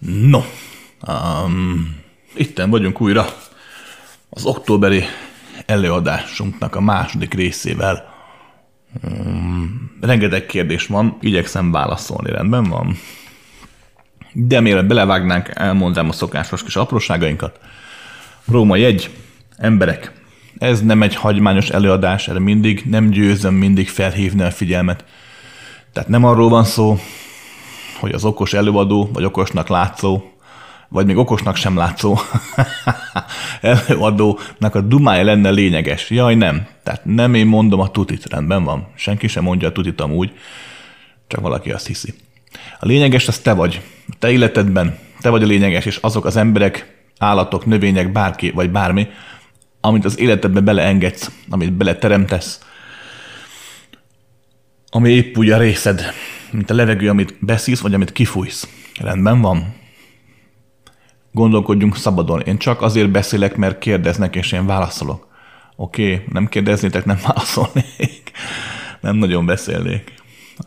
No, itten vagyunk újra az októberi előadásunknak a második részével. Rengeteg kérdés van, igyekszem válaszolni, rendben van. De mielőtt belevágnánk, elmondám a szokásos kis apróságainkat. Római 1, emberek. Ez nem egy hagyományos előadás, erre nem győzöm mindig felhívni a figyelmet. Tehát nem arról van szó, hogy az okos előadó, vagy okosnak látszó, vagy még okosnak sem látszó előadónak a dumája lenne lényeges. Jaj, nem. Tehát nem én mondom a tutit, rendben van. Senki sem mondja a tutit amúgy, csak valaki azt hiszi. A lényeges az te vagy. A te életedben te vagy a lényeges, és azok az emberek, állatok, növények, bárki, vagy bármi, amit az életedbe beleengedsz, amit beleteremtesz, ami épp úgy a részed, mint a levegő, amit beszívsz, vagy amit kifújsz. Rendben van? Gondolkodjunk szabadon. Én csak azért beszélek, mert kérdeznek, és én válaszolok. Oké, nem kérdeznétek, nem válaszolnék. Nem nagyon beszélnék.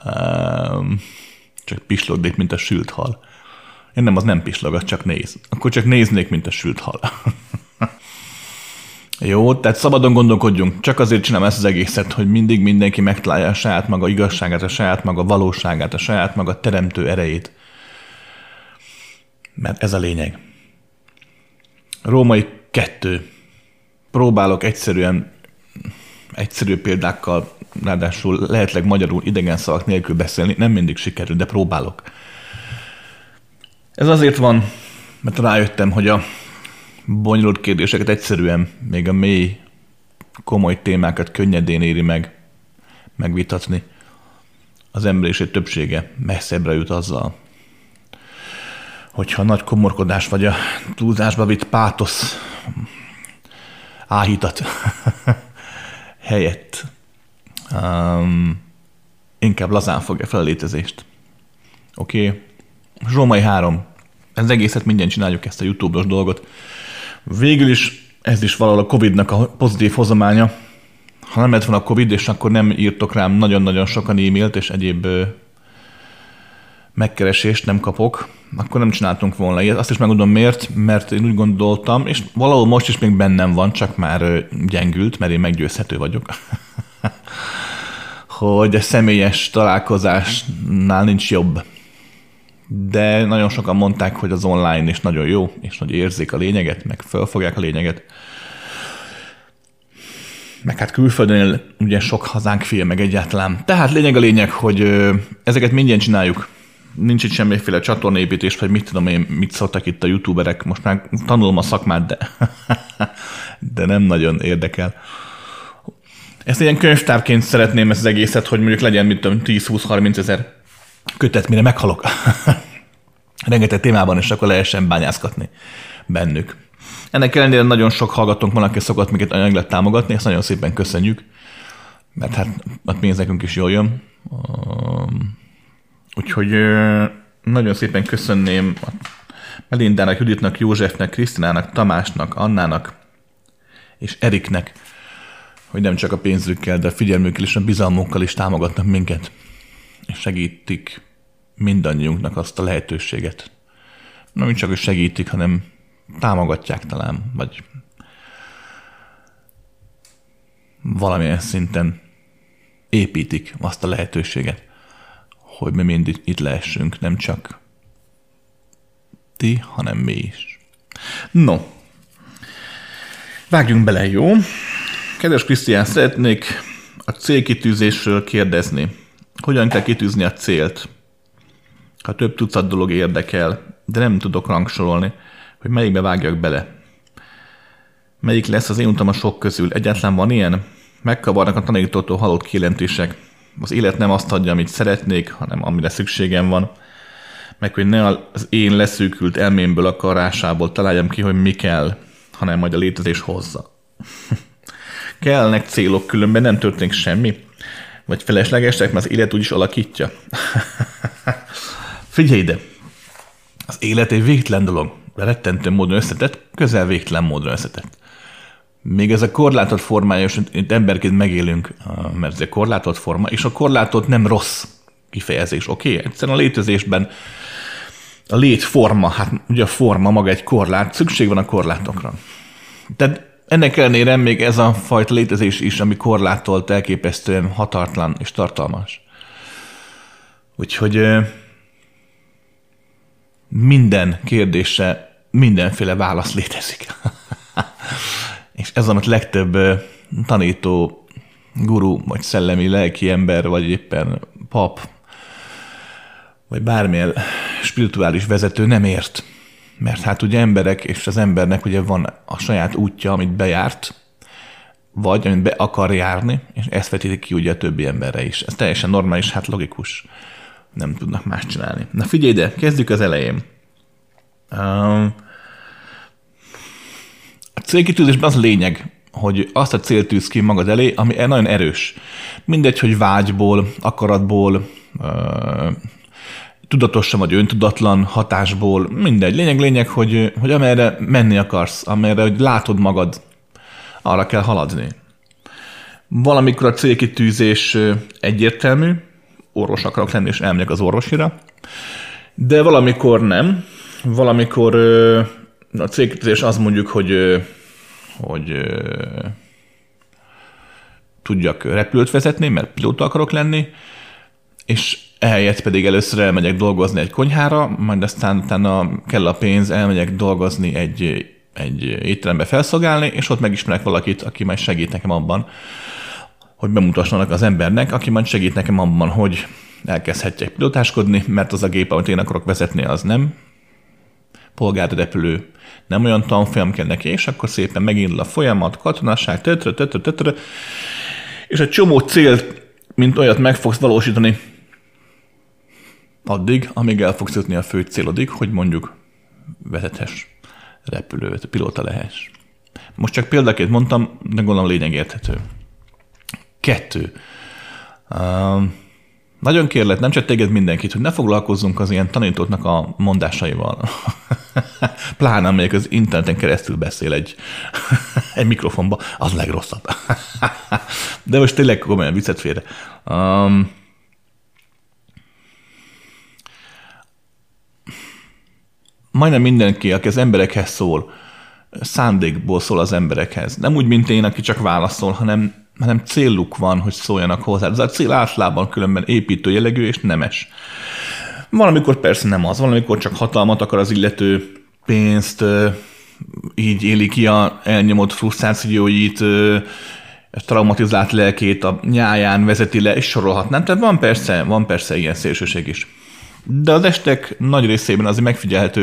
Csak pislognék, mint a sült hal. Én nem, az nem pislog, az csak néz. Akkor csak néznék, mint a sült hal. Jó, tehát szabadon gondolkodjunk. Csak azért csinálom ezt az egészet, hogy mindig mindenki megtalálja a saját maga igazságát, a saját maga valóságát, a saját maga teremtő erejét. Mert ez a lényeg. Római 2. Próbálok egyszerű példákkal, ráadásul lehetleg magyarul idegen szavak nélkül beszélni. Nem mindig sikerül, de próbálok. Ez azért van, mert rájöttem, hogy a bonyolult kérdéseket egyszerűen, még a mély, komoly témákat könnyedén éri megvitatni. Az emberiség többsége messzebbre jut azzal, hogyha a nagy komorkodás vagy a túlzásba vitt pátosz áhítat helyett inkább lazán fogja fel a létezést. Oké? Római 3. Ez egészet mindjárt csináljuk, ezt a YouTube-os dolgot. Végül is ez is valahol a Covid-nak a pozitív hozománya. Ha nem lett volna a Covid, és akkor nem írtok rám nagyon-nagyon sokan e-mailt, és egyéb megkeresést nem kapok, akkor nem csináltunk volna ilyet. Azt is megmondom miért, mert én úgy gondoltam, és valahol most is még bennem van, csak már gyengült, mert én meggyőzhető vagyok, hogy a személyes találkozásnál nincs jobb. De nagyon sokan mondták, hogy az online is nagyon jó, és hogy érzik a lényeget, meg felfogják a lényeget. Meg hát külföldön ugye sok hazánk fél meg egyáltalán. Tehát lényeg, hogy ezeket mindjárt csináljuk. Nincs itt semmiféle csatornaépítés, vagy mit tudom én, mit szóltak itt a youtuberek. Most már tanulom a szakmát, de nem nagyon érdekel. Ezt ilyen könyvtárként szeretném ezt az egészet, hogy mondjuk legyen, mit tudom, 10-20-30 ezer kötet, mire meghalok. Rengeteg témában, és akkor lehessen bányászkatni bennük. Ennek ellenére nagyon sok hallgatónk van, aki szokott minket anyagilag támogatni, ezt nagyon szépen köszönjük, mert hát a pénz nekünk is jól jön. Úgyhogy nagyon szépen köszönném Melindának, Juditnak, Józsefnek, Krisztinának, Tamásnak, Annának és Eriknek, hogy nem csak a pénzükkel, de a figyelmükkel és a bizalmukkal is támogatnak minket, és segítik mindannyiunknak azt a lehetőséget. Nem csak, hogy segítik, hanem támogatják talán, vagy valamilyen szinten építik azt a lehetőséget, hogy mi mind itt lehessünk, nem csak ti, hanem mi is. No, vágjunk bele, jó? Kedves Krisztián, szeretnék a célkitűzésről kérdezni. Hogyan kell kitűzni a célt? Ha több tucat dolog érdekel, de nem tudok rangsorolni, hogy melyikbe vágjak bele. Melyik lesz az én utam a sok közül? Egyáltalán van ilyen? Megkavarnak a tanítótól hallott kijelentések. Az élet nem azt adja, amit szeretnék, hanem amire szükségem van. Meg hogy ne az én leszűkült elmémből akarásából találjam ki, hogy mi kell, hanem majd a létezés hozza. Kellnek célok, különben nem történik semmi. Vagy feleslegesek, mert az élet úgyis alakítja. Figyelj ide! Az élet egy végtelen dolog. Rettentő módon összetett, közel végtelen módon összetett. Még ez a korlátolt formája, és itt emberként megélünk, mert ez egy korlátolt forma, és a korlátolt nem rossz kifejezés, oké? Egyszerűen a létezésben a létforma, hát ugye a forma maga egy korlát, szükség van a korlátokra. Tehát ennek ellenére még ez a fajta létezés is, ami korlátolt, elképesztően hatartlan és tartalmas. Úgyhogy minden kérdésre mindenféle válasz létezik. És ez, amit legtöbb tanító, guru, vagy szellemi, lelki ember, vagy éppen pap, vagy bármilyen spirituális vezető nem ért. Mert hát ugye emberek, és az embernek ugye van a saját útja, amit bejárt, vagy amit be akar járni, és ezt vetítik ki ugye a többi emberre is. Ez teljesen normális, hát logikus. Nem tudnak más csinálni. Na figyelj ide, kezdjük az elején. A célkitűzésben az a lényeg, hogy azt a célt tűz ki magad elé, ami nagyon erős. Mindegy, hogy vágyból, akaratból, tudatosan vagy öntudatlan hatásból, mindegy. Lényeg, hogy amerre menni akarsz, amerre hogy látod magad, arra kell haladni. Valamikor a célkitűzés egyértelmű, orvos akarok lenni, és elmegyek az orvosira, de valamikor nem. Valamikor a célkitűzés az mondjuk, hogy tudjak repülőt vezetni, mert pilóta akarok lenni, és ehelyett pedig először elmegyek dolgozni egy konyhára, majd aztán utána kell a pénz, elmegyek dolgozni egy étterembe felszolgálni, és ott megismerek valakit, aki majd segít nekem abban, hogy bemutassanak az embernek, aki majd segít nekem abban, hogy elkezdhetjek pilotáskodni, mert az a gép, amit én akarok vezetni, az nem polgári repülő, nem olyan tanfolyam kell neki, és akkor szépen megindul a folyamat, katonaság, és egy csomó célt, mint olyat meg fogsz valósítani addig, amíg el fogsz jutni a fő célodig, hogy mondjuk vezethess repülőt, pilóta lehess. Most csak példaként mondtam, de gondolom lényeg érthető. 2. Nagyon kérlek, nem csak téged, mindenkit, hogy ne foglalkozzunk az ilyen tanítóknak a mondásaival. Pláne amelyek az interneten keresztül beszél egy mikrofonba, az legrosszabb. De most tényleg komolyan viccet félre. Majdnem mindenki, aki az emberekhez szól, szándékból szól az emberekhez. Nem úgy, mint én, aki csak válaszol, hanem céluk van, hogy szóljanak hozzá. Ez a cél általában különben építő jellegű és nemes. Valamikor persze nem az, valamikor csak hatalmat akar az illető, pénzt, így éli ki a elnyomott frusztrációit, traumatizált lelkét a nyáján vezeti le, és sorolhatnám. Tehát van persze ilyen szélsőség is. De az estek nagy részében azért megfigyelhető,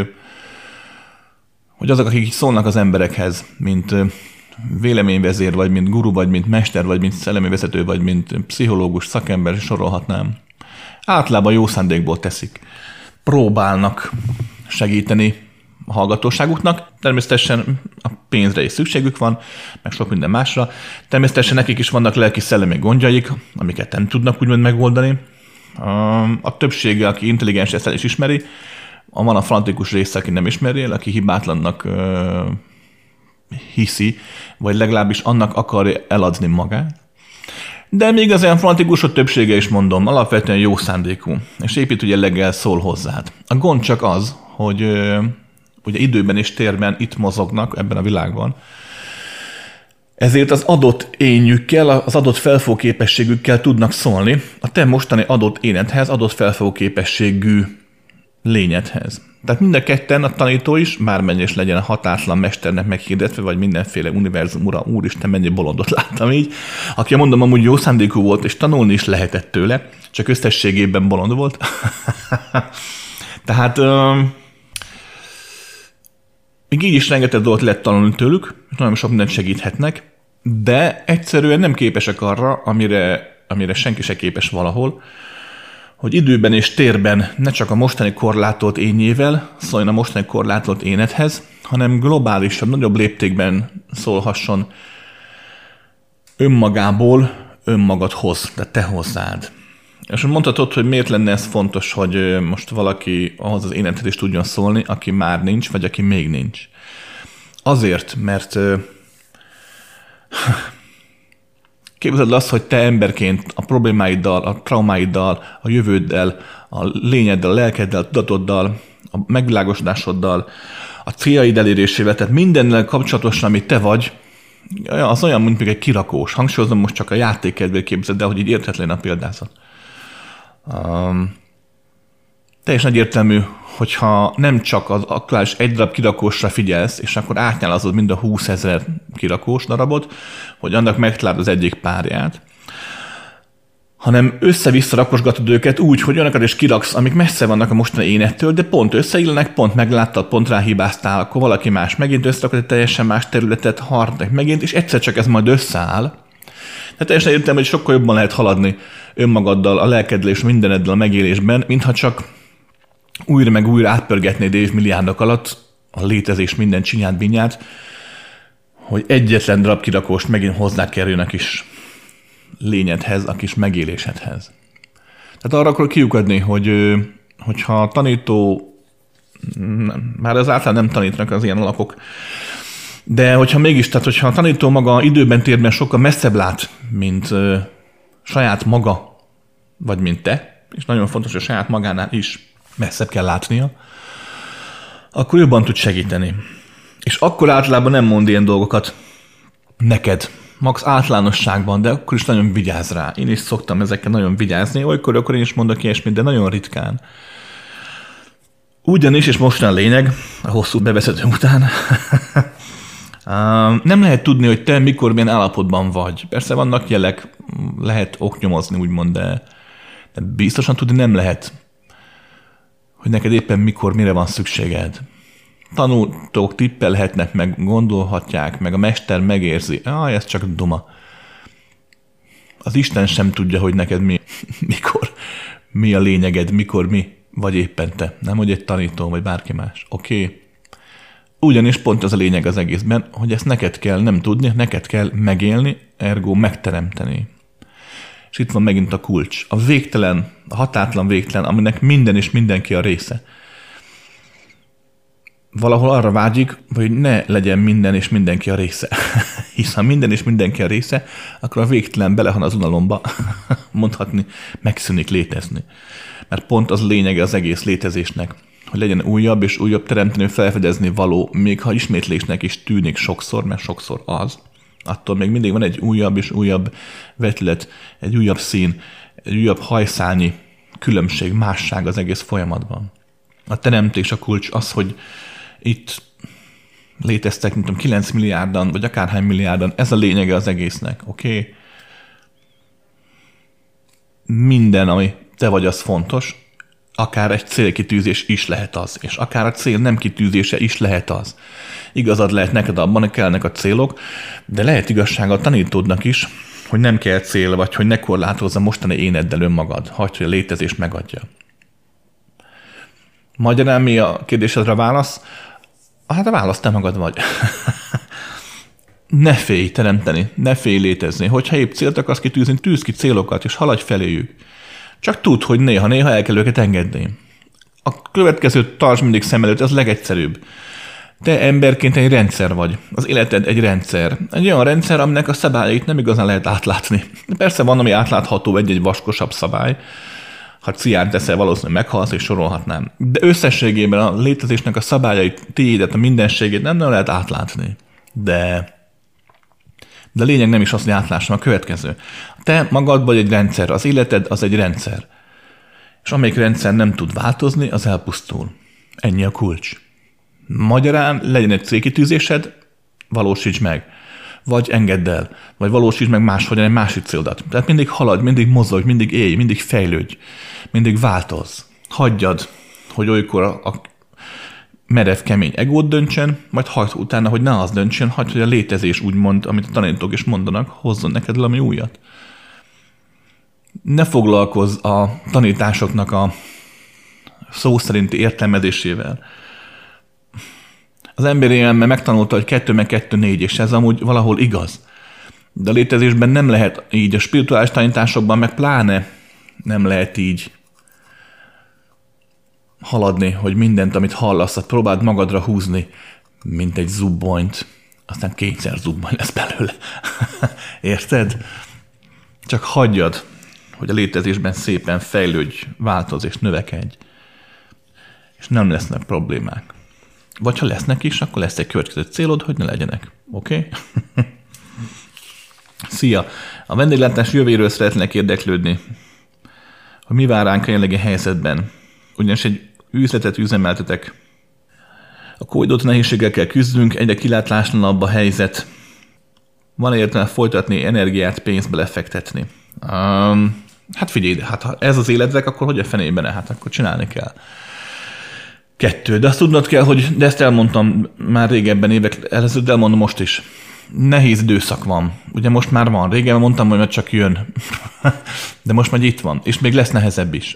hogy azok, akik szólnak az emberekhez, mint véleményvezér, vagy mint guru, vagy mint mester, vagy mint szellemi vezető, vagy mint pszichológus, szakember, sorolhatnám. Általában jó szándékból teszik. Próbálnak segíteni a hallgatóságuknak. Természetesen a pénzre is szükségük van, meg sok minden másra. Természetesen nekik is vannak lelki-szellemi gondjaik, amiket nem tudnak úgymond megoldani. A többsége, aki intelligens, ezt el is ismeri. Van a fanatikus része, aki nem ismeri el, aki hibátlannak hiszi, vagy legalábbis annak akarja eladni magát. De még az olyan fanatikusok többsége is, mondom, alapvetően jó szándékú, és építő jelleggel szól hozzád. A gond csak az, hogy ugye időben és térben itt mozognak ebben a világban, ezért az adott énjükkel, az adott felfogóképességükkel tudnak szólni a te mostani adott énedhez, adott felfogóképességű lényedhez. Tehát mind a ketten, a tanító is, bármennyi is legyen a határtlan mesternek meghirdetve, vagy mindenféle univerzum ura, úristen, mennyi bolondot láttam így, aki mondom, amúgy jó szándékú volt, és tanulni is lehetett tőle, csak összességében bolond volt. Tehát még így is rengeteg dolgot lehet tanulni tőlük, és nagyon sok mindent segíthetnek, de egyszerűen nem képesek arra, amire senki se képes valahol, hogy időben és térben ne csak a mostani korlátolt énjével szóljon a mostani korlátolt énedhez, hanem globálisabb, nagyobb léptékben szólhasson önmagából önmagadhoz, de te hozzád. És mondhatod, hogy miért lenne ez fontos, hogy most valaki ahhoz az énedhez is tudjon szólni, aki már nincs, vagy aki még nincs. Azért, mert képzeld azt, hogy te emberként a problémáiddal, a traumáiddal, a jövőddel, a lényeddel, a lelkeddel, a tudatoddal a megvilágosodásoddal, a céljaid elérésével, tehát mindennel kapcsolatosan, amit te vagy, az olyan, mint egy kirakós. Hangsúlyozom, most csak a játékedvéért képzeld, de hogy így érthetlen a példázat. Teljesen egyértelmű, hogyha nem csak az aktuális egy darab kirakósra figyelsz, és akkor átnyálazod mind a 20 000 kirakós darabot, hogy annak megtaláld az egyik párját, hanem össze-vissza rakosgatod őket úgy, hogy olyanokat is kiraksz, amik messze vannak a mostani énettől, de pont összeillenek, pont megláttad, pont ráhibáztál, akkor valaki más megint összerakod egy teljesen más területet, harmadik megint, és egyszer csak ez majd összeáll. Tehát teljesen értem, hogy sokkal jobban lehet haladni önmagaddal, a lelkeddel és mindeneddel a megélésben, mintha csak újra meg újra átpörgetnéd évmilliárdok alatt a létezés minden csinyát, binyát, hogy egyetlen darab kirakóst megint hozzákerüljön a kis lényedhez, a kis megélésedhez. Tehát arra akarok kiukadni, hogyha a tanító, már az általán nem tanítanak az ilyen alapok, de hogyha mégis, tehát hogyha a tanító maga időben térben sokkal messzebb lát, mint saját maga, vagy mint te, és nagyon fontos, hogy a saját magánál is messzebb kell látnia, akkor jobban tud segíteni. És akkor általában nem mond ilyen dolgokat neked, max általánosságban, de akkor is nagyon vigyázz rá. Én is szoktam ezekkel nagyon vigyázni, olykor én is mondok ilyesmit, de nagyon ritkán. Ugyanis, és most a lényeg, a hosszú bevezetőm után, nem lehet tudni, hogy te mikor, milyen állapotban vagy. Persze vannak jelek, lehet oknyomozni, úgymond, de biztosan tudni nem lehet, hogy neked éppen mikor, mire van szükséged. Tanultók tippelhetnek, meg gondolhatják, meg a mester megérzi. Ez csak duma. Az Isten sem tudja, hogy neked mikor, mi a lényeged, mikor mi vagy éppen te. Nem, hogy egy tanító, vagy bárki más. Oké? Ugyanis pont az a lényeg az egészben, hogy ezt neked kell nem tudni, neked kell megélni, ergo megteremteni. És itt van megint a kulcs. A végtelen, a határtlan végtelen, aminek minden és mindenki a része. Valahol arra vágyik, hogy ne legyen minden és mindenki a része. Hisz ha minden és mindenki a része, akkor a végtelen belehal az unalomba, mondhatni, megszűnik létezni. Mert pont az lényege az egész létezésnek, hogy legyen újabb és újabb teremteni, felfedezni való, még ha ismétlésnek is tűnik sokszor, mert sokszor az, attól még mindig van egy újabb és újabb vetület, egy újabb szín, egy újabb hajszálnyi különbség, másság az egész folyamatban. A teremtés a kulcs az, hogy itt léteztek, mint tudom, 9 milliárdan, vagy akárhány milliárdan, ez a lényege az egésznek, oké? Minden, ami te vagy, az fontos, akár egy célkitűzés is lehet az, és akár a cél nem kitűzése is lehet az. Igazad lehet neked abban, hogy kellnek a célok, de lehet igazság a tanítódnak is, hogy nem kell cél, vagy hogy ne korlátozza mostani éneddel önmagad, hagyd, hogy a létezés megadja. Magyarán mi a kérdésedre a válasz? Hát a válasz te magad vagy. Ne félj teremteni, ne félj létezni. Hogyha épp célt akarsz kitűzni, tűz ki célokat, és haladj feléjük. Csak tudd, hogy néha el kell őket engedni. A következőt tartsd mindig szem előtt, az legegyszerűbb. Te emberként egy rendszer vagy. Az életed egy rendszer. Egy olyan rendszer, aminek a szabályait nem igazán lehet átlátni. Persze van, ami átlátható, egy vaskosabb szabály. Ha ciánt teszel, valószínűleg meghalsz, és sorolhatnám. De összességében a létezésnek a szabályait, tiédet, a mindenségét nem lehet átlátni. De a lényeg nem is az, hogy átlássam a következő. Te magad vagy egy rendszer, az életed az egy rendszer. És amelyik rendszer nem tud változni, az elpusztul. Ennyi a kulcs. Magyarán legyen egy célkitűzésed, valósíts meg. Vagy engedd el, vagy valósíts meg máshogyan egy másik célodat. Tehát mindig haladj, mindig mozogj, mindig élj, mindig fejlődj, mindig változz. Hagyjad, hogy olykor a merev, kemény egót döntsen, majd hagyd utána, hogy ne az döntsen, hagyd, hogy a létezés úgymond, amit a tanítók is mondanak, hozzon neked valami újat. Ne foglalkozz a tanításoknak a szó szerinti értelmezésével. Az emberi elme megtanulta, hogy 2 meg 2 4, és ez amúgy valahol igaz. De a létezésben nem lehet így, a spirituális tanításokban meg pláne nem lehet így haladni, hogy mindent, amit hallasz, azt próbáld magadra húzni, mint egy zubbonyt. Aztán 2-szer zubbony lesz belőle. Érted? Csak hagyjad, hogy a létezésben szépen fejlődj, változ és növekedj. és nem lesznek problémák. Vagy ha lesznek is, akkor lesz egy következő célod, hogy ne legyenek. Oké? Okay? Szia! A vendéglátás jövőjéről szeretnék érdeklődni, hogy mi vár ránk a jelenlegi helyzetben. Ugyanis egy üzletet üzemeltetek. A COVID nehézséggel kell küzdünk, egyre kilátáslanabb a helyzet. Van értelme folytatni, energiát, pénzt belefektetni. Hát figyelj, hát ha ez az életek, akkor hogy a fenében? Hát akkor csinálni kell. 2. De azt tudnod kell, hogy, de ezt elmondtam már régebben évek előtt, de elmondom most is. Nehéz időszak van. Ugye most már van. Régen mondtam, hogy csak jön. De most már itt van. És még lesz nehezebb is.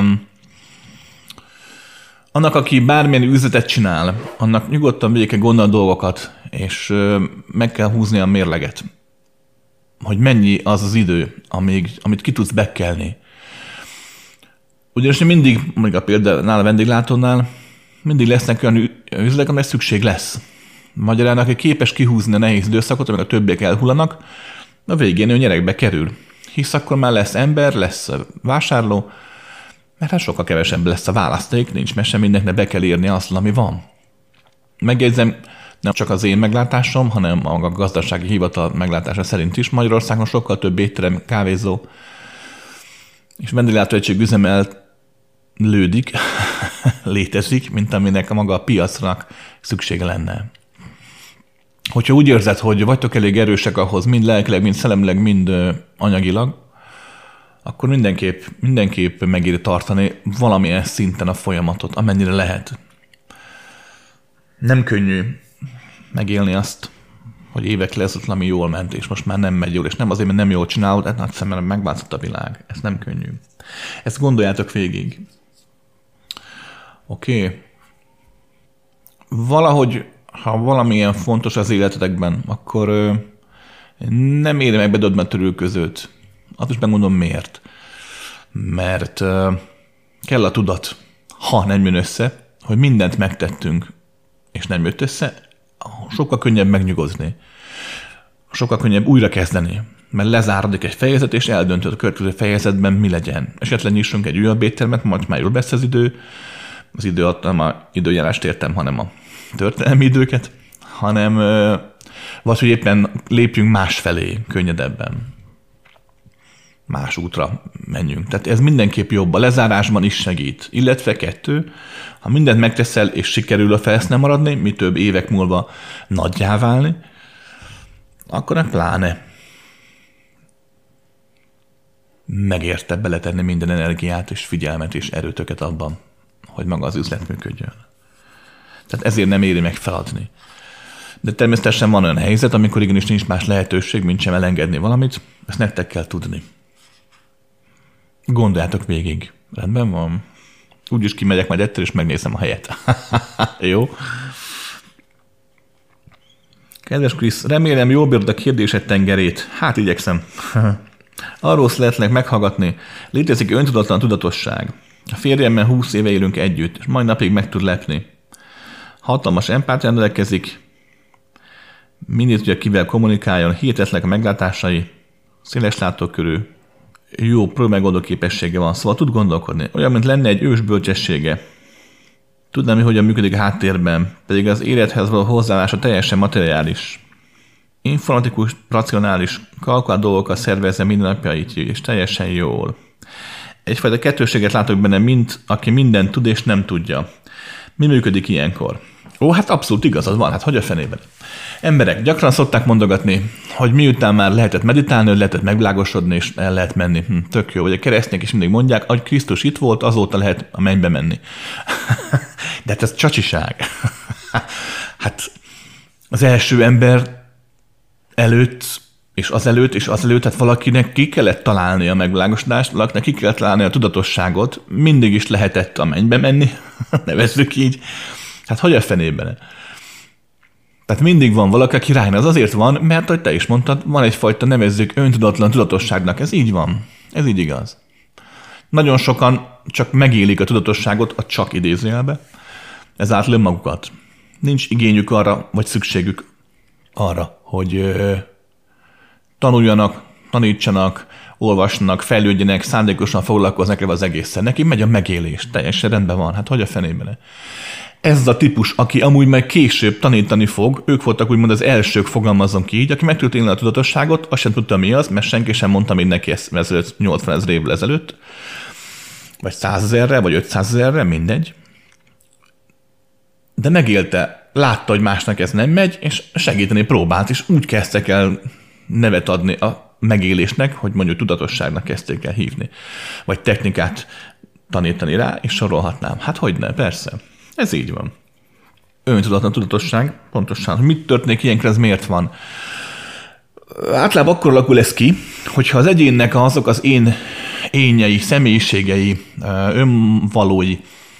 Annak, aki bármilyen üzletet csinál, annak nyugodtan végig kell gondolni a dolgokat, és meg kell húzni a mérleget. Hogy mennyi az az idő, amit ki tudsz bekelni. Ugyanis mindig, mondjuk a példánál a vendéglátónál, mindig lesznek olyan üzletek, amely szükség lesz. Magyarán, aki képes kihúzni a nehéz időszakot, amikor a többiek elhullanak, a végén ő nyerekbe kerül. Hisz akkor már lesz ember, lesz vásárló, mert hát sokkal kevesebb lesz a választék, nincs mese, mindenkinek be kell írni azt, ami van. Megjegyzem, nem csak az én meglátásom, hanem a gazdasági hivatal meglátása szerint is Magyarországon sokkal több étterem, kávézó és vendéglátóegység üzemelődik, létezik, mint aminek maga a piacnak szüksége lenne. Hogyha úgy érzed, hogy vagytok elég erősek ahhoz, mind lelkileg, mind szellemileg, mind anyagilag, akkor mindenképp megéri tartani valamilyen szinten a folyamatot, amennyire lehet. Nem könnyű megélni azt, hogy évek lesz, ami jól ment, és most már nem megy jól, és nem azért, mert nem jól csinálod, hát nagy szemmel megváltozott a világ. Ez nem könnyű. Ezt gondoljátok végig. Oké. Valahogy, ha valamilyen fontos az életetekben, akkor nem éri meg bedobni a törülközőt. Azt is megmondom miért. Mert kell a tudat, ha nem jön össze, hogy mindent megtettünk, és nem jött össze, sokkal könnyebb megnyugozni. Sokkal könnyebb újra kezdeni, mert lezárodik egy fejezet, és eldöntöd a következő fejezetben mi legyen. Esetleg nyissunk egy újabb éttermet, majd már jól lesz az idő. Az idő alatt nem a időjárást értem, hanem a történelmi időket, hanem vagy, hogy éppen lépjünk másfelé könnyedebben. Más útra menjünk. Tehát ez mindenképp jobb. A lezárásban is segít. Illetve 2, ha mindent megteszel, és sikerül a felsz nem maradni, mi több évek múlva nagyjá válni, akkor meg pláne megérte beletenni minden energiát, és figyelmet, és erőtöket abban, hogy maga az üzlet működjön. Tehát ezért nem éri meg feladni. De természetesen van olyan helyzet, amikor igenis nincs más lehetőség, mint sem elengedni valamit, ezt nektek kell tudni. Gondoljátok végig. Rendben van? Úgyis kimegyek majd ettől, és megnézem a helyet. Jó? Kedves Krisz, remélem jól bírod a kérdésed tengerét. Hát igyekszem. Arról szeretnék meghallgatni. Létezik öntudatlan tudatosság. A férjemmel 20 éve élünk együtt, és majd napig meg tud lepni. Hatalmas empátián rendelkezik, mindig tudja, kivel kommunikáljon, hihetetlenek a meglátásai, széles látókörű, jó problémegoldó képessége van, szóval tud gondolkodni. Olyan, mint lenne egy ős bölcsessége. Tudnám, hogy hogyan működik a háttérben, pedig az élethez való hozzáállása teljesen materiális. Informatikus, racionális, kalkulált dolgokkal szervezze mindennapjait, és teljesen jól. Egyfajta kettősséget látok benne, mint aki mindent tud és nem tudja. Mi működik ilyenkor? Ó, hát abszolút igazad van, hát hogy a fenében? Emberek gyakran szokták mondogatni, hogy miután már lehetett meditálni, lehetett megvilágosodni, és el lehet menni. Tök jó, hogy a keresztények is mindig mondják, hogy Krisztus itt volt, azóta lehet a mennybe menni. De hát ez csacsiság. Hát az első ember előtt, és azelőtt, tehát valakinek ki kellett találni a megvilágosodást, valakinek ki kellett találni a tudatosságot, mindig is lehetett a mennybe menni, nevezzük így. Hát hogy a fenében? Tehát mindig van valaki, aki rájön, az azért van, mert, ahogy te is mondtad, van egyfajta nevezzük öntudatlan tudatosságnak. Ez így van. Ez így igaz. Nagyon sokan csak megélik a tudatosságot, a csak idézőjelbe, ezáltal önmagukat. Nincs igényük arra, vagy szükségük arra, hogy tanuljanak, tanítsanak, olvasnak, fejlődjenek, szándékosan foglalkoznak az egészen. Neki megy a megélés, teljesen rendben van, hát hogy a fenében. Ez a típus, aki amúgy meg később tanítani fog, ők voltak úgymond az elsők, fogalmazom ki így, aki meg tudta élni a tudatosságot, azt sem tudta mi az, mert senki sem mondta még neki ezt 80 000 évvel ezelőtt, vagy 100 000-re, vagy 500 000-re, mindegy. De megélte, látta, hogy másnak ez nem megy, és segíteni próbált, és úgy kezdtek el nevet adni a megélésnek, hogy mondjuk tudatosságnak kezdték el hívni. Vagy technikát tanítani rá, és sorolhatnám. Hát hogyne, persze. Ez így van. Öntudatlan tudatosság, pontosan. Mit történik ilyenkor, ez miért van? Általában akkor alakul ez ki, hogyha az egyénnek azok az énjei, személyiségei, önvalói,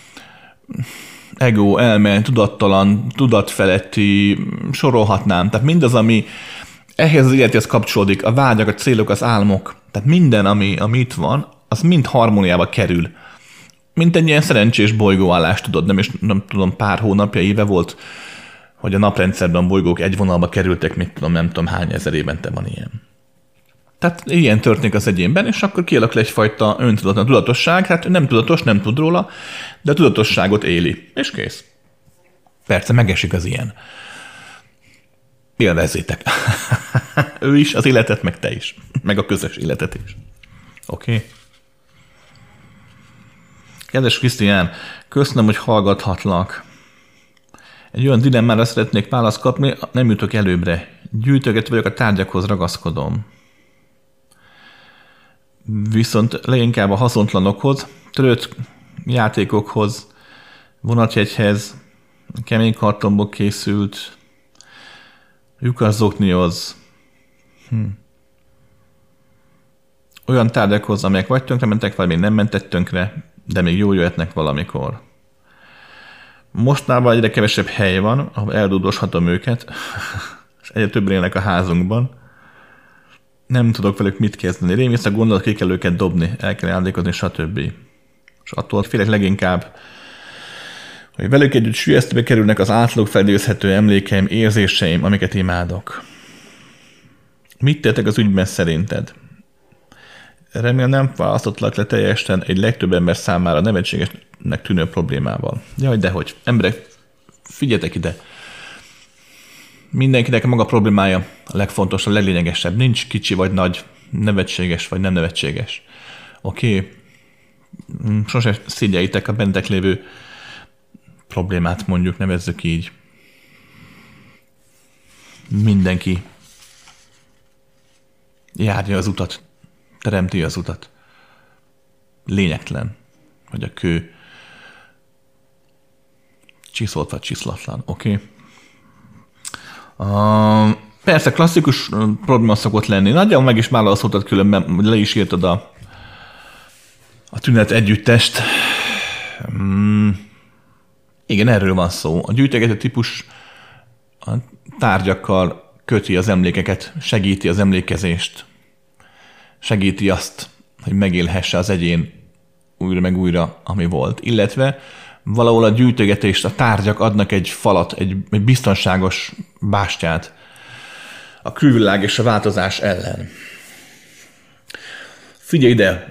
ego, elme, tudattalan, tudatfeletti, sorolhatnám. Tehát mindaz, ami ehhez az élethez kapcsolódik, a vágyak, a célok, az álmok, tehát minden, ami itt van, az mind harmóniába kerül. Mint egy ilyen szerencsés bolygóállás, tudod, nem tudom, pár hónapja, éve volt, hogy a naprendszerben a bolygók egy vonalba kerültek, nem tudom hány ezer évente van ilyen. Tehát ilyen történik az egyénben, és akkor kialakul egyfajta öntudatlan tudatosság, hát nem tudatos, nem tud róla, de a tudatosságot éli, és kész. Persze megesik az ilyen. Élvezzétek. Ő is, az életet, meg te is. Meg a közös életet is. Oké? Kedves Krisztián, köszönöm, hogy hallgathatlak. Egy olyan dilemmára szeretnék választ kapni, nem jutok előbbre. Gyűjtögető vagyok, a tárgyakhoz ragaszkodom. Viszont leginkább a haszontalanokhoz, törött játékokhoz, vonatjegyhez, kemény kartonból készült, lyukasszoknihoz, olyan tárgyakhoz, amelyek vagy tönkre mentek, vagy még nem mentek tönkre, de még jól jöhetnek valamikor. Mostanában egyre kevesebb hely van, ahol eldúdoshatom őket, és egyre többen élnek a házunkban. Nem tudok velük mit kezdeni. Rémisz a gondolat, ki kell őket dobni, el kell ajándékozni, stb. És attól félek leginkább, hogy velük együtt sülyeztőbe kerülnek az átlagfelidézhető emlékeim, érzéseim, amiket imádok. Mit tettek az ügyben szerinted? Remélem nem választottalak le teljesen egy legtöbb ember számára nevetségesnek tűnő problémával. Jaj, dehogy. Emberek, figyeljetek ide. Mindenkinek a maga problémája a legfontosabb, a leglényegesebb. Nincs kicsi vagy nagy, nevetséges vagy nem nevetséges. Oké? Sose szégyeljétek a bennetek lévő problémát, mondjuk, nevezzük így. Mindenki járja az utat, teremti az utat. Lényegtelen, hogy a kő csiszolt vagy csiszlatlan, oké? Persze klasszikus probléma szokott lenni. Nagyjából meg is válaszoltad, különben le is írtad a tünet együttest. Igen, erről van szó. A gyűjtegető típus a tárgyakkal köti az emlékeket, segíti az emlékezést, segíti azt, hogy megélhesse az egyén újra meg újra, ami volt. Illetve valahol a gyűjtögetést, a tárgyak adnak egy falat, egy biztonságos bástyát a külvilág és a változás ellen. Figyelj ide,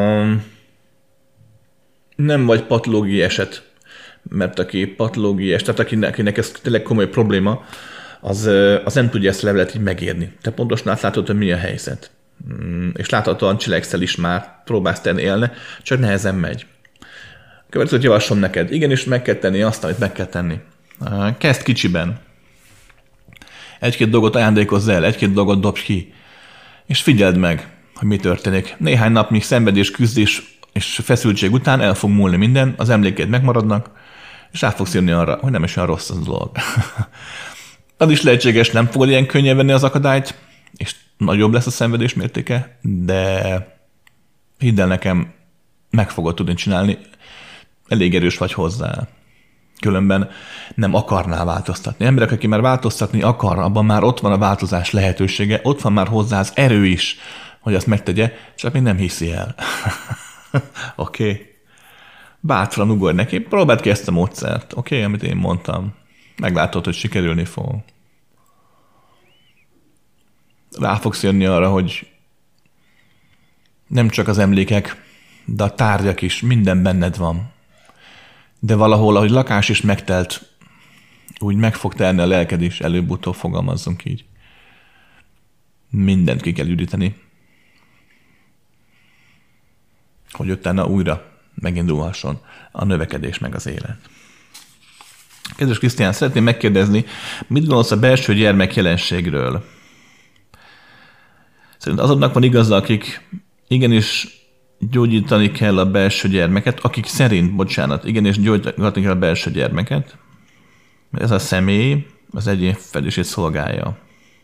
nem vagy patológiai eset, mert aki patológiai eset, tehát akinek ez tényleg komoly probléma, az nem tudja ezt a levelet így megírni. Te pontosan átlátod, hogy mi a helyzet. És láthatóan cselekszel is már, próbálsz tenni élne, csak nehezen megy. Következőt javaslom neked. Igenis meg kell tenni azt, amit meg kell tenni. Kezd kicsiben. Egy-két dolgot ajándékozz el, egy-két dolgot dobj ki, és figyeld meg, hogy mi történik. Néhány napnyi szenvedés, küzdés és feszültség után el fog múlni minden, az emlékeid megmaradnak, és rá fogsz jönni arra, hogy nem is olyan rossz az dolog. Az is lehetséges, nem fogod ilyen könnyen venni az akadályt, és nagyobb lesz a szenvedés mértéke, de hidd el nekem, meg fogod tudni csinálni, elég erős vagy hozzá. Különben nem akarnál változtatni. Emberek, aki már változtatni akar, abban már ott van a változás lehetősége, ott van már hozzá az erő is, hogy azt megtegye, csak még nem hiszi el. Oké? Bátran ugorj neki, próbáld ki ezt a módszert, oké, amit én mondtam. Meglátod, hogy sikerülni fog. Rá fogsz jönni arra, hogy Nem csak az emlékek, de a tárgyak is, minden benned van. De valahol, ahogy lakás is megtelt, úgy meg fog telni a lelked is, előbb-utóbb fogalmazzunk így. Mindent ki kell üdíteni, hogy utána újra megindulhasson a növekedés meg az élet. Kedves Krisztián, szeretném megkérdezni, mit gondolsz a belső gyermek jelenségről? Szerintem azoknak van igaza, akik igenis gyógyítani kell a belső gyermeket, akik szerint, igenis gyógyítani kell a belső gyermeket, mert ez a személy az egyén fejlődését szolgálja.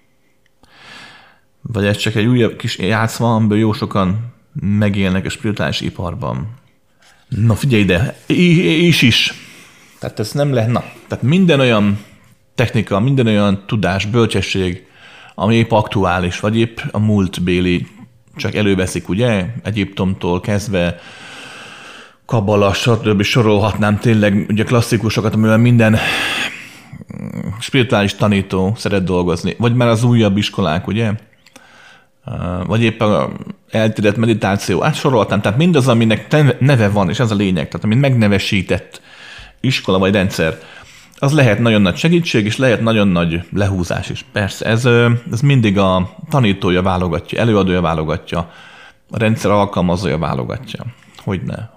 Vagy ez csak egy újabb kis játszma, amiből jó sokan megélnek a spirituális iparban. Na figyelj ide, is. Tehát ez nem lehet, tehát minden olyan technika, minden olyan tudás, bölcsesség, ami épp aktuális, vagy épp a múltbéli, csak előveszik, ugye? Egyiptomtól kezdve Kabala, stb. Sorolhatnám tényleg ugye klasszikusokat, amivel minden spirituális tanító szeret dolgozni. Vagy már az újabb iskolák, ugye? Vagy épp a elterjedt meditáció. Sorolhatnám, tehát mindaz, aminek neve van, és ez a lényeg, tehát amit megnevesített iskola vagy rendszer, az lehet nagyon nagy segítség, és lehet nagyon nagy lehúzás is. Persze, ez mindig a tanítója válogatja, előadója válogatja, a rendszer alkalmazója válogatja. Hogyne.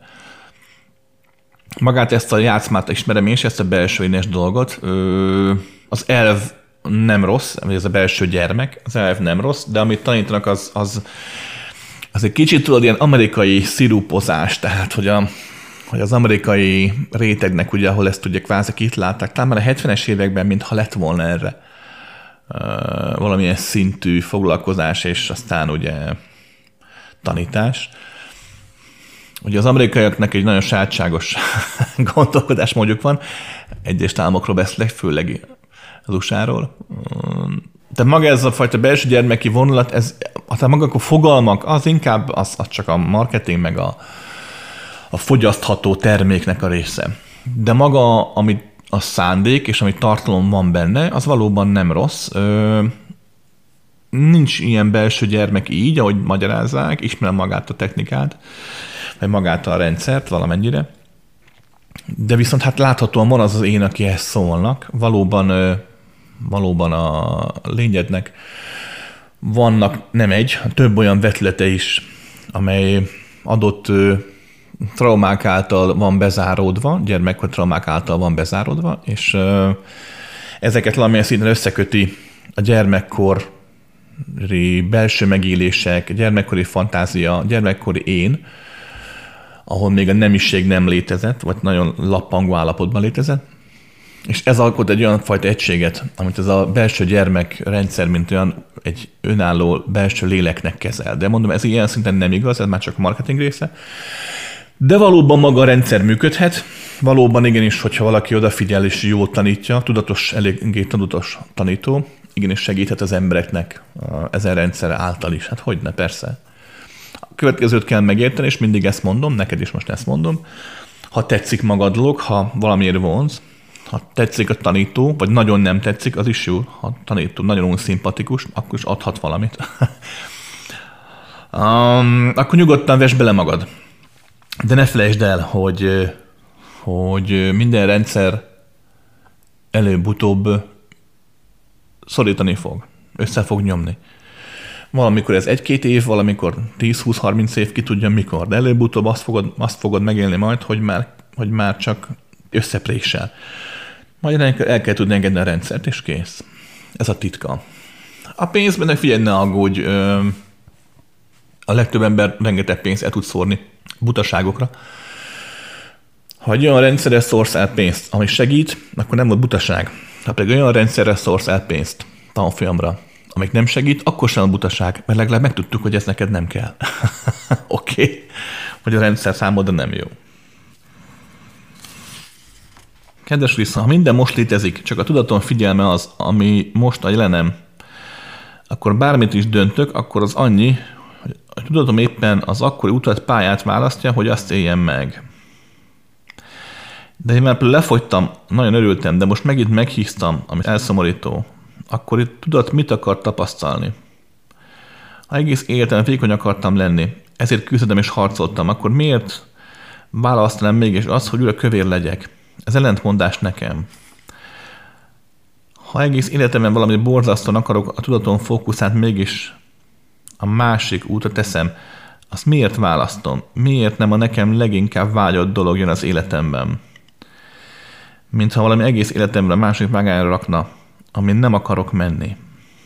Magát ezt a játszmát ismerem én is, ezt a belső énes dolgot. Az elv nem rossz, vagy ez a belső gyermek, az elv nem rossz, de amit tanítanak, az egy kicsit tudod, ilyen amerikai szirupozás, tehát, hogy az amerikai rétegnek, ugye, ahol ezt ugye kvázi kitlálták, talán már a 70-es években, mintha lett volna erre valamilyen szintű foglalkozás, és aztán ugye tanítás. Ugye az amerikaiaknak egy nagyon sajátságos gondolkodásmódjuk van, egyes államokról beszélek, főleg az USA-ról. De maga ez a fajta belső gyermeki vonulat, aztán maga a fogalmak, az inkább az csak a marketing, meg a fogyasztható terméknek a része. De maga, amit a szándék, és amit tartalom van benne, az valóban nem rossz. Nincs ilyen belső gyermek így, ahogy magyarázzák, ismerem magát a technikát, vagy magát a rendszert valamennyire. De viszont hát láthatóan van az én, akihez szólnak. Valóban a lényednek vannak nem egy, több olyan vetülete is, amely adott traumák által van bezáródva, gyermekkori traumák által van bezáródva, és ezeket valamilyen szinten összeköti a gyermekkori belső megélések, gyermekkori fantázia, gyermekkori én, ahol még a nemiség nem létezett, vagy nagyon lappangó állapotban létezett, és ez alkot egy olyan fajta egységet, amit ez a belső gyermekrendszer, mint olyan egy önálló belső léleknek kezel. De mondom, ez ilyen szinten nem igaz, ez már csak a marketing része. De valóban maga a rendszer működhet, valóban igenis, hogyha valaki odafigyel és jól tanítja, eléggé tudatos tanító, igenis segíthet az embereknek ezen rendszer által is. Hát hogyne, persze. A következőt kell megérteni, és mindig ezt mondom, neked is most ezt mondom. Ha tetszik maga a dolog, ha valamiért vonz, ha tetszik a tanító, vagy nagyon nem tetszik, az is jó. Ha a tanító nagyon szimpatikus, akkor is adhat valamit. Akkor nyugodtan vess bele magad. De ne felejtsd el, hogy minden rendszer előbb-utóbb szorítani fog, össze fog nyomni. Valamikor ez 1-2 év, valamikor 10-20-30 év, ki tudja mikor, de előbb-utóbb azt fogod megélni majd, hogy már csak összeprésel. Majd el kell tudni engedni a rendszert, és kész. Ez a titka. A pénzben figyelj, ne aggódj, a legtöbb ember rengeteg pénzt el tud szórni butaságokra. Ha egy olyan rendszerre szórsz el pénzt, ami segít, akkor nem volt butaság. Ha pedig olyan rendszerre szórsz el pénzt tanfolyamra, amik nem segít, akkor sem a butaság, mert legalább megtudtuk, hogy ez neked nem kell. Oké? Hogy a rendszer számodra nem jó. Kedves Lisa, ha minden most létezik, csak a tudatom figyelme az, ami most a jelenem, akkor bármit is döntök, akkor az annyi, hogy a tudatom éppen az akkori utat, pályát választja, hogy azt éljem meg. De én már lefogytam, nagyon örültem, de most megint meghíztam, amit elszomorító. Akkor itt tudat mit akar tapasztalni? Ha egész életem vékony akartam lenni, ezért küzdöm és harcoltam, akkor miért választanám mégis azt, hogy újra kövér legyek? Ez ellentmondás nekem. Ha egész életemben valami borzasztóan akarok a tudaton fókuszált, mégis a másik útra teszem, azt miért választom? Miért nem a nekem leginkább vágyott dolog jön az életemben? Mintha valami egész életemre a másik magára rakna, amin nem akarok menni.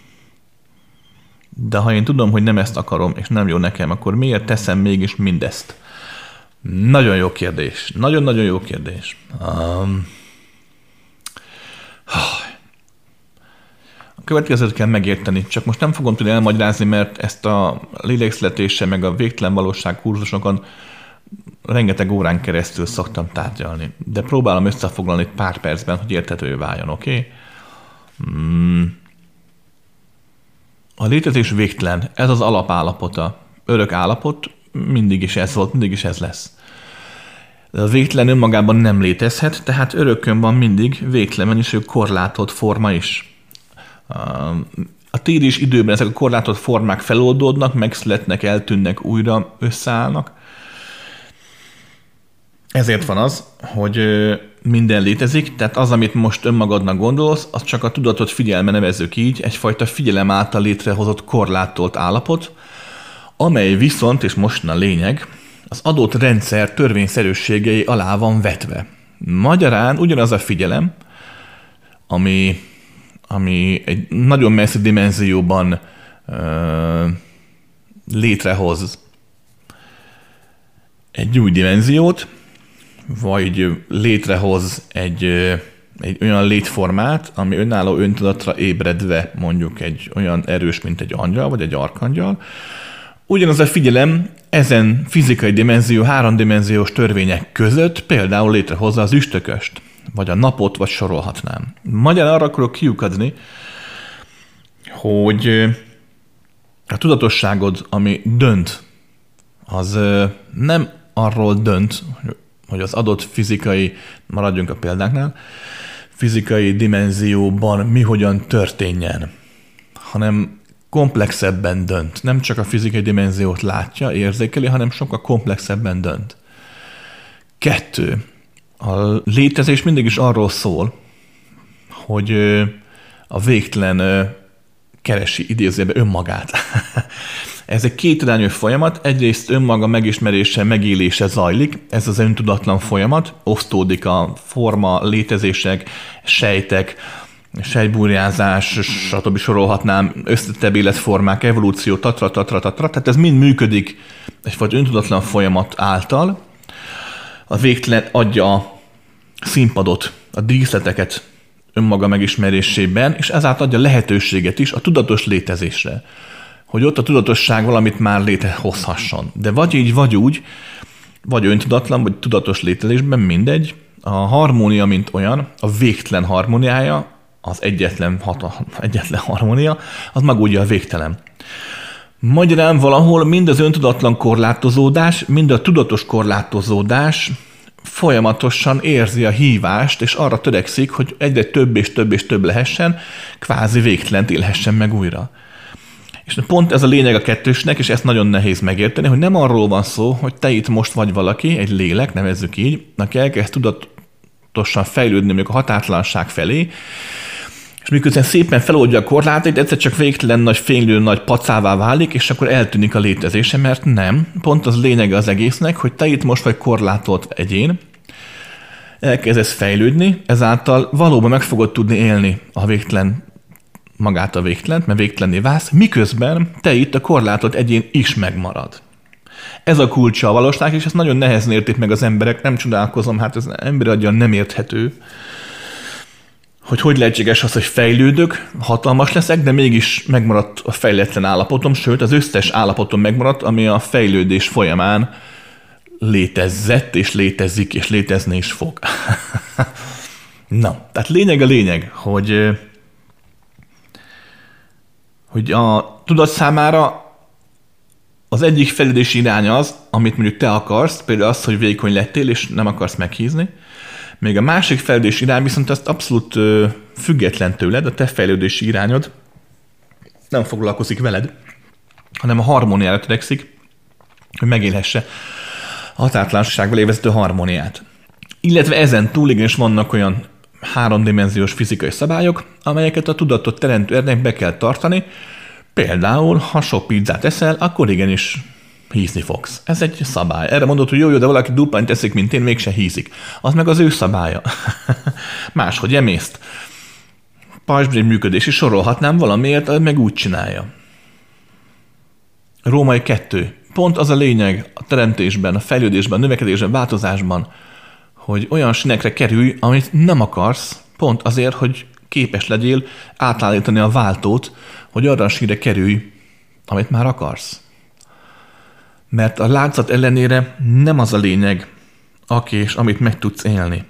De ha én tudom, hogy nem ezt akarom, és nem jó nekem, akkor miért teszem mégis mindezt? Nagyon jó kérdés. Nagyon-nagyon jó kérdés. A következőt kell megérteni, csak most nem fogom tudni elmagyarázni, mert ezt a lélekszületése meg a végtelen valóság kurzusokon rengeteg órán keresztül szoktam tárgyalni. De próbálom összefoglalni pár percben, hogy érthető váljon, oké? A létezés végtelen, ez az alapállapota. Örök állapot, mindig is ez volt, mindig is ez lesz. De a végtelen önmagában nem létezhet, tehát örökkön van mindig végtelen is ő korlátolt forma is. A tér és időben ezek a korlátolt formák feloldódnak, megszületnek, eltűnnek, újra összeállnak. Ezért van az, hogy minden létezik, tehát az, amit most önmagadnak gondolsz, az csak a tudatot figyelme, nevezzük így, egyfajta figyelem által létrehozott korlátolt állapot, amely viszont, és most a lényeg, az adott rendszer törvényszerűségei alá van vetve. Magyarán ugyanaz a figyelem, ami egy nagyon messzi dimenzióban létrehoz egy új dimenziót, vagy létrehoz egy olyan létformát, ami önálló öntudatra ébredve mondjuk egy olyan erős, mint egy angyal, vagy egy arkangyal. Ugyanaz a figyelem ezen fizikai dimenzió, háromdimenziós törvények között például létrehozza az üstököst, vagy a napot, vagy sorolhatnám. Magyarán arra akarok kiukadni, hogy a tudatosságod, ami dönt, az nem arról dönt, hogy az adott fizikai, maradjunk a példáknál, fizikai dimenzióban mi hogyan történjen, hanem komplexebben dönt. Nem csak a fizikai dimenziót látja, érzékeli, hanem sokkal komplexebben dönt. 2. A létezés mindig is arról szól, hogy a végtelen keresi idézőjelben önmagát. Ez egy kétirányú folyamat, egyrészt önmaga megismerése, megélése zajlik, ez az öntudatlan folyamat, osztódik a forma, létezések, sejtek, sejtburjázás, stb. Sorolhatnám, összetebb életformák, evolúció, tatra, tehát ez mind működik egyfajta öntudatlan folyamat által. A végtelen adja a színpadot, a díszleteket önmaga megismerésében, és ezáltal adja lehetőséget is a tudatos létezésre, hogy ott a tudatosság valamit már létrehozhasson. De vagy így, vagy úgy, vagy öntudatlan, vagy tudatos létezésben, mindegy. A harmónia, mint olyan, a végtelen harmóniája, az egyetlen harmónia, az meg ugye a végtelen. Magyarán valahol mind az öntudatlan korlátozódás, mind a tudatos korlátozódás folyamatosan érzi a hívást, és arra törekszik, hogy egyre több és több és több lehessen, kvázi végtelent élhessen meg újra. És pont ez a lényeg a kettősnek, és ezt nagyon nehéz megérteni, hogy nem arról van szó, hogy te itt most vagy valaki, egy lélek, nevezzük így, aki elkezd tudatosan fejlődni mondjuk a határtalanság felé, és miközben szépen feloldja a korlátait, egyszer csak végtelen nagy fénylő nagy pacává válik, és akkor eltűnik a létezése, mert nem. Pont az lényege az egésznek, hogy te itt most vagy korlátolt egyén, elkezdesz fejlődni, ezáltal valóban meg fogod tudni élni a végtelen, magát a végtelent, mert végtelenné válsz, miközben te itt a korlátolt egyén is megmarad. Ez a kulcsa a valóság, és ezt nagyon nehezen értik meg az emberek, nem csodálkozom, hát ez emberi aggyal nem érthető, hogy lehetséges az, hogy fejlődök, hatalmas leszek, de mégis megmaradt a fejletlen állapotom, sőt az összes állapotom megmaradt, ami a fejlődés folyamán létezett, és létezik, és létezni is fog. Na, tehát lényeg, hogy a tudat számára az egyik fejlődési irány az, amit mondjuk te akarsz, például az, hogy vékony lettél, és nem akarsz meghízni. Még a másik fejlődési irány viszont azt abszolút független tőled, a te fejlődési irányod nem foglalkozik veled, hanem a harmóniára törekszik, hogy megélhesse a határtlanságba lévező harmóniát. Illetve ezen túl igenis vannak olyan 3-dimenziós fizikai szabályok, amelyeket a tudatot teremtő erdnek be kell tartani. Például, ha sok pizzát eszel, akkor igenis hízni fogsz. Ez egy szabály. Erre mondod, hogy jó, de valaki duplán teszik, mint én, mégse hízik. Az meg az ő szabálya. Máshogy emészt. Pajzsbrény működési sorolhatnám valamiért, meg úgy csinálja. Római 2. Pont az a lényeg a teremtésben, a fejlődésben, a növekedésben, a változásban, hogy olyan sinekre kerülj, amit nem akarsz, pont azért, hogy képes legyél átállítani a váltót, hogy arra a sínre kerülj, amit már akarsz. Mert a látszat ellenére nem az a lényeg, aki és amit meg tudsz élni,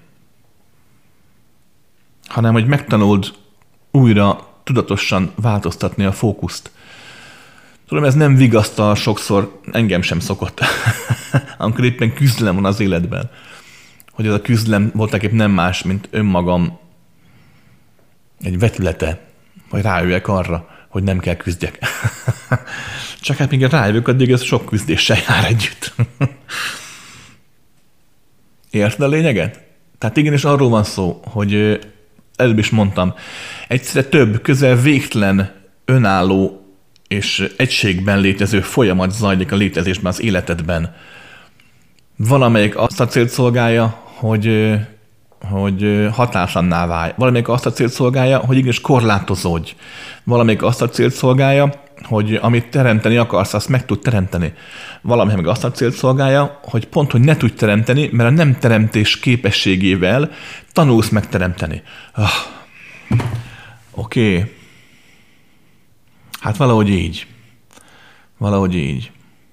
hanem hogy megtanuld újra tudatosan változtatni a fókuszt. Tudom, ez nem vigasztal sokszor, engem sem szokott, amikor éppen küzdelem van az életben. Hogy ez a küzdelem voltaképp nem más, mint önmagam egy vetülete, vagy rájöjjek arra, hogy nem kell küzdjek. Csak hát még rájövök, addig ez sok küzdéssel jár együtt. Érted a lényeget? Tehát igenis arról van szó, hogy előbb is mondtam, egyszerre több, közel végtelen önálló és egységben létező folyamat zajlik a létezésben, az életedben. Valamelyik azt a célt szolgálja, hogy hatáslanná válj. Valamelyik azt a célt szolgálja, hogy igenis korlátozódj. Valamelyik azt a célt szolgálja, hogy amit teremteni akarsz, azt meg tud teremteni. Valamelyik meg azt a célt szolgálja, hogy pont, hogy ne tudj teremteni, mert a nem teremtés képességével tanulsz megteremteni. Oké. Hát valahogy így. Valahogy így.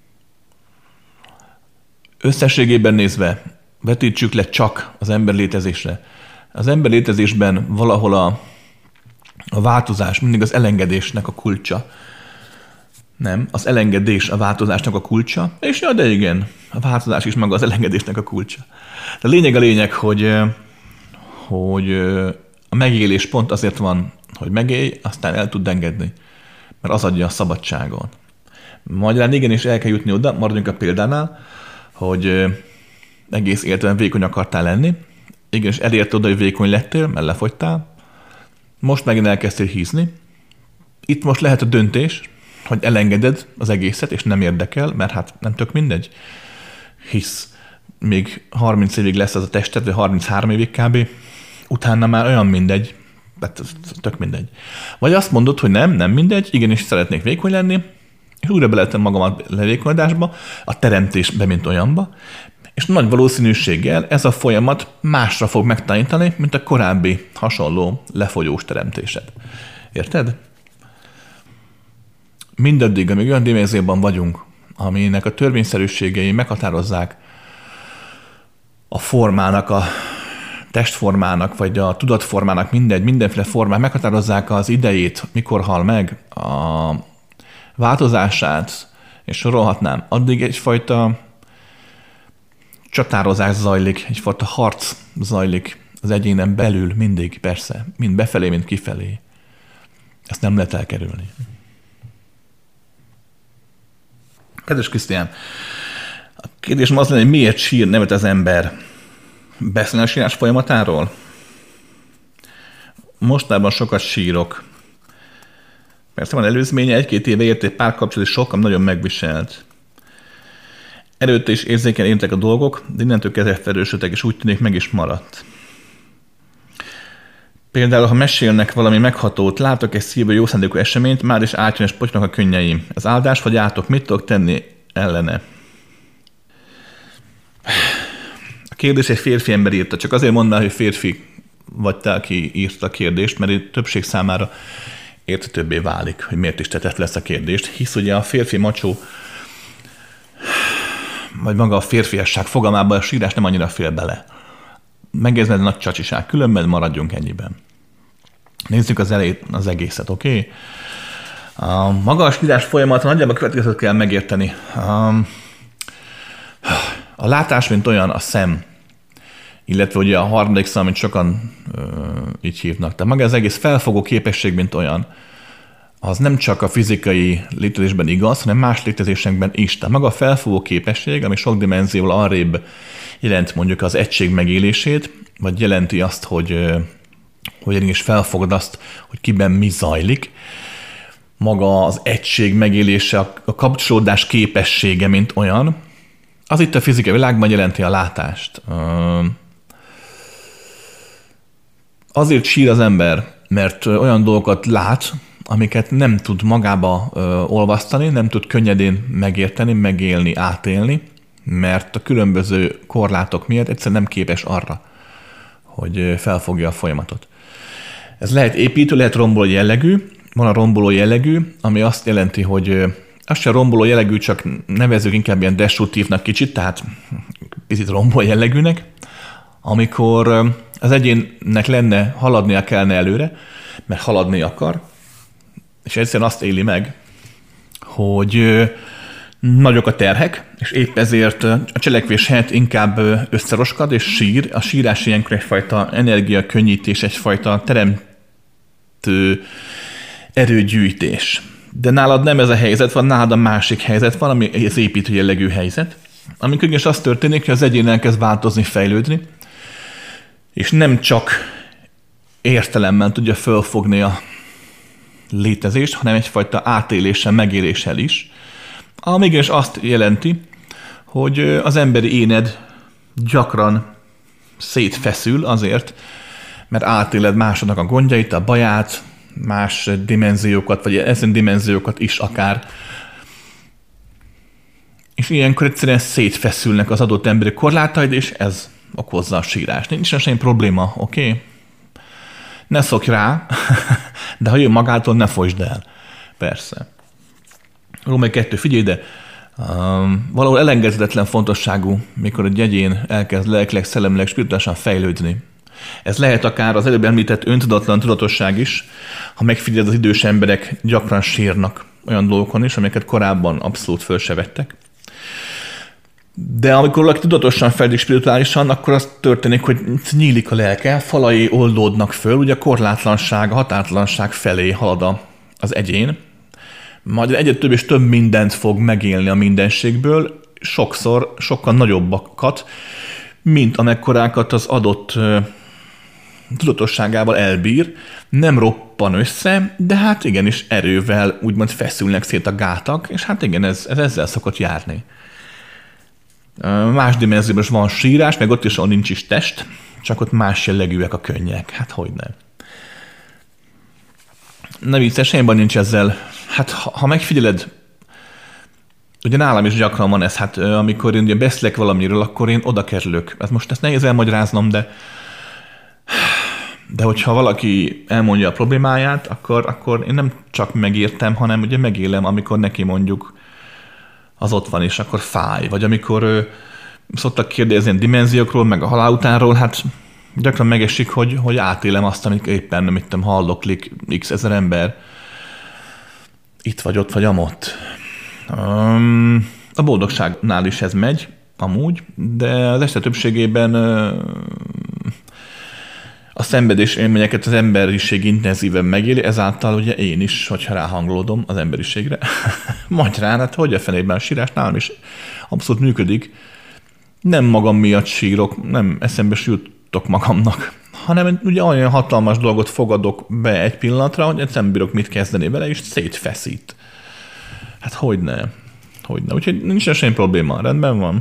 Összességében nézve, vetítsük le csak az ember létezésre. Az ember létezésben valahol a változás mindig az elengedésnek a kulcsa. Nem, az elengedés a változásnak a kulcsa, és ja, de igen, a változás is maga az elengedésnek a kulcsa. De a lényeg, hogy a megélés pont azért van, hogy megélj, aztán el tud engedni, mert az adja a szabadságon. Magyarán igenis el kell jutni oda, maradjunk a példánál, hogy egész életben vékony akartál lenni, igenis elérted oda, hogy vékony lettél, mert lefogytál, most megint elkezdtél hízni. Itt most lehet a döntés, hogy elengeded az egészet, és nem érdekel, mert hát nem tök mindegy. Hisz még 30 évig lesz az a tested, vagy 33 évig kb. Utána már olyan mindegy, hát tök mindegy. Vagy azt mondod, hogy nem mindegy, igenis szeretnék vékony lenni, és újra beletem magamat levékonydásba, a teremtésbe, mint olyanba, és nagy valószínűséggel ez a folyamat másra fog megtanítani, mint a korábbi hasonló lefogyós teremtésed. Érted? Mindaddig, amíg olyan dimenzióban vagyunk, aminek a törvényszerűségei meghatározzák a formának, a testformának, vagy a tudatformának mindenféle formát, meghatározzák az idejét, mikor hal meg, a változását, és sorolhatnám, addig egyfajta csatározás zajlik, egyfajta harc zajlik az egyénen belül mindig, persze, mind befelé, mind kifelé. Ezt nem lehet elkerülni. Kedves Krisztián, a kérdésem az lenne, hogy miért sír nevet az ember? Beszélni a sírás folyamatáról? Mostában sokat sírok. Persze van előzménye, 1-2 éve ért egy párkapcsolat, és sokkal nagyon megviselt. Előtte is érzékeny értek a dolgok, de innentől kezdve felősödtek, és úgy tűnik meg is maradt. Például, ha mesélnek valami meghatót, látok egy szívből jó szándékú eseményt, már is átjön és potynak a könnyeim. Ez áldás vagy átok? Mit tudok tenni ellene? A kérdés egy férfi ember írta. Csak azért mondd el, hogy férfi vagy te, aki írta a kérdést, mert itt többség számára érthetőbbé válik, hogy miért is tetett lesz a kérdést. Hisz ugye a férfi macsó, vagy maga a férfiasság fogalmában a sírás nem annyira fél bele. Megérzed a nagy csacsiság, különben maradjunk ennyiben. Nézzük az elejét, az egészet, oké? A maga a sírás folyamata nagyjából a következőt kell megérteni. A látás, mint olyan, a szem, illetve ugye a harmadik szem, amit sokan így hívnak. Tehát maga az egész felfogó képesség, mint olyan, az nem csak a fizikai létezésben igaz, hanem más létezésekben is. Tehát maga a felfogó képesség, ami sok dimenzióval arrébb jelent mondjuk az egység megélését, vagy jelenti azt, hogy is felfogod azt, hogy kiben mi zajlik. Maga az egység megélése, a kapcsolódás képessége, mint olyan, az itt a fizikai világban jelenti a látást. Azért sír az ember, mert olyan dolgokat lát, amiket nem tud magába olvasztani, nem tud könnyedén megérteni, megélni, átélni, mert a különböző korlátok miatt egyszerűen nem képes arra, hogy felfogja a folyamatot. Ez lehet építő, lehet romboló jellegű. Van a romboló jellegű, ami azt jelenti, hogy az se romboló jellegű, csak nevezzük inkább ilyen destruktívnak kicsit, tehát picit romboló jellegűnek, amikor az egyénnek haladnia kellene előre, mert haladni akar, és egyszerűen azt éli meg, hogy nagyok a terhek, és épp ezért a cselekvés helyett inkább összeroskad, és sír. A sírás ilyenkor egyfajta energiakönnyítés, egyfajta teremtő erőgyűjtés. De nálad nem ez a helyzet van, nálad a másik helyzet van, ami az építő jellegű helyzet, amikor is az történik, hogy az egyén elkezd változni, fejlődni, és nem csak értelemmel tudja fölfogni a létezést, hanem egyfajta átéléssel, megéléssel is, ami is azt jelenti, hogy az emberi éned gyakran szétfeszül azért, mert átéled másodnak a gondjait, a baját, más dimenziókat, vagy ezen dimenziókat is akár. És ilyenkor egyszerűen szétfeszülnek az adott emberi korlátaid, és ez okozza a sírást. Nincs semmi probléma, oké? Ne szokj rá, de ha jön magától, ne folytsd el. Persze. Római 2, figyelj ide, valahol elengedhetetlen fontosságú, mikor egy egyén elkezd lelkileg, szellemileg, spirituálisan fejlődni. Ez lehet akár az előbb említett öntudatlan tudatosság is, ha megfigyeled, az idős emberek gyakran sírnak olyan dolgokon is, amiket korábban abszolút föl se vettek. De amikor valaki tudatosan fejlődik spirituálisan, akkor az történik, hogy nyílik a lelke, falai oldódnak föl, ugye a korlátlanság, a határtalanság felé halad az egyén, majd egyre több és több mindent fog megélni a mindenségből, sokszor sokkal nagyobbakat, mint amekkorákat az adott tudatosságával elbír, nem roppan össze, de hát igenis erővel úgymond feszülnek szét a gátak, és hát igen, ez ezzel szokott járni. Más dimenzióban is van sírás, meg ott is, ahol nincs is test, csak ott más jellegűek a könnyek. Hát hogyne. Ne vicces, semmi baj nincs ezzel. Hát ha megfigyeled, ugye nálam is gyakran van ez, hát amikor én ugye beszélek valamiről, akkor én oda kerülök. Hát most ezt nehéz elmagyaráznom, de hogyha valaki elmondja a problémáját, akkor én nem csak megértem, hanem ugye megélem, amikor neki mondjuk az ott van, és akkor fáj. Vagy amikor szoktak kérdezni ilyen dimenziókról, meg a halál utánról, hát gyakran megesik, hogy átélem azt, amit éppen halloklik x ezer ember. Itt vagy, ott vagy, amott. A boldogságnál is ez megy, amúgy, de az este többségében a szenvedés élményeket az emberiség intenzíven megéli, ezáltal ugye én is, hogyha ráhangolódom az emberiségre, magyarán, hát hogy a fenében a sírás nálam is abszolút működik. Nem magam miatt sírok, nem eszembe jutok magamnak, hanem ugye olyan hatalmas dolgot fogadok be egy pillanatra, hogy nem bírok mit kezdeni vele, és szétfeszít. Hát hogyne. Úgyhogy nincs semmi probléma, rendben van.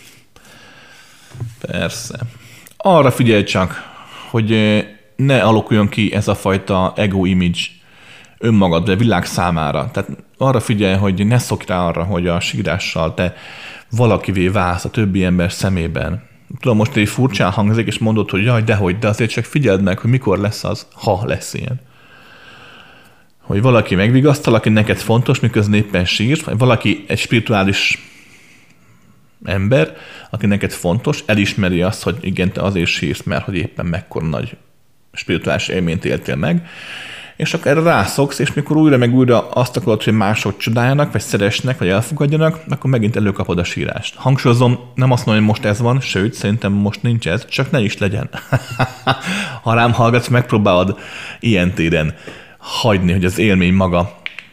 Persze. Arra figyelj csak, hogy ne alakuljon ki ez a fajta ego image önmagad, de világ számára. Tehát arra figyelj, hogy ne szokj rá arra, hogy a sírással te valakivé válsz a többi ember szemében. Tudom, most egy furcsán hangzik, és mondod, hogy jaj, dehogy, de azért csak figyeld meg, hogy mikor lesz az, ha lesz ilyen. Hogy valaki megvigasztal, aki neked fontos, miközben éppen sír, vagy valaki egy spirituális ember, aki neked fontos, elismeri azt, hogy igen, te azért sírsz, mert hogy éppen mekkora nagy spirituális élményt éltél meg, és akkor erre rászoksz, és mikor újra meg újra azt akarod, hogy mások csodáljanak, vagy szeresnek, vagy elfogadjanak, akkor megint előkapod a sírást. Hangsúlyozom, nem azt mondom, hogy most ez van, sőt, szerintem most nincs ez, csak ne is legyen. Ha rám hallgatsz, megpróbálod ilyen téren hagyni, hogy az élmény maga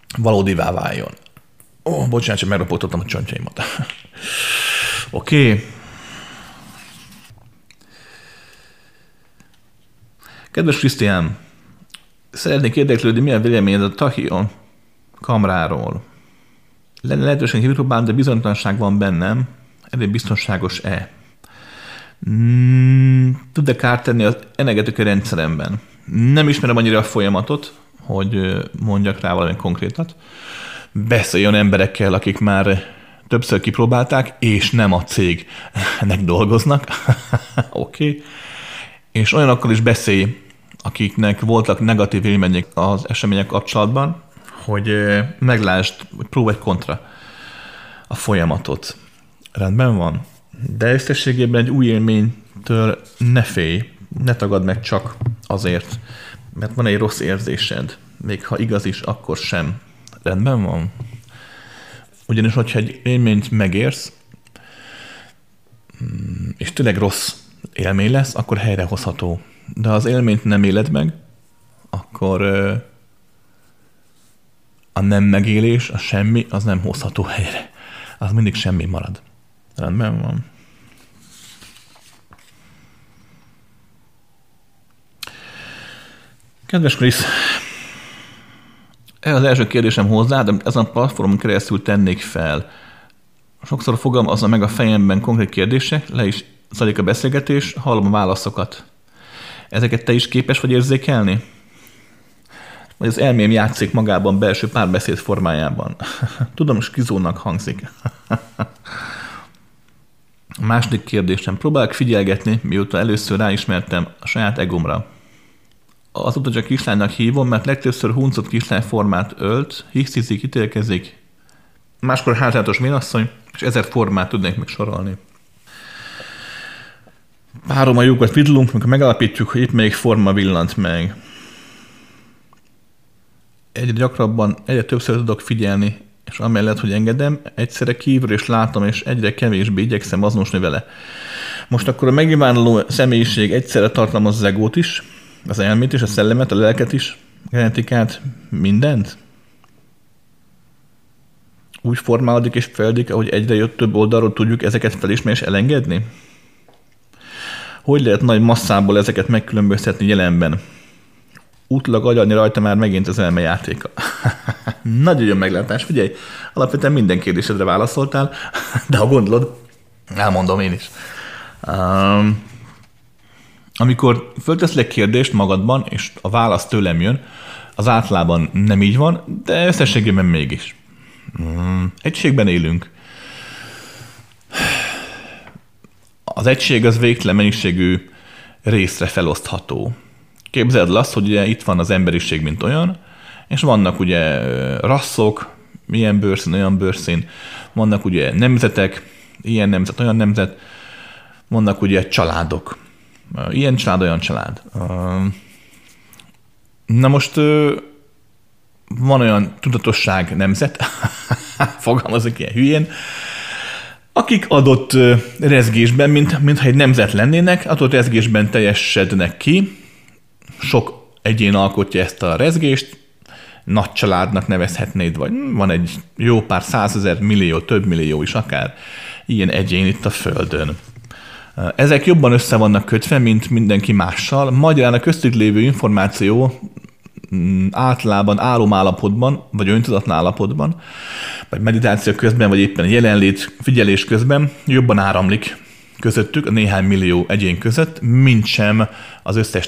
valódivá váljon. Bocsánat, csak megropogtottam a csontjaimat. Oké. Kedves Krisztián, szeretnék érdeklődni, milyen véleményed a Tachyon kamráról. Lenne lehetőség kipróbálni, de bizonytalanság van bennem. Elég biztonságos-e? Tud-e kárt tenni az energetikai rendszeremben? Nem ismerem annyira a folyamatot, hogy mondjak rá valami konkrétat. Beszéljon emberekkel, akik már többször kipróbálták, és nem a cégnek dolgoznak. Oké. És olyanokkal is beszélj, akiknek voltak negatív élmények az események kapcsolatban, hogy meglásd, hogy próbálj kontra a folyamatot. Rendben van. De összességében egy új élménytől ne félj, ne tagadd meg csak azért, mert van egy rossz érzésed. Még ha igaz is, akkor sem. Rendben van? Ugyanis, hogyha egy élményt megérsz, és tényleg rossz élmény lesz, akkor helyrehozható. De ha az élményt nem éled meg, akkor a nem megélés, a semmi, az nem hozható helyre. Az mindig semmi marad. Rendben van. Kedves Krisz, ez az első kérdésem hozzá, de ezen a platformon keresztül tennék fel. Sokszor fogalmazza meg a fejemben konkrét kérdések, le is zajlik a beszélgetés, hallom a válaszokat. Ezeket te is képes vagy érzékelni? Vagy az elmém játszik magában belső párbeszéd formájában? Tudom, skizónak hangzik. A második kérdésem. Próbálok figyelgetni, mióta először ráismertem a saját egomra. Azóta csak kislánynak hívom, mert legtöbbször huncut kislány formát ölt, higszizik, ítélkezik. Máskor hátrányos ménasszony, és 1000 formát tudnék még sorolni. Párom a jókat figyelünk, amikor megalapítjuk, hogy itt melyik forma villant meg. Egyre gyakrabban, egyre többször tudok figyelni, és amellett, hogy engedem, egyszerre kívül és látom, és egyre kevésbé igyekszem azonosni vele. Most akkor a megnyilvánuló személyiség egyszerre tartalmaz az egót is, az elmét is, a szellemet, a lelket is, a genetikát, mindent? Úgy formálódik és fejlődik, ahogy egyre jött több oldalról tudjuk ezeket felismerni és elengedni? Hogy lehet nagy masszából ezeket megkülönböztetni jelenben? Útlag agyalni rajta már megint az elmejátéka. Nagyon jó meglátás, figyelj, alapvetően minden kérdésedre válaszoltál, de ha gondolod, elmondom én is. Amikor fölteszlek kérdést magadban, és a válasz tőlem jön, az általában nem így van, de összességében mégis. Egységben élünk. Az egység az végtelen mennyiségű részre felosztható. Képzeld el azt, hogy ugye itt van az emberiség, mint olyan, és vannak ugye rasszok, ilyen bőrszín, olyan bőrszín, vannak ugye nemzetek, ilyen nemzet, olyan nemzet, vannak ugye családok. Ilyen család, olyan család. Na most van olyan tudatosság nemzet, fogalmazok ilyen hülyén, akik adott rezgésben, mintha egy nemzet lennének, adott rezgésben teljesednek ki, sok egyén alkotja ezt a rezgést, nagy családnak nevezhetnéd, vagy van egy jó pár 100 000, millió, több millió is akár ilyen egyén itt a Földön. Ezek jobban össze vannak kötve, mint mindenki mással. Magyarán a köztük lévő információ általában álomállapotban, vagy öntudatlan állapotban, vagy meditáció közben, vagy éppen jelenlét, figyelés közben jobban áramlik közöttük, a néhány millió egyén között, mint sem az összes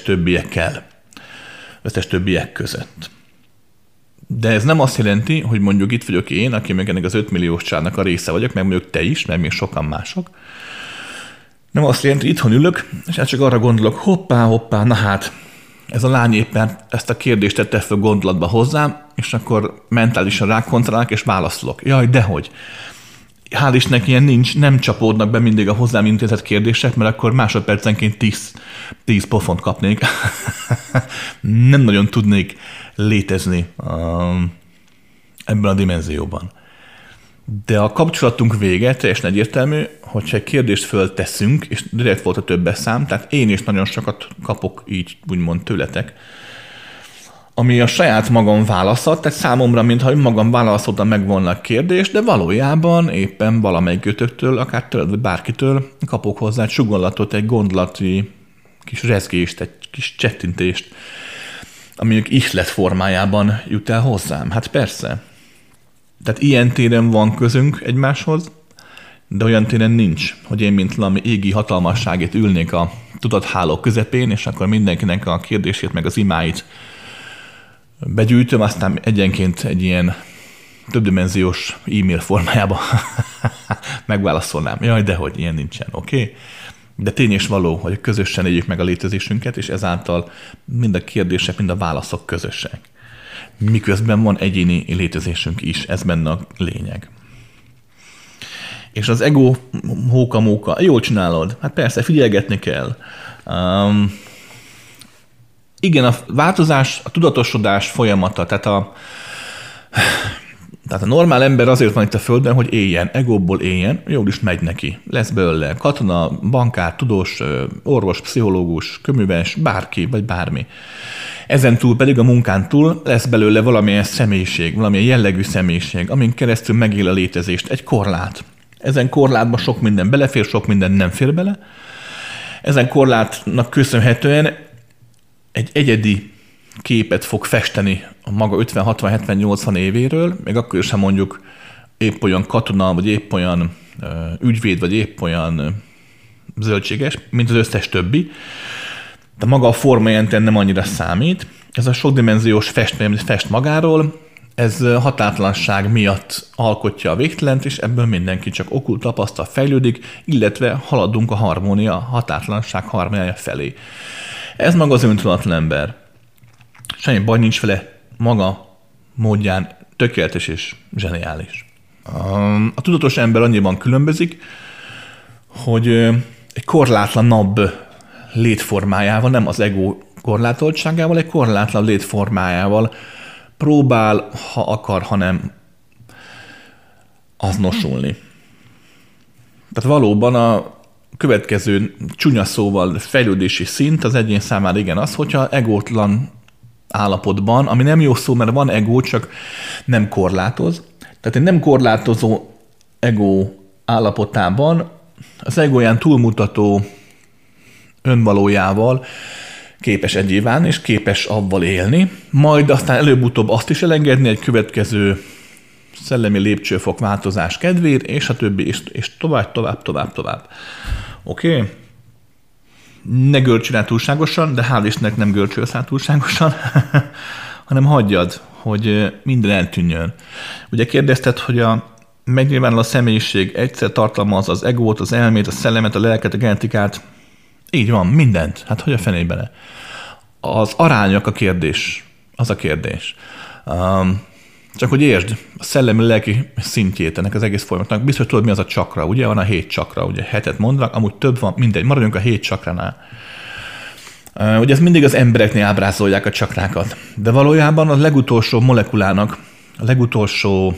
többiek között. De ez nem azt jelenti, hogy mondjuk itt vagyok én, aki meg ennek az 5 milliós családnak a része vagyok, meg mondjuk te is, meg még sokan mások. Nem azt jelenti, hogy itthon ülök, és hát csak arra gondolok, hoppá, na hát, ez a lány éppen ezt a kérdést tette fel gondolatba hozzám, és akkor mentálisan rákontrolálok, és válaszolok. Jaj, dehogy. Hál' Istennek ilyen nincs, nem csapódnak be mindig a hozzám intézett kérdések, mert akkor másodpercenként 10 pofont kapnék. Nem nagyon tudnék létezni ebben a dimenzióban. De a kapcsolatunk vége teljesen egyértelmű, hogyha egy kérdést fölteszünk, és direkt volt a többes szám, tehát én is nagyon sokat kapok így úgymond tőletek, ami a saját magam válasza, tehát számomra, mintha önmagam válaszoltam meg volna a kérdést, de valójában éppen valamelyikőtöktől, akár tőled, vagy bárkitől kapok hozzá egy sugallatra, egy gondolati kis rezgést, egy kis csettintést, ami ihlet formájában jut el hozzám. Hát persze. Tehát ilyen téren van közünk egymáshoz, de olyan téren nincs, hogy én, mint valami égi hatalmasságét ülnék a tudatháló közepén, és akkor mindenkinek a kérdését, meg az imáit begyűjtöm, aztán egyenként egy ilyen többdimenziós e-mail formájában megválaszolnám. Jaj, dehogy ilyen nincsen, oké? Okay? De tény és való, hogy közösen éljük meg a létezésünket, és ezáltal mind a kérdések, mind a válaszok közösek. Miközben van egyéni létezésünk is, ez benne a lényeg. És az ego hóka-móka, jól csinálod? Hát persze, figyelgetni kell. Igen, a változás, a tudatosodás folyamata, tehát a normál ember azért van itt a Földön, hogy éljen, egóból éljen, jól is megy neki. Lesz belőle katona, bankár, tudós, orvos, pszichológus, köműves, bárki, vagy bármi. Ezen túl pedig a munkán túl lesz belőle valamilyen személyiség, valamilyen jellegű személyiség, amin keresztül megél a létezést, egy korlát. Ezen korlátban sok minden belefér, sok minden nem fér bele. Ezen korlátnak köszönhetően egy egyedi képet fog festeni a maga 50, 60, 70, 80 évéről, még akkor is, ha mondjuk épp olyan katona, vagy épp olyan ügyvéd, vagy épp olyan zöldséges, mint az összes többi. De maga a forma jelenten nem annyira számít. Ez a sokdimenziós festmény, amit fest magáról, ez határtalanság miatt alkotja a végtelent, és ebből mindenki csak okul, tapasztal, fejlődik, illetve haladunk a harmónia, határtalanság harmóniája felé. Ez maga az öntudatlan ember. Semmi baj nincs vele, maga módján tökéletes és zseniális. A tudatos ember annyiban különbözik, hogy egy korlátlanabb létformájával, nem az ego korlátoltságával, egy korlátlan létformájával próbál, ha akar, ha nem, azonosulni. Tehát valóban a következő csúnya szóval fejlődési szint az egyén számára igen az, hogyha egótlan állapotban, ami nem jó szó, mert van ego, csak nem korlátoz. Tehát egy nem korlátozó ego állapotában az egóján túlmutató önvalójával képes egyé válni, és képes avval élni, majd aztán előbb-utóbb azt is elengedni egy következő szellemi lépcsőfok változás kedvéért, és a többi, és tovább. Oké? Ne görcsön el túlságosan, de hál' Istennek nem görcsölsz el túlságosan, hanem hagyjad, hogy minden eltűnjön. Ugye kérdezted, hogy a megnyilvánuló személyiség egyszer tartalmaz az egót, az elmét, a szellemet, a lelket, a genetikát. Így van, mindent. Hát hogy a fenébele? Az arányak a kérdés. Az a kérdés. Csak hogy értsd, a szellemi lelki szintjét ennek az egész folyamatnak. Biztos tudod, mi az a csakra, ugye? Van a 7 csakra, ugye 7-et mondanak, amúgy több van, mindegy, maradjunk a 7 csakránál. Ugye ezt mindig az embereknél ábrázolják a csakrákat, de valójában a legutolsó molekulának, a legutolsó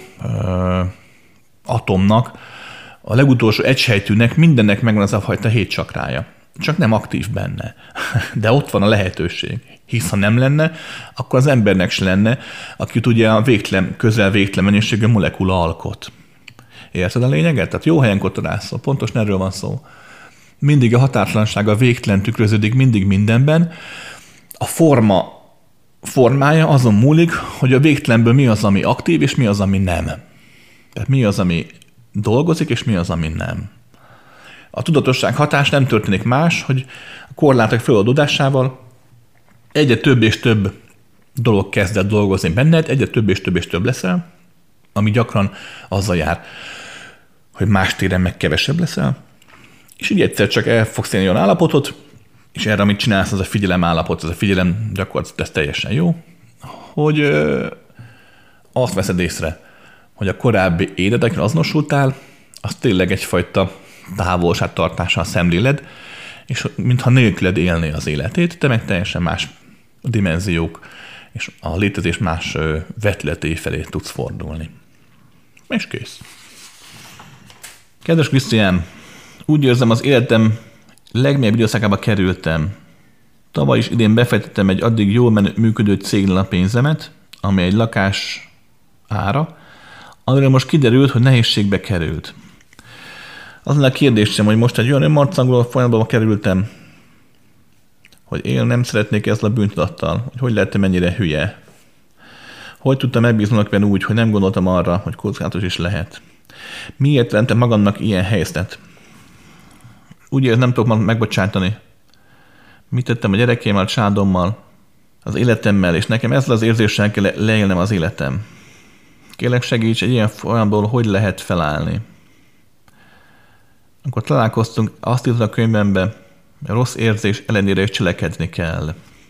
atomnak, a legutolsó egysejtűnek mindennek megvan az a fajta 7 csakrája. Csak nem aktív benne. De ott van a lehetőség. Hisz ha nem lenne, akkor az embernek se lenne, akit ugye a közel végtelen mennyiségű molekula alkot. Érted a lényeget? Tehát jó helyen kotorászol. Pontosan erről van szó. Mindig a határtalanság, a végtelen tükröződik mindig mindenben. A formája azon múlik, hogy a végtelenből mi az, ami aktív, és mi az, ami nem. Tehát mi az, ami dolgozik, és mi az, ami nem. A tudatosság hatás nem történik más, hogy a korlátok feloldódásával egyre több és több dolog kezdett dolgozni benned, egyre több és több és több leszel, ami gyakran azzal jár, hogy más téren meg kevesebb leszel, és így egyszer csak el fogsz élni olyan állapotot, és erre, amit csinálsz, az a figyelem állapot, az a figyelem gyakorlatilag ez teljesen jó, hogy azt veszed észre, hogy a korábbi életekre azonosultál, az tényleg egyfajta távolságtartással szemléled, és mintha nélküled élné az életét, te meg teljesen más dimenziók és a létezés más vetületé felé tudsz fordulni. És kész. Kedves Krisztián, úgy érzem, az életem legmélyebb időszakába kerültem. Tavaly is idén befektettem egy addig jól működő cégnél a pénzemet, ami egy lakás ára, amiről most kiderült, hogy nehézségbe került. Az lenne a kérdésem, hogy most egy olyan önmarcangoló folyamatba kerültem, hogy én nem szeretnék ezzel a bűntudattal, hogy lehettem ennyire hülye. Hogy tudtam megbízni ebben úgy, hogy nem gondoltam arra, hogy kockázatos is lehet. Miért lentem magamnak ilyen helyzetet? Úgy érzem, nem tudok megbocsájtani. Mit tettem a gyerekeimmel, a családommal, az életemmel, és nekem ezzel az érzéssel kell leélnem az életem. Kérlek, segíts, egy ilyen folyamatból hogy lehet felállni. Amikor találkoztunk, azt írtam a könyvembe, a rossz érzés ellenére is cselekedni kell.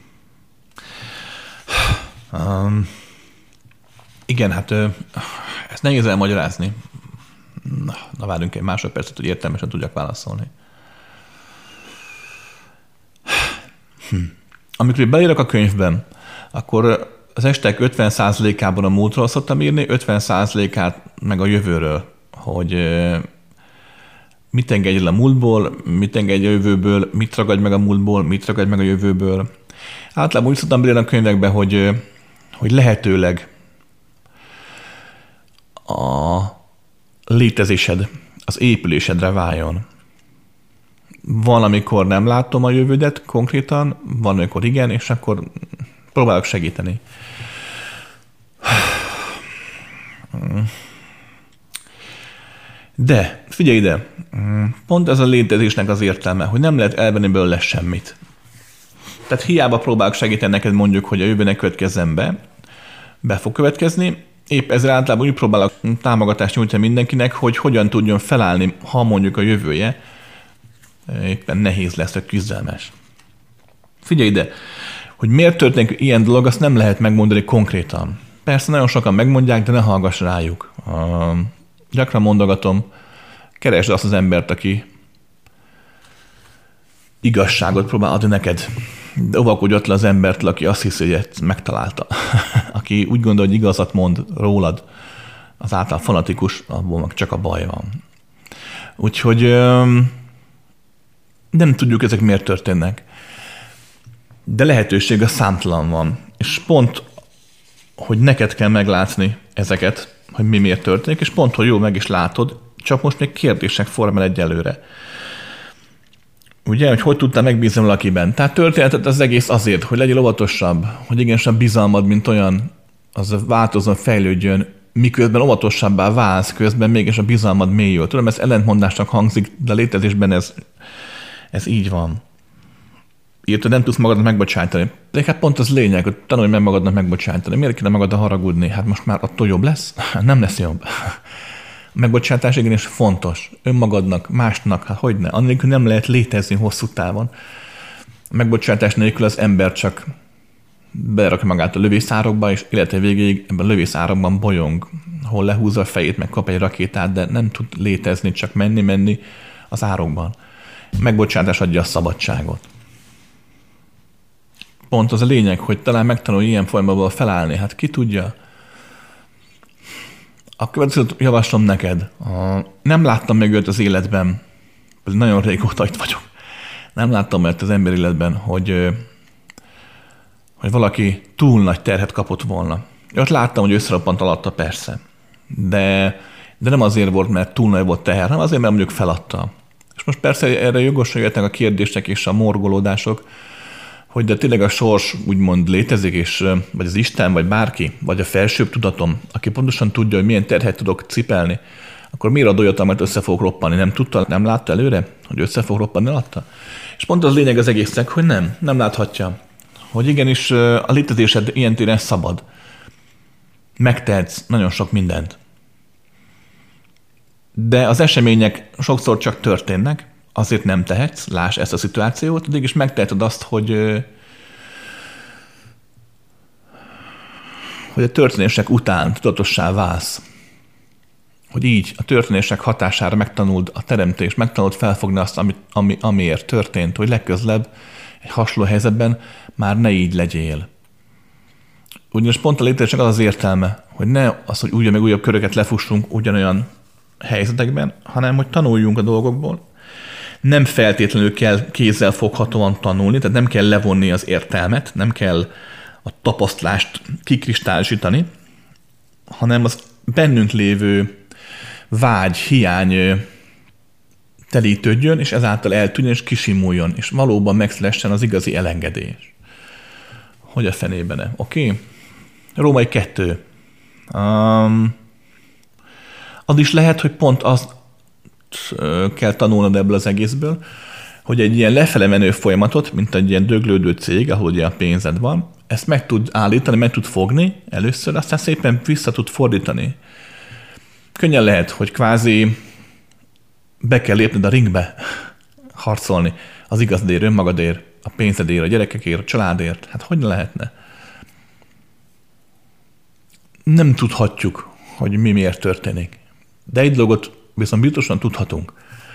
Igen, hát ezt nehéz elmagyarázni. Na várjunk egy másodpercet, hogy értelmesen tudjak válaszolni. Amikor beírok a könyvben, akkor az estek 50%-ában a múltról szoktam írni, 50%-át meg a jövőről, hogy mit engedj el a múltból, mit engedj a jövőből, mit ragadj meg a múltból, mit ragadj meg a jövőből. Általában úgy szoktam beírni a könyvekbe, hogy lehetőleg a létezésed, az épülésedre váljon. Van, amikor nem látom a jövődet konkrétan, van, amikor igen, és akkor próbálok segíteni. De, figyelj ide, pont ez a létezésnek az értelme, hogy nem lehet elvenni belőle semmit. Tehát hiába próbálok segíteni neked mondjuk, hogy a jövőnek következzen be fog következni, épp ezzel általában úgy próbálok támogatást nyújtani mindenkinek, hogy hogyan tudjon felállni, ha mondjuk a jövője éppen nehéz lesz, vagy küzdelmes. Figyelj ide, hogy miért történik ilyen dolog, azt nem lehet megmondani konkrétan. Persze nagyon sokan megmondják, de ne hallgass rájuk. Gyakran mondogatom, keresd azt az embert, aki igazságot próbál adni neked. De óvakodj ott le az embertől, aki azt hiszi, hogy ezt megtalálta. Aki úgy gondolja, hogy igazat mond rólad, az által fanatikus, abból meg csak a baj van. Úgyhogy nem tudjuk, ezek miért történnek. De lehetőség a számtalan van. És pont, hogy neked kell meglátni ezeket, hogy mi miért történik, és pont, hogy jól meg is látod, csak most még kérdések formál egyelőre. Ugye, hogy tudtál megbízni valakiben? Tehát történetet az egész azért, hogy legyél óvatosabb, hogy igenis a bizalmad, mint olyan, az változóan fejlődjön, miközben óvatosabbá válsz, közben mégis a bizalmad mélyül. Tudom, ez ellentmondásnak hangzik, de a létezésben ez így van. Írtad, nem tudsz magadnak megbocsájtani. De hát pont az lényeg, hogy tanulj meg magadnak megbocsájtani. Miért kéne magadra haragudni? Hát most már attól jobb lesz? Nem lesz jobb. A megbocsátás igenis fontos. Önmagadnak, másnak, hát hogyne. Annélkül nem lehet létezni hosszú távon. A megbocsátás nélkül az ember csak berakja magát a lövészárokba, és élete végéig ebben a lövészárokban bolyong, hol lehúzza a fejét, meg kap egy rakétát, de nem tud létezni, csak menni az árokban. A megbocsátás adja a szabadságot. Pont az a lényeg, hogy talán megtanulj ilyen formában felállni. Hát ki tudja? A következőt javaslom neked. Nem láttam még őt az életben, nagyon régóta itt vagyok. Nem láttam őt az ember életben, hogy valaki túl nagy terhet kapott volna. Ott láttam, hogy összeroppant alatta, persze. De nem azért volt, mert túl nagy volt teher, hanem azért, mert mondjuk feladta. És most persze erre jogosan jöhetnek a kérdések és a morgolódások, hogy de tényleg a sors úgymond létezik, és vagy az Isten, vagy bárki, vagy a felsőbb tudatom, aki pontosan tudja, hogy milyen terhet tudok cipelni, akkor miért ad olyat, amit össze fogok roppani? Nem tudta, nem látta előre, hogy össze fog roppani alatta? És pont az lényeg az egésznek, hogy nem láthatja. Hogy igenis a létezésed ilyen téren szabad. Megtehetsz nagyon sok mindent. De az események sokszor csak történnek, azért nem tehetsz, lásd ezt a szituációt, de is megteheted azt, hogy a történések után tudatossá válsz. Hogy így a történések hatására megtanuld a teremtés, megtanuld felfogni azt, amiért történt, hogy legközebb egy hasonló helyzetben már ne így legyél. Ugyanis pont a létezésnek az az értelme, hogy ne az, hogy újabb meg újabb köröket lefussunk ugyanolyan helyzetekben, hanem hogy tanuljunk a dolgokból, Nem feltétlenül kell kézzel foghatóan tanulni, tehát nem kell levonni az értelmet, nem kell a tapasztalást kikristályosítani, hanem az bennünk lévő vágy, hiány telítődjön, és ezáltal eltűnjön, és kisimuljon, és valóban megszülessen az igazi elengedés. Hogy a fenében-e? Oké? Római 2. Az is lehet, hogy pont azt kell tanulnod ebből az egészből, hogy egy ilyen lefele menő folyamatot, mint egy ilyen döglődő cég, ahol ugye a pénzed van, ezt meg tud állítani, meg tud fogni először, aztán szépen vissza tud fordítani. Könnyen lehet, hogy kvázi be kell lépned a ringbe harcolni az igazadért, önmagadért, a pénzedért, a gyerekekért, a családért. Hát hogy lehetne? Nem tudhatjuk, hogy mi miért történik. De egy dolgot viszont biztosan tudhatunk.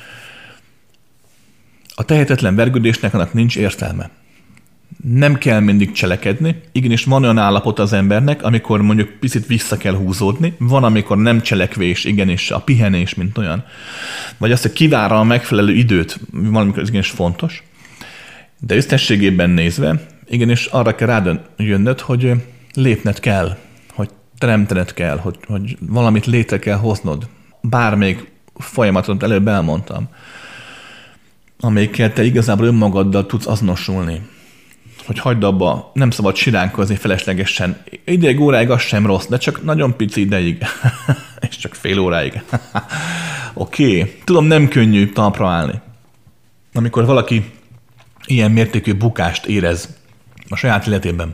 A tehetetlen vergődésnek annak nincs értelme. Nem kell mindig cselekedni. Igenis van olyan állapot az embernek, amikor mondjuk picit vissza kell húzódni. Van, amikor nem cselekvés, igenis a pihenés, mint olyan. Vagy azt, hogy kivárja a megfelelő időt, valamikor ez igenis fontos. De összességében nézve, igenis arra kell rájönnöd, hogy lépned kell, hogy teremtened kell, hogy valamit létre kell hoznod. Bármelyik folyamatot előbb elmondtam, amelyikkel te igazából önmagaddal tudsz azonosulni. Hogy hagyd abba, nem szabad siránkozni feleslegesen. Ideig, óráig az sem rossz, de csak nagyon pici ideig. És csak fél óráig. Oké. Tudom, nem könnyű talpra állni. Amikor valaki ilyen mértékű bukást érez a saját életében.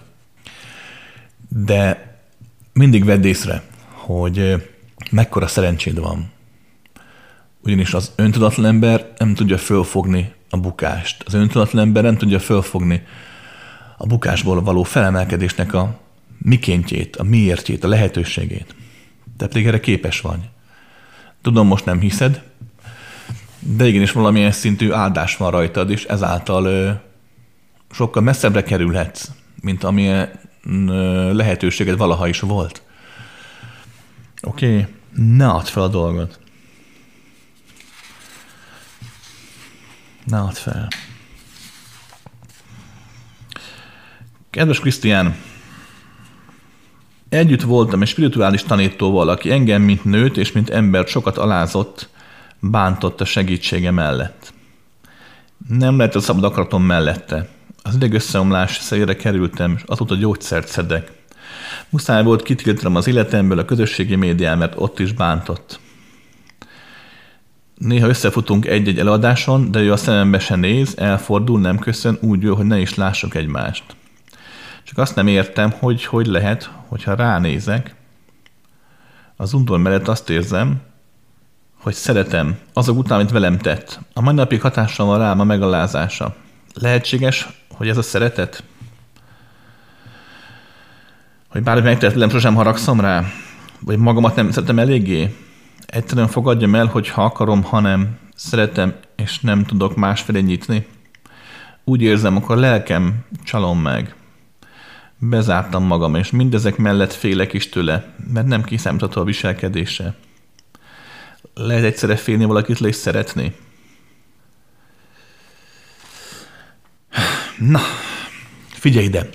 De mindig vedd észre, hogy mekkora szerencséd van. Ugyanis az öntudatlan ember nem tudja fölfogni a bukást. Az öntudatlan ember nem tudja fölfogni a bukásból való felemelkedésnek a mikéntjét, a miértjét, a lehetőségét. Te pedig erre képes vagy. Tudom, most nem hiszed, de igenis valamilyen szintű áldás van rajtad, és ezáltal sokkal messzebbre kerülhetsz, mint amilyen lehetőséged valaha is volt. Oké, ne add fel a dolgot. Ne add fel. Kedves Krisztián, együtt voltam egy spirituális tanítóval, aki engem, mint nőt és mint embert sokat alázott, bántott a segítsége mellett. Nem lehet a szabad akaratom mellette. Az idegösszeomlás szerére kerültem, és azóta gyógyszert szedek. Muszáj volt kitiltanom az életemből a közösségi médián, mert ott is bántott. Néha összefutunk egy-egy előadáson, de ő a szemembe se néz, elfordul, nem köszön, úgy ül, hogy ne is lássuk egymást. Csak azt nem értem, hogy lehet, hogyha ránézek, az undor mellett azt érzem, hogy szeretem azok után, amit velem tett. A mai napig hatással van rám a megalázása. Lehetséges, hogy ez a szeretet? Hogy bármi megtett velem, sosem haragszom rá? Vagy magamat nem szeretem eléggé? Egyszerűen fogadjam el, hogy ha akarom, ha nem, szeretem, és nem tudok másfelé nyitni. Úgy érzem, akkor lelkem csalom meg. Bezártam magam, és mindezek mellett félek is tőle, mert nem kiszámítható a viselkedése. Lehet egyszerre félni valakit le is szeretni. Na, figyelj ide.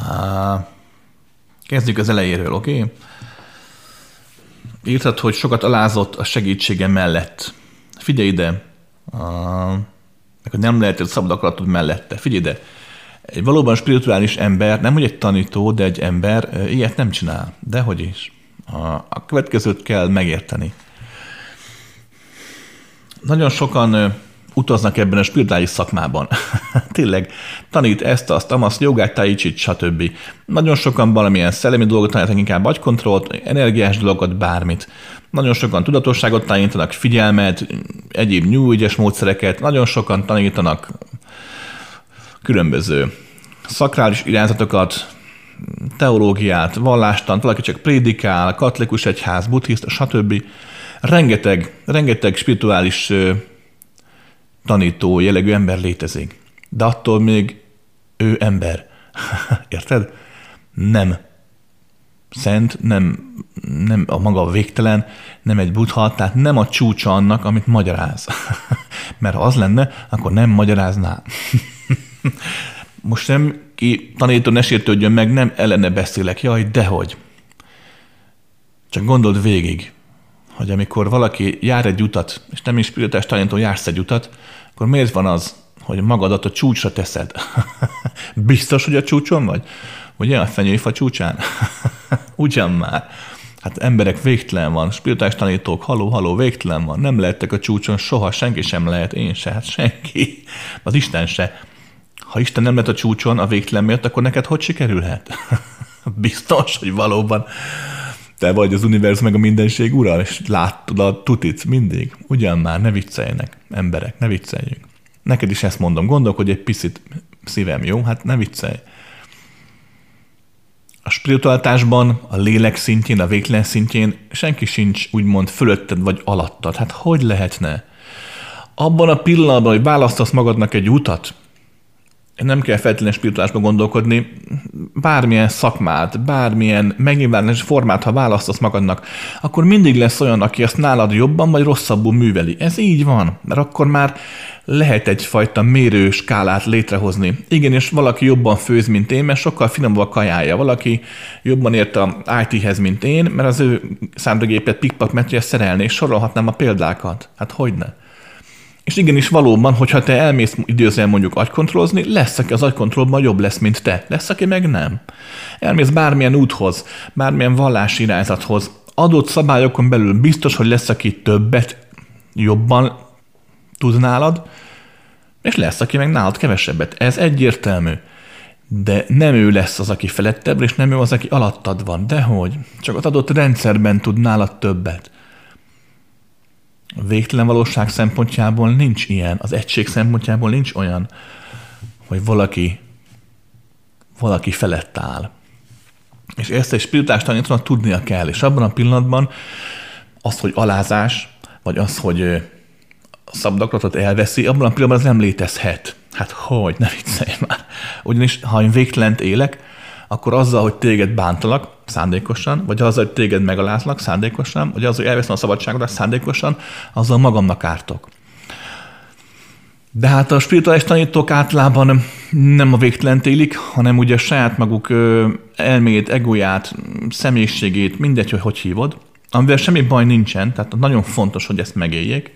Kezdjük az elejéről, oké? Írtad, hogy sokat alázott a segítsége mellett. Figyelj ide. Hogy nem lehet egy szabad akaratod mellette. Figyelj ide. Egy valóban spirituális ember, nem hogy egy tanító, de egy ember ilyet nem csinál. Dehogy is. A következőt kell megérteni. Nagyon sokan utaznak ebben a spirituális szakmában. Tényleg tanít ezt, azt, amazt, jogát, tai chi, stb. Nagyon sokan valamilyen szellemi dolgot tanítanak, inkább agykontrollt, energiás dolgokat, bármit. Nagyon sokan tudatosságot tanítanak, figyelmet, egyéb new age-es módszereket. Nagyon sokan tanítanak különböző szakrális irányzatokat, teológiát, vallástant, valaki csak prédikál, katolikus egyház, buddhista, stb. Rengeteg spirituális tanító jellegű ember létezik. De attól még ő ember. Érted? Nem. szent, nem a maga végtelen, nem egy buddha, tehát nem a csúcsa annak, amit magyaráz. Mert ha az lenne, akkor nem magyarázná. Most nem tanító, ne sértődjön meg, nem ellene beszélek, jaj, dehogy. Csak gondold végig, hogy amikor valaki jár egy utat, és nem is spirituális tanító, jársz egy utat, akkor miért van az, hogy magadat a csúcsra teszed? Biztos, hogy a csúcson vagy? Ugye a fenyőfa csúcsán? Ugyan már. Hát emberek, végtelen van, spirituális tanítók, haló, végtelen van. Nem lehettek a csúcson soha, senki sem lehet, én se, hát senki. Az Isten se. Ha Isten nem lett a csúcson a végtelen miatt, akkor neked hogy sikerülhet? Biztos, hogy valóban te vagy az univerzum meg a mindenség ura, és láttad a tutit mindig. Ugyan már, ne vicceljenek, emberek, ne vicceljünk. Neked is ezt mondom, gondolkodj egy picit, szívem, jó? Hát ne viccelj. A spiritualitásban, a lélek szintjén, a végtelen szintjén senki sincs úgymond fölötted vagy alattad. Hát hogy lehetne? Abban a pillanatban, hogy választasz magadnak egy utat, nem kell feltétlenül spiritualitásban gondolkodni, bármilyen szakmát, bármilyen megnyilvánulás formát, ha választasz magadnak, akkor mindig lesz olyan, aki azt nálad jobban vagy rosszabbul műveli. Ez így van, mert akkor már lehet egyfajta mérőskálát létrehozni. Igen, és valaki jobban főz, mint én, mert sokkal finomabb a kajája. Valaki jobban ért a IT-hez, mint én, mert az ő számítógépet pikpak-metrje szerelni, és sorolhatnám a példákat. Hát hogyne? És igenis valóban, hogyha te elmész időzően mondjuk agykontrollozni, lesz, aki az agykontrollban jobb lesz, mint te. Lesz, aki meg nem. Elmész bármilyen úthoz, bármilyen vallási irányzathoz, adott szabályokon belül biztos, hogy lesz, aki többet, jobban tud nálad, és lesz, aki meg nálad kevesebbet. Ez egyértelmű. De nem ő lesz az, aki felettebb, és nem ő az, aki alattad van. Dehogy? Csak az adott rendszerben tud nálad többet. A végtelen valóság szempontjából nincs ilyen, az egység szempontjából nincs olyan, hogy valaki felett áll. És ezt egy spirituális tanítónak tudnia kell, és abban a pillanatban az, hogy alázás, vagy az, hogy a szabadakaratot elveszi, abban a pillanatban az nem létezhet. Hát hogy, ne viccelj már. Ugyanis, ha én végtelent élek, akkor azzal, hogy téged bántalak szándékosan, vagy azzal, hogy téged megalázlak szándékosan, vagy azzal, hogy elveszem a szabadságodat szándékosan, azzal magamnak ártok. De hát a spirituális tanítók általában nem a végtelent élik, hanem ugye saját maguk elmét, egóját, személyiségét, mindegy, hogy hívod, amivel semmi baj nincsen, tehát nagyon fontos, hogy ezt megéljék.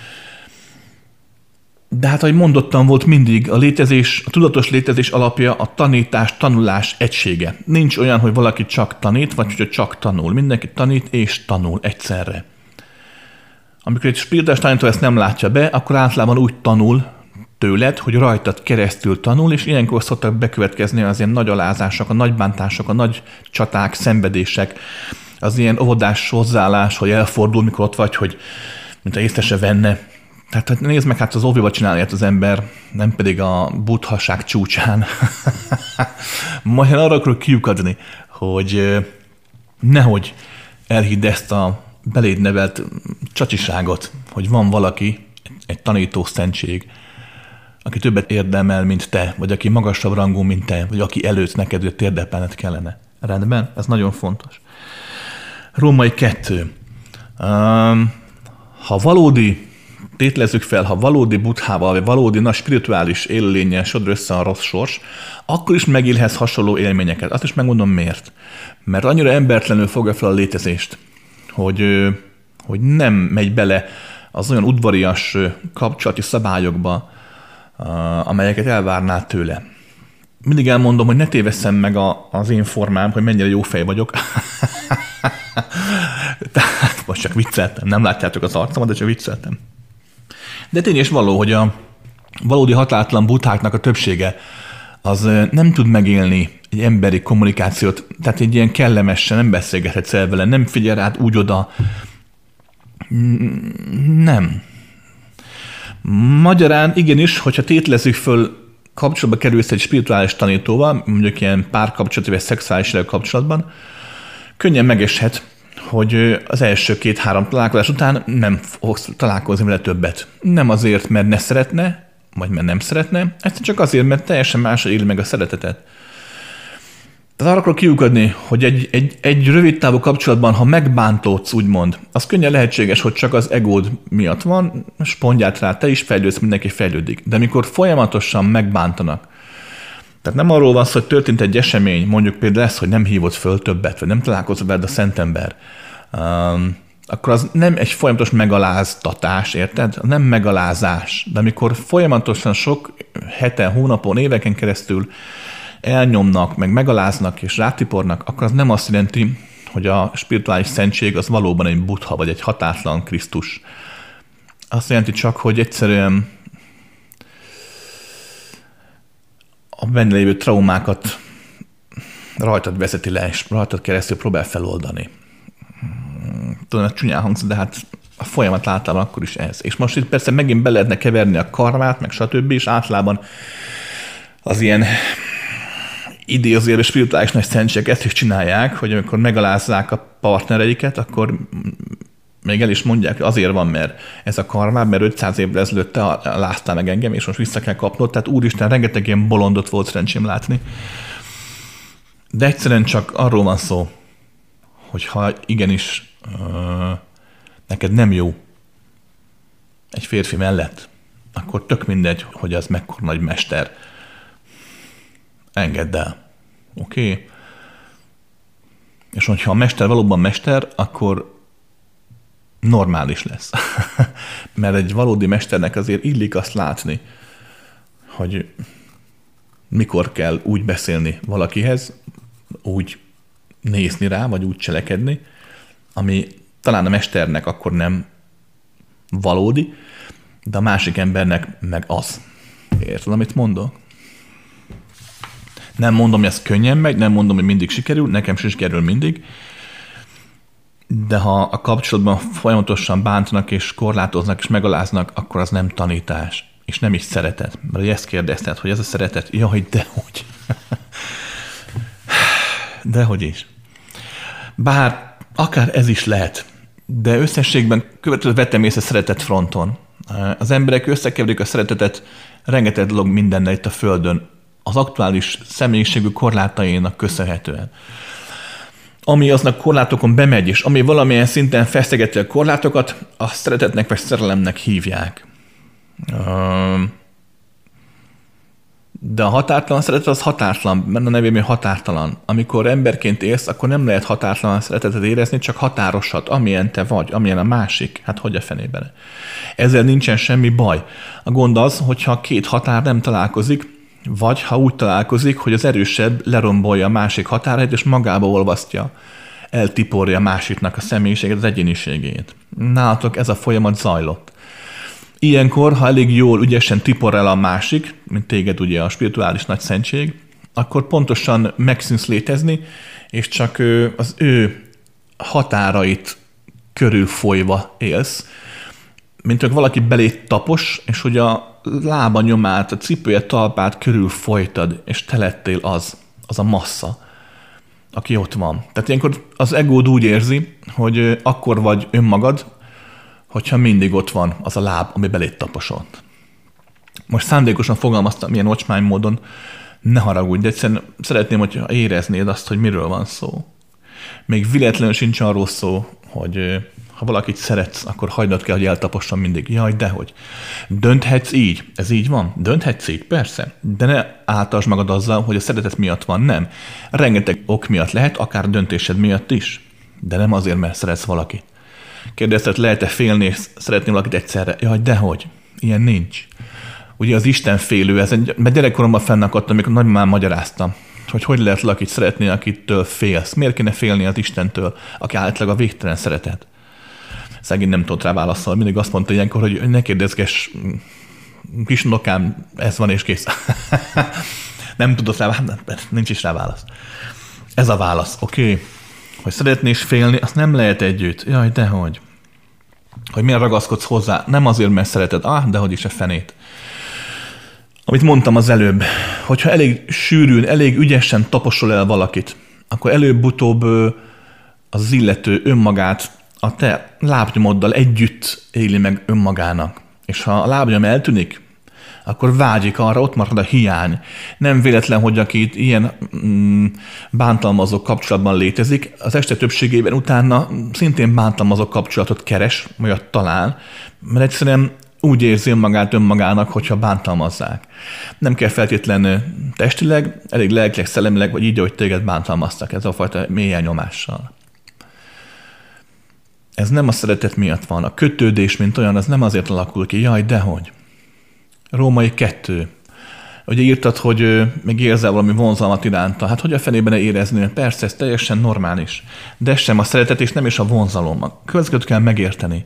De hát, ahogy mondottam, volt mindig a tudatos létezés alapja a tanítás, tanulás egysége. Nincs olyan, hogy valaki csak tanít, vagy hogy csak tanul. Mindenki tanít és tanul egyszerre. Amikor egy spirituális tanító ezt nem látja be, akkor általában úgy tanul tőled, hogy rajtad keresztül tanul, és ilyenkor szoktak bekövetkezni az ilyen nagy alázások, a nagy bántások, a nagy csaták, szenvedések, az ilyen óvodás hozzáállás, hogy elfordul, mikor ott vagy, hogy mint a észre se venne. Tehát nézd meg, hát az óviba csinálja az ember, nem pedig a buddhaság csúcsán. Majd arra akarok kiukadni, hogy nehogy elhidd ezt a beléd nevelt csacsiságot, hogy van valaki, egy tanító szentség, aki többet érdemel, mint te, vagy aki magasabb rangú, mint te, vagy aki előtt neked térdepelned kellene. Rendben? Ez nagyon fontos. Római 2. Tételezzük fel, ha valódi buddhával, vagy valódi nagy spirituális élőlénnyel sodor össze a rossz sors, akkor is megélhetsz hasonló élményeket. Azt is megmondom miért. Mert annyira embertelenül fogja fel a létezést, hogy nem megy bele az olyan udvarias kapcsolati szabályokba, amelyeket elvárnál tőle. Mindig elmondom, hogy ne tévesszem meg az én formám, hogy mennyire jó fej vagyok. Tehát most csak vicceltem, nem látjátok az arcomat, de csak vicceltem. De tény és való, hogy a valódi határtalan buddháknak a többsége az nem tud megélni egy emberi kommunikációt, tehát egy ilyen kellemesen nem beszélgethetsz el vele, nem figyel rád úgy oda. Nem. Magyarán igenis, hogyha tételezzük föl, kapcsolatba kerülsz egy spirituális tanítóval, mondjuk ilyen párkapcsolat vagy szexuális kapcsolatban, könnyen megeshet, hogy az első 2-3 találkozás után nem fogsz találkozni vele többet. Nem azért, mert ne szeretne, vagy mert nem szeretne, egyszerűen csak azért, mert teljesen másra éli meg a szeretetet. Tehát arra akarok kiukadni, hogy egy rövid távú kapcsolatban, ha megbántódsz, úgymond, az könnyen lehetséges, hogy csak az egód miatt van, spondját rá, te is fejlődsz, mindenki fejlődik. De amikor folyamatosan megbántanak, tehát nem arról van szó, hogy történt egy esemény, mondjuk például lesz, hogy nem hívod föl többet, vagy nem találkozol veled a szentember, akkor az nem egy folyamatos megaláztatás, érted? Nem megalázás. De amikor folyamatosan sok heten, hónapon, éveken keresztül elnyomnak, meg megaláznak és rátipornak, akkor az nem azt jelenti, hogy a spirituális szentség az valóban egy Buddha, vagy egy határtalan Krisztus. Azt jelenti csak, hogy egyszerűen a benne lévő traumákat rajtad vezeti le, és rajtad keresztül próbál feloldani. Tudom, ez csúnyán hangzik, de hát a folyamat általában akkor is ez. És most itt persze megint be lehetne keverni a karmát, meg stb., és általában az ilyen idézőjelben spirituális nagy szentségek ezt is csinálják, hogy amikor megalázzák a partnereiket, akkor még el is mondják, hogy azért van, mert ez a karmád, mert 500 évvel ezelőtt te láztál meg engem, és most vissza kell kapnod. Tehát úristen, rengeteg ilyen bolondot volt szerencsém látni. De egyszerűen csak arról van szó, hogy ha igenis neked nem jó egy férfi mellett, akkor tök mindegy, hogy az mekkora nagy mester. Engedd el. Oké? Okay? És hogyha a mester valóban mester, akkor normális lesz. Mert egy valódi mesternek azért illik azt látni, hogy mikor kell úgy beszélni valakihez, úgy nézni rá, vagy úgy cselekedni, ami talán a mesternek akkor nem valódi, de a másik embernek meg az. Érted, amit mondok? Nem mondom, hogy ez könnyen megy, nem mondom, hogy mindig sikerül, nekem sem sikerül mindig, de ha a kapcsolatban folyamatosan bántanak és korlátoznak és megaláznak, akkor az nem tanítás, és nem is szeretet. Mert ezt kérdezted, hogy ez a szeretet, jaj, dehogy. Dehogy is. Bár akár ez is lehet, de összességben követően vettem észre szeretet fronton. Az emberek összekeverik a szeretetet rengeteg dolog mindennel itt a Földön, az aktuális személyiségű korlátainak köszönhetően. Ami aznak korlátokon bemegy, és ami valamilyen szinten fesztegeti a korlátokat, azt szeretetnek vagy szerelemnek hívják. De a határtalan szeretet az határtalan, mert a nevében határtalan. Amikor emberként élsz, akkor nem lehet határtalan szeretetet érezni, csak határosat, amilyen te vagy, amilyen a másik. Hát hogy a fenében? Ezzel nincsen semmi baj. A gond az, hogyha két határ nem találkozik, vagy ha úgy találkozik, hogy az erősebb lerombolja a másik határait, és magába olvasztja, eltiporja a másiknak a személyiségét, az egyéniségét. Nálatok ez a folyamat zajlott. Ilyenkor, ha elég jól, ügyesen tipor el a másik, mint téged ugye a spirituális nagy szentség, akkor pontosan megszűnsz létezni, és csak az ő határait körül folyva élsz, mint hogy valaki belé tapos, és hogy a lába nyomát, a cipője talpát körül folytad, és te lettél az a massza, aki ott van. Tehát ilyenkor az egód úgy érzi, hogy akkor vagy önmagad, hogyha mindig ott van az a láb, ami belé taposott. Most szándékosan fogalmaztam ilyen ocsmány módon, ne haragudj, de egyszerűen szeretném, hogyha éreznéd azt, hogy miről van szó. Még véletlenül sincs arról szó, hogy ha valakit szeretsz, akkor hagynod kell, hogy eltaposson mindig. Jaj, dehogy. Dönthetsz így. Ez így van? Dönthetsz így? Persze. De ne áltasd magad azzal, hogy a szeretet miatt van. Nem. Rengeteg ok miatt lehet, akár döntésed miatt is. De nem azért, mert szeretsz valakit. Kérdezted, lehet-e félni és szeretni valakit egyszerre? Jaj, dehogy. Ilyen nincs. Ugye az Isten félő, mert gyerekkoromban fennakadtam, amikor nagymamám magyarázta, hogy lehet valakit szeretni, akitől félsz. Miért kéne félni az Istentől, aki általában a végtelen szeretet? Szegény nem tudott rá válaszolni. Mindig azt mondta ilyenkor, hogy ne kérdezgess, kisnokám, ez van és kész. Nem tudott rá válaszolni, nincs is rá válasz. Ez a válasz, oké. Hogy szeretni és félni, azt nem lehet együtt. Jaj, dehogy. Hogy miért ragaszkodsz hozzá? Nem azért, mert szereted. Dehogy is a fenét. Amit mondtam az előbb, hogyha elég sűrűn, elég ügyesen taposol el valakit, akkor előbb-utóbb az illető önmagát a te lábnyomoddal együtt éli meg önmagának. És ha a lábnyom eltűnik, akkor vágyik arra, ott marad a hiány. Nem véletlen, hogy aki ilyen bántalmazó kapcsolatban létezik, az este többségében utána szintén bántalmazó kapcsolatot keres, vagy talál, mert egyszerűen úgy érzi magát önmagának, hogyha bántalmazzák. Nem kell feltétlen testileg, elég lelkileg, szellemileg, vagy így, ahogy téged bántalmaztak, ez a fajta mély elnyomással. Ez nem a szeretet miatt van. A kötődés, mint olyan, az nem azért alakul ki. Jaj, dehogy. Római 2. Ugye írtad, hogy még érzel valami vonzalmat iránta. Hát hogy a fenében érezni? Persze, ez teljesen normális. De ez sem a szeretet, és nem is a vonzalom. A következőt kell megérteni.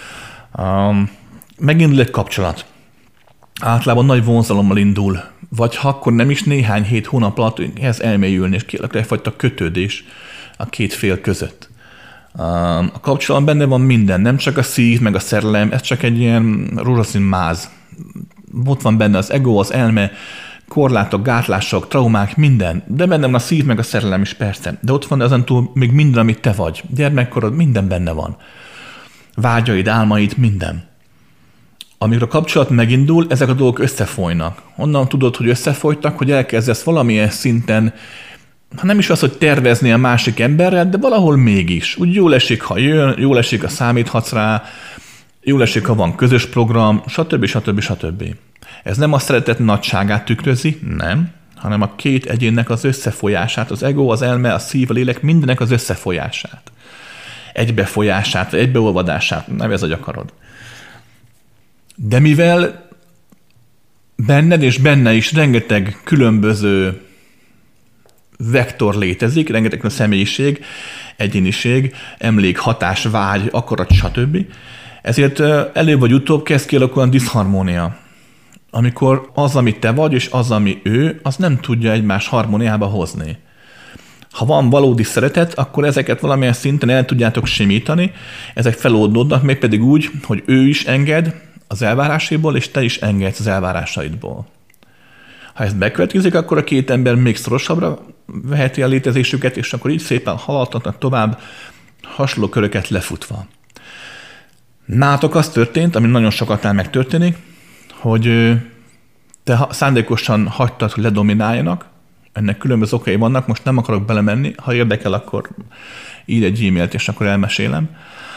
Megindul egy kapcsolat. Általában nagy vonzalommal indul. Vagy ha akkor nem is néhány hét hónap alatt ez elmélyülni, és kialakul egyfajta kötődés a két fél között. A kapcsolatban benne van minden, nem csak a szív, meg a szerelem, ez csak egy ilyen rózsaszín máz. Ott van benne az ego, az elme, korlátok, gátlások, traumák, minden. De benne van a szív, meg a szerelem is persze. De ott van azon még minden, amit te vagy. Gyermekkorod, minden benne van. Vágyaid, álmaid, minden. Amikor a kapcsolat megindul, ezek a dolgok összefolynak. Onnan tudod, hogy összefolytak, hogy elkezdesz valamilyen szinten, ha nem is az, hogy tervezni a másik emberrel, de valahol mégis. Úgy jól esik, ha jön, jól esik, ha számíthatsz rá, jól esik, ha van közös program, stb. Ez nem a szeretet nagyságát tükrözi, nem, hanem a két egyénnek az összefolyását, az ego, az elme, a szív, a lélek, mindenek az összefolyását. Egybefolyását, egybeolvadását, nevezd, hogy akarod. De mivel benned és benne is rengeteg különböző vektor létezik, rengeteg a személyiség, egyéniség, emlék, hatás, vágy, akarat, stb. Ezért előbb vagy utóbb kezd kialakulni diszharmónia. Amikor az, ami te vagy, és az, ami ő, az nem tudja egymás harmóniába hozni. Ha van valódi szeretet, akkor ezeket valamilyen szinten el tudjátok simítani, ezek feloldódnak, mégpedig úgy, hogy ő is enged az elváráséból, és te is engedsz az elvárásaidból. Ha ez bekövetkezik, akkor a két ember még szorosabbra veheti a létezésüket, és akkor így szépen haladhatnak tovább, hasonló köröket lefutva. Nálatok az történt, ami nagyon sokatnál megtörténik, hogy te szándékosan hagytad, hogy ledomináljanak, ennek különböző okai vannak, most nem akarok belemenni, ha érdekel, akkor írj egy e-mailt, és akkor elmesélem.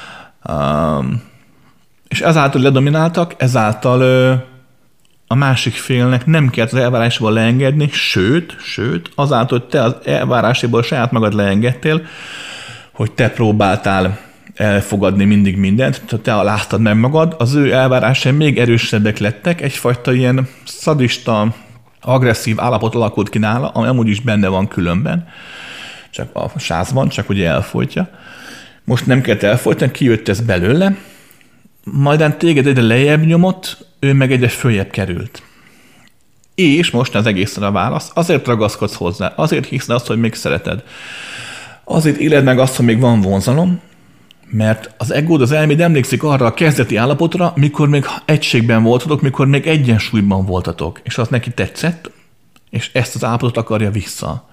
És ezáltal, hogy ledomináltak, ezáltal a másik félnek nem kellett az elvárásból leengedni, sőt, azáltal, hogy te az elváráséból saját magad leengedtél, hogy te próbáltál elfogadni mindig mindent, te aláztad meg magad, az ő elvárásai még erősebbek lettek, egyfajta ilyen szadista, agresszív állapot alakult ki nála, ami amúgy is benne van különben, csak a sázban, csak ugye elfolytja. Most nem kellett elfolytani, kijött ez belőle, majdán téged egyre lejjebb nyomott, ő meg egyre följebb került. És most az egészre a válasz, azért ragaszkodsz hozzá, azért hiszed azt, hogy még szereted. Azért éled meg azt, hogy még van vonzalom, mert az egód, az elméd emlékszik arra a kezdeti állapotra, mikor még egységben voltatok, mikor még egyensúlyban voltatok, és az neki tetszett, és ezt az állapotot akarja vissza.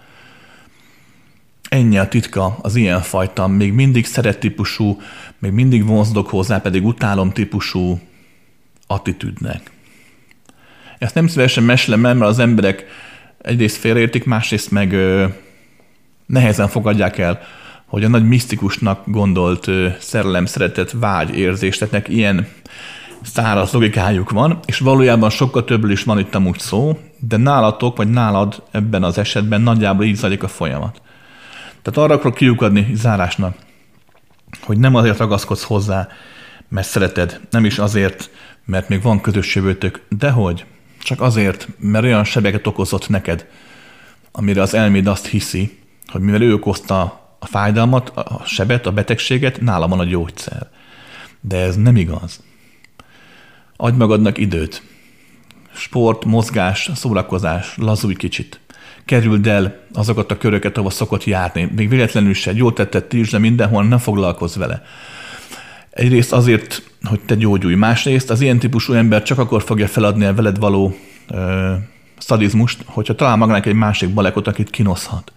Ennyi a titka az ilyenfajta, még mindig szeret típusú, még mindig vonzodok hozzá, pedig utálom típusú attitűdnek. Ezt nem szívesen mesélem el, mert az emberek egyrészt félreértik, másrészt meg nehezen fogadják el, hogy a nagy misztikusnak gondolt szerelem, szeretet, vágy, érzéstetnek ilyen száraz logikájuk van, és valójában sokkal többről is van itt amúgy szó, de nálatok, vagy nálad ebben az esetben nagyjából így zajlik a folyamat. Tehát arra akarok kiukadni zárásnak, hogy nem azért ragaszkodsz hozzá, mert szereted, nem is azért, mert még van közös jövőtök, dehogy, csak azért, mert olyan sebeket okozott neked, amire az elméd azt hiszi, hogy mivel ő okozta a fájdalmat, a sebet, a betegséget, nála van a gyógyszer. De ez nem igaz. Adj magadnak időt. Sport, mozgás, szórakozás, lazulj kicsit. Kerüld el azokat a köröket, ahol szokott járni. Még véletlenül se, jól tetted, tiltsd, de mindenhol nem foglalkozz vele. Egyrészt azért, hogy te gyógyulj. Másrészt az ilyen típusú ember csak akkor fogja feladni a veled való szadizmust, hogyha talál magának egy másik balekot, akit kínoszhat.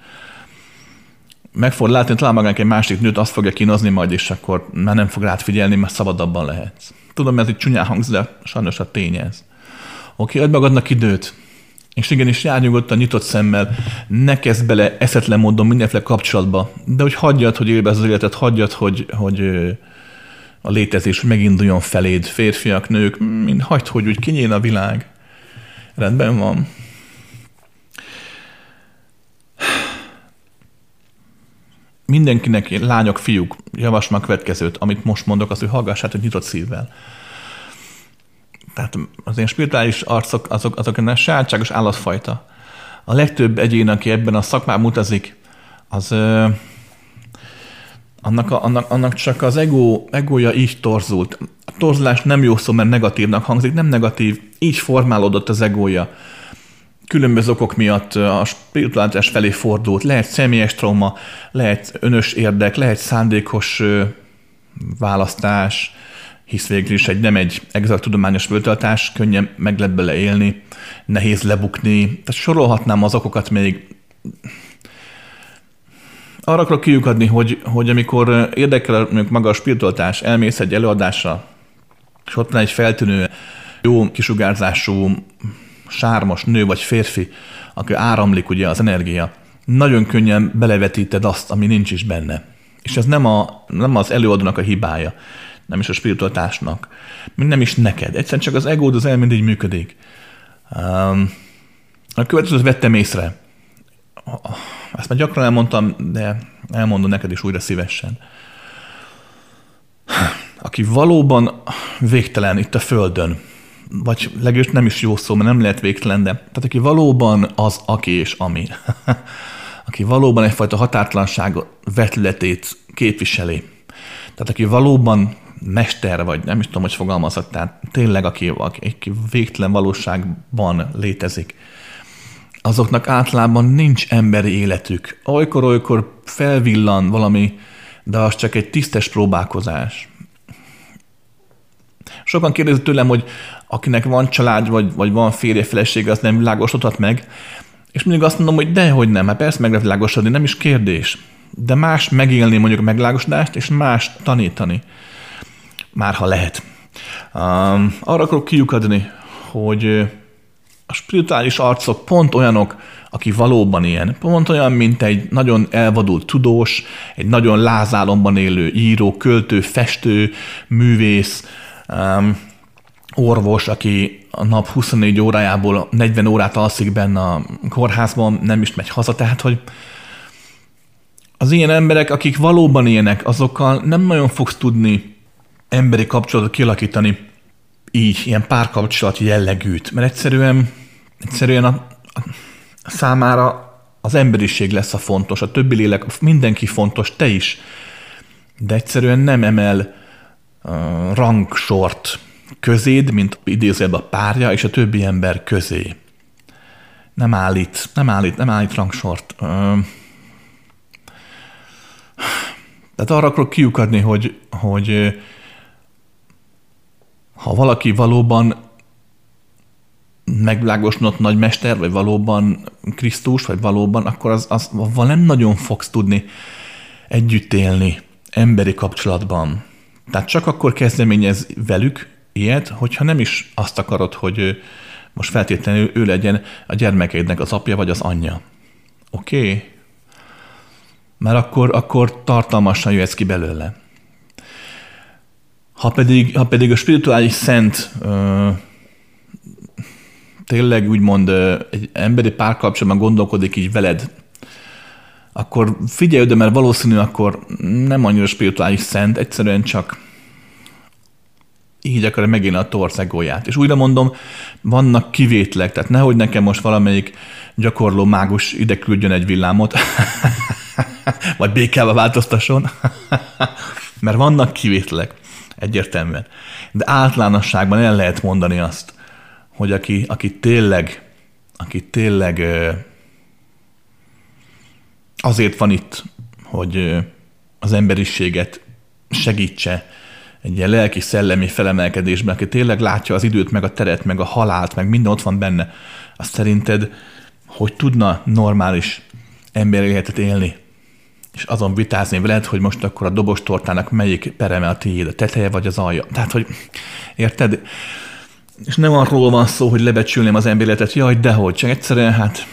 Meg fogod látni, talál magának egy másik nőt, azt fogja kínozni majd, és akkor már nem fog rád figyelni, mert szabadabban lehetsz. Tudom, ez egy csúnyán hangzik, de sajnos a tény ez. Oké, adj magadnak időt. És igenis jár nyugodtan nyitott szemmel, ne kezd bele eszetlen módon mindenféle kapcsolatba, de hogy hagyjad, hogy élvezd az életet, hagyjad, hogy a létezés meginduljon feléd, férfiak, nők, hagyd, hogy úgy kinyíl a világ. Rendben van. Mindenkinek, lányok, fiúk, javaslom a következőt, amit most mondok, az, hogy hallgassátok nyitott szívvel. Tehát az ilyen spirituális arcok, azok egy sajátságos állatfajta. A legtöbb egyén, aki ebben a szakmában utazik, az annak csak az egója így torzult. A torzulás nem jó szó, mert negatívnak hangzik, nem negatív, így formálódott az egója. Különböző okok miatt a spiritualitás felé fordult. Lehet személyes trauma, lehet önös érdek, lehet szándékos választás, hisz végül is nem egy exakt tudományos föltartás, könnyen meg lehet bele élni, nehéz lebukni. Tehát sorolhatnám az okokat még. Arra akarok kiukadni, hogy amikor érdekel maga a spiritualitás, elmész egy előadásra, és ott van egy feltűnő, jó kisugárzású, sármos nő vagy férfi, aki áramlik ugye az energia, nagyon könnyen belevetíted azt, ami nincs is benne. És ez nem az előadónak a hibája, nem is a spiritualitásnak, nem is neked. Egyszerűen csak az egód, az elméd így működik. A következőt vettem észre. Ezt már gyakran elmondtam, de elmondom neked is újra szívesen. Aki valóban végtelen itt a Földön, vagy legalábbis nem is jó szó, mert nem lehet végtelen, de tehát aki valóban az, aki és ami, aki valóban egyfajta határtlanság vetületét képviseli, tehát aki valóban mester, vagy nem is tudom, hogy fogalmazhat, tehát tényleg aki végtelen valóságban létezik, azoknak általában nincs emberi életük. Olykor felvillan valami, de az csak egy tisztes próbálkozás. Sokan kérdezik tőlem, hogy akinek van család, vagy van férje, felesége, az nem világosodhat meg. És mindig azt mondom, hogy dehogy nem, hát persze meg lehet világosodni, nem is kérdés. De más megélni mondjuk a megvilágosodást, és más tanítani. Már ha lehet. Arra akarok kiukadni, hogy a spirituális arcok pont olyanok, aki valóban ilyen. Pont olyan, mint egy nagyon elvadult tudós, egy nagyon lázálomban élő író, költő, festő, művész, orvos, aki a nap 24 órájából 40 órát alszik benne a kórházban, nem is megy haza. Tehát, hogy az ilyen emberek, akik valóban ilyenek, azokkal nem nagyon fogsz tudni emberi kapcsolatot kialakítani így, ilyen párkapcsolat jellegűt, mert egyszerűen a számára az emberiség lesz a fontos, a többi lélek, mindenki fontos, te is, de egyszerűen nem emel rangsort közéd, mint idézőjelben a párja, és a többi ember közé. Nem állít rangsort. Tehát arra akarok kiukadni, hogy ha valaki valóban megvilágosodott nagymester, vagy valóban Krisztus, vagy valóban, akkor avval nem nagyon fogsz tudni együtt élni emberi kapcsolatban. Tehát csak akkor kezdeményez velük ilyet, hogyha nem is azt akarod, hogy most feltétlenül ő legyen a gyermekeidnek az apja, vagy az anyja. Oké? Mert akkor tartalmasan jöhetsz ki belőle. Ha pedig a spirituális szent tényleg úgymond egy emberi párkapcsolatban gondolkodik így veled, akkor figyelj oda, mert valószínű akkor nem annyira spirituális szent, egyszerűen csak így akarja megélni a torz egóját. És újra mondom, vannak kivétlek, tehát nehogy nekem most valamelyik gyakorló mágus ide küldjön egy villámot, vagy békával változtasson, mert vannak kivétlek, egyértelműen. De általánosságban el lehet mondani azt, hogy aki tényleg azért van itt, hogy az emberiséget segítse egy ilyen lelki-szellemi felemelkedésben, aki tényleg látja az időt, meg a teret, meg a halált, meg minden ott van benne, azt szerinted, hogy tudna normális emberi életet élni, és azon vitázni veled, hogy most akkor a dobostortának melyik pereme a tiéd, a teteje vagy az alja. Tehát, hogy érted? És nem arról van szó, hogy lebecsülném az emberéletet, jaj, dehogy, csak egyszerűen hát...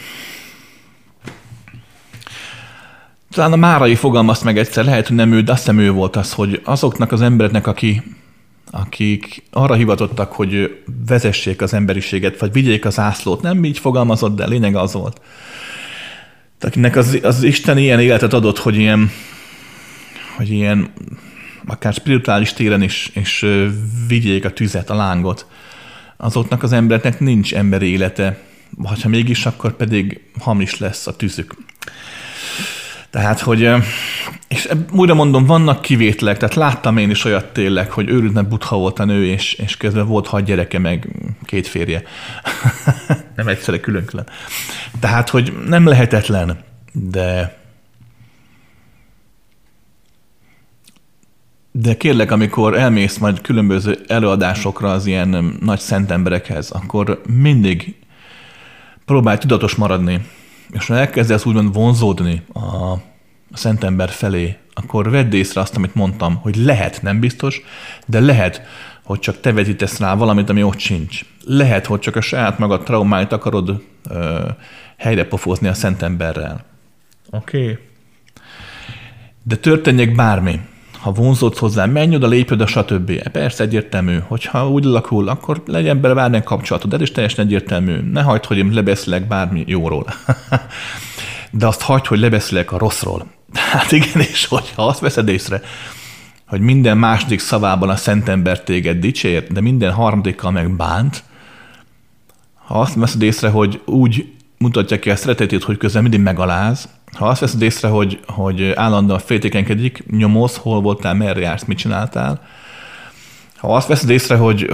Talán a Márai fogalmazt meg egyszer, lehet, hogy nem ő, de azt hiszem ő volt az, hogy azoknak az embereknek, akik arra hivatottak, hogy vezessék az emberiséget, vagy vigyék az zászlót, nem így fogalmazott, de lényeg az volt. Akinek az Isten ilyen életet adott, hogy ilyen akár spirituális téren is, és vigyék a tüzet, a lángot, azoknak az embereknek nincs emberi élete, vagy ha mégis, akkor pedig hamis lesz a tüzük. Tehát, hogy, és újra mondom, vannak kivételek, tehát láttam én is olyat tényleg, hogy őrültnek Buddha volt a nő, és közben volt 6 gyereke, meg 2 férje. Nem egyszerre külön-külön. Tehát, hogy nem lehetetlen, de kérlek, amikor elmész majd különböző előadásokra az ilyen nagy szent emberekhez, akkor mindig próbálj tudatos maradni, és ha elkezdesz úgymond vonzódni a szent ember felé, akkor vedd észre azt, amit mondtam, hogy lehet, nem biztos, de lehet, hogy csak te vetítesz rá valamit, ami ott sincs. Lehet, hogy csak a saját magad traumáit akarod helyre pofózni a szent emberrel. Oké. De történjék bármi. Ha vonzódsz hozzá, menj oda, lépj oda, stb. Persze egyértelmű, hogyha úgy alakul, akkor legyen bele bármilyen kapcsolatod, ez is teljesen egyértelmű. Ne hagyd, hogy én lebeszélek bármi jóról. De azt hagyd, hogy lebeszélek a rosszról. Hát igenis, hogyha azt veszed észre, hogy minden második szavában a szent ember téged dicsér, de minden harmadikkal meg bánt, ha azt veszed észre, hogy úgy mutatja ki a szeretetét, hogy közben mindig megaláz, ha azt veszed észre, hogy állandóan féltékenykedik, nyomoz, hol voltál, merre jársz, mit csináltál, ha azt veszed észre,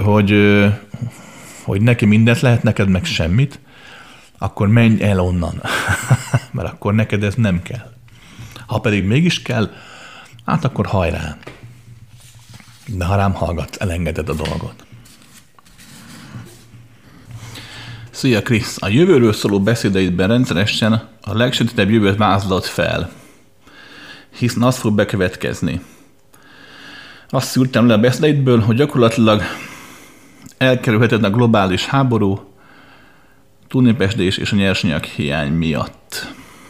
hogy neki mindent lehet, neked meg semmit, akkor menj el onnan, mert akkor neked ez nem kell. Ha pedig mégis kell, hát akkor hajrá. De ha rám hallgatsz, elengeded a dolgot. Szia Krisz! A jövőről szóló beszédeidben rendszeresen a legsötétebb jövőt vázolod fel, hiszen az fog bekövetkezni. Azt szűrtem le a beszédeidből, hogy gyakorlatilag elkerülhetetlen a globális háború, túlnépesedés és a nyersanyag hiány miatt.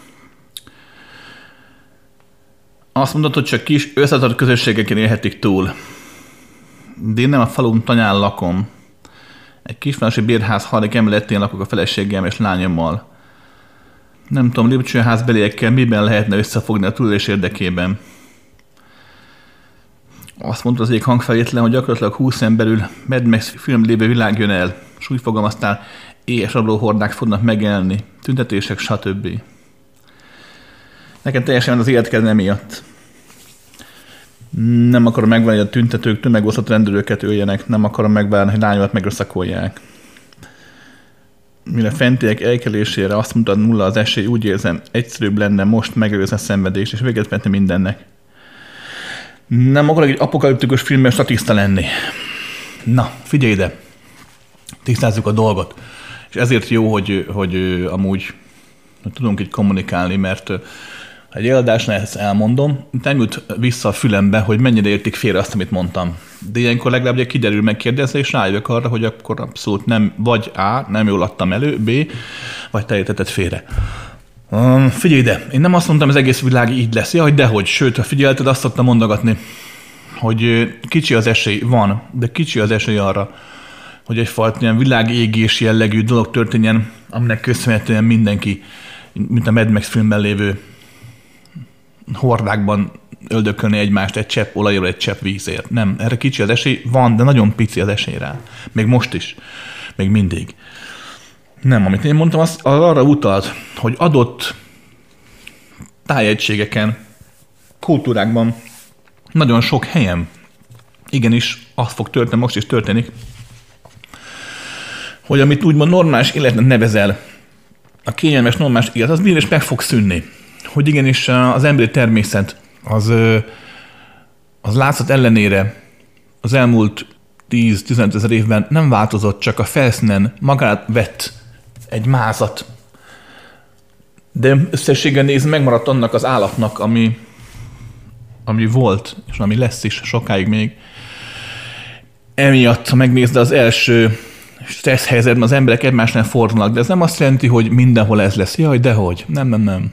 Azt mondod, hogy csak kis összetartott közösségeken élhetik túl. De én nem a falun Tanyán lakom. Egy kisvárosi bérház 6. emeletén lakok a feleségem és lányommal. Nem tudom, lépcsőházbeliekkel miben lehetne összefogni a túlélés érdekében. Azt mondta az egyik hangfelvétlen, hogy gyakorlatilag 20 belül Mad Max film lévő világ jön el, és úgy fogalmaztál, éhes rablóhordák fognak megjelenni, tüntetések, stb. Nekem teljesen az életkedve miatt. Nem akarom megvárni, hogy a tüntetők tömegosztott rendőröket öljenek, nem akarom megvárni, hogy lányomat megrösszakolják. Mire fentiek elkelésére azt mutat nulla az esély, úgy érzem, egyszerűbb lenne most megelőzni a szenvedést, és véget vetni mindennek. Nem akarok egy apokaliptikus filmben statiszta lenni. Na, figyelj ide! Tisztázzuk a dolgot. És ezért jó, hogy amúgy tudunk így kommunikálni, mert ha egy előadásnál ezt elmondom, nem jut vissza a fülembe, hogy mennyire értik félre azt, amit mondtam. De ilyenkor legalább ugye kiderül megkérdezni, és rájövök arra, hogy akkor abszolút nem, vagy A, nem jól adtam elő, B, vagy te értetted félre. Figyelj ide, én nem azt mondtam, az egész világ így lesz, jaj, dehogy, sőt, ha figyelted, azt szoktam mondogatni, hogy kicsi az esély, van, de kicsi az esély arra, hogy egyfajta ilyen világégés jellegű dolog történjen, aminek köszönhetően mindenki, mint a Mad Max filmben lévő hordákban öldökölni egymást egy csepp olajról, egy csepp vízért. Nem, erre kicsi az esély, van, de nagyon pici az esély rá. Még most is. Még mindig. Nem, amit én mondtam, az arra utalt, hogy adott tájegységeken, kultúrákban, nagyon sok helyen, igenis, az fog történni, most is történik, hogy amit úgymond normális életnek nevezel, a kényelmes normális élet, az bizonyos meg fog szűnni. Hogy igenis az emberi természet az látszat ellenére az elmúlt 10-15 ezer évben nem változott, csak a felszínen magát vett egy mázat. De összességgel nézve megmaradt annak az állatnak, ami volt, és ami lesz is sokáig még. Emiatt, ha megnézed az első stressz helyzetben az emberek egymásnál fordulnak, de ez nem azt jelenti, hogy mindenhol ez lesz. Jaj, dehogy. Nem.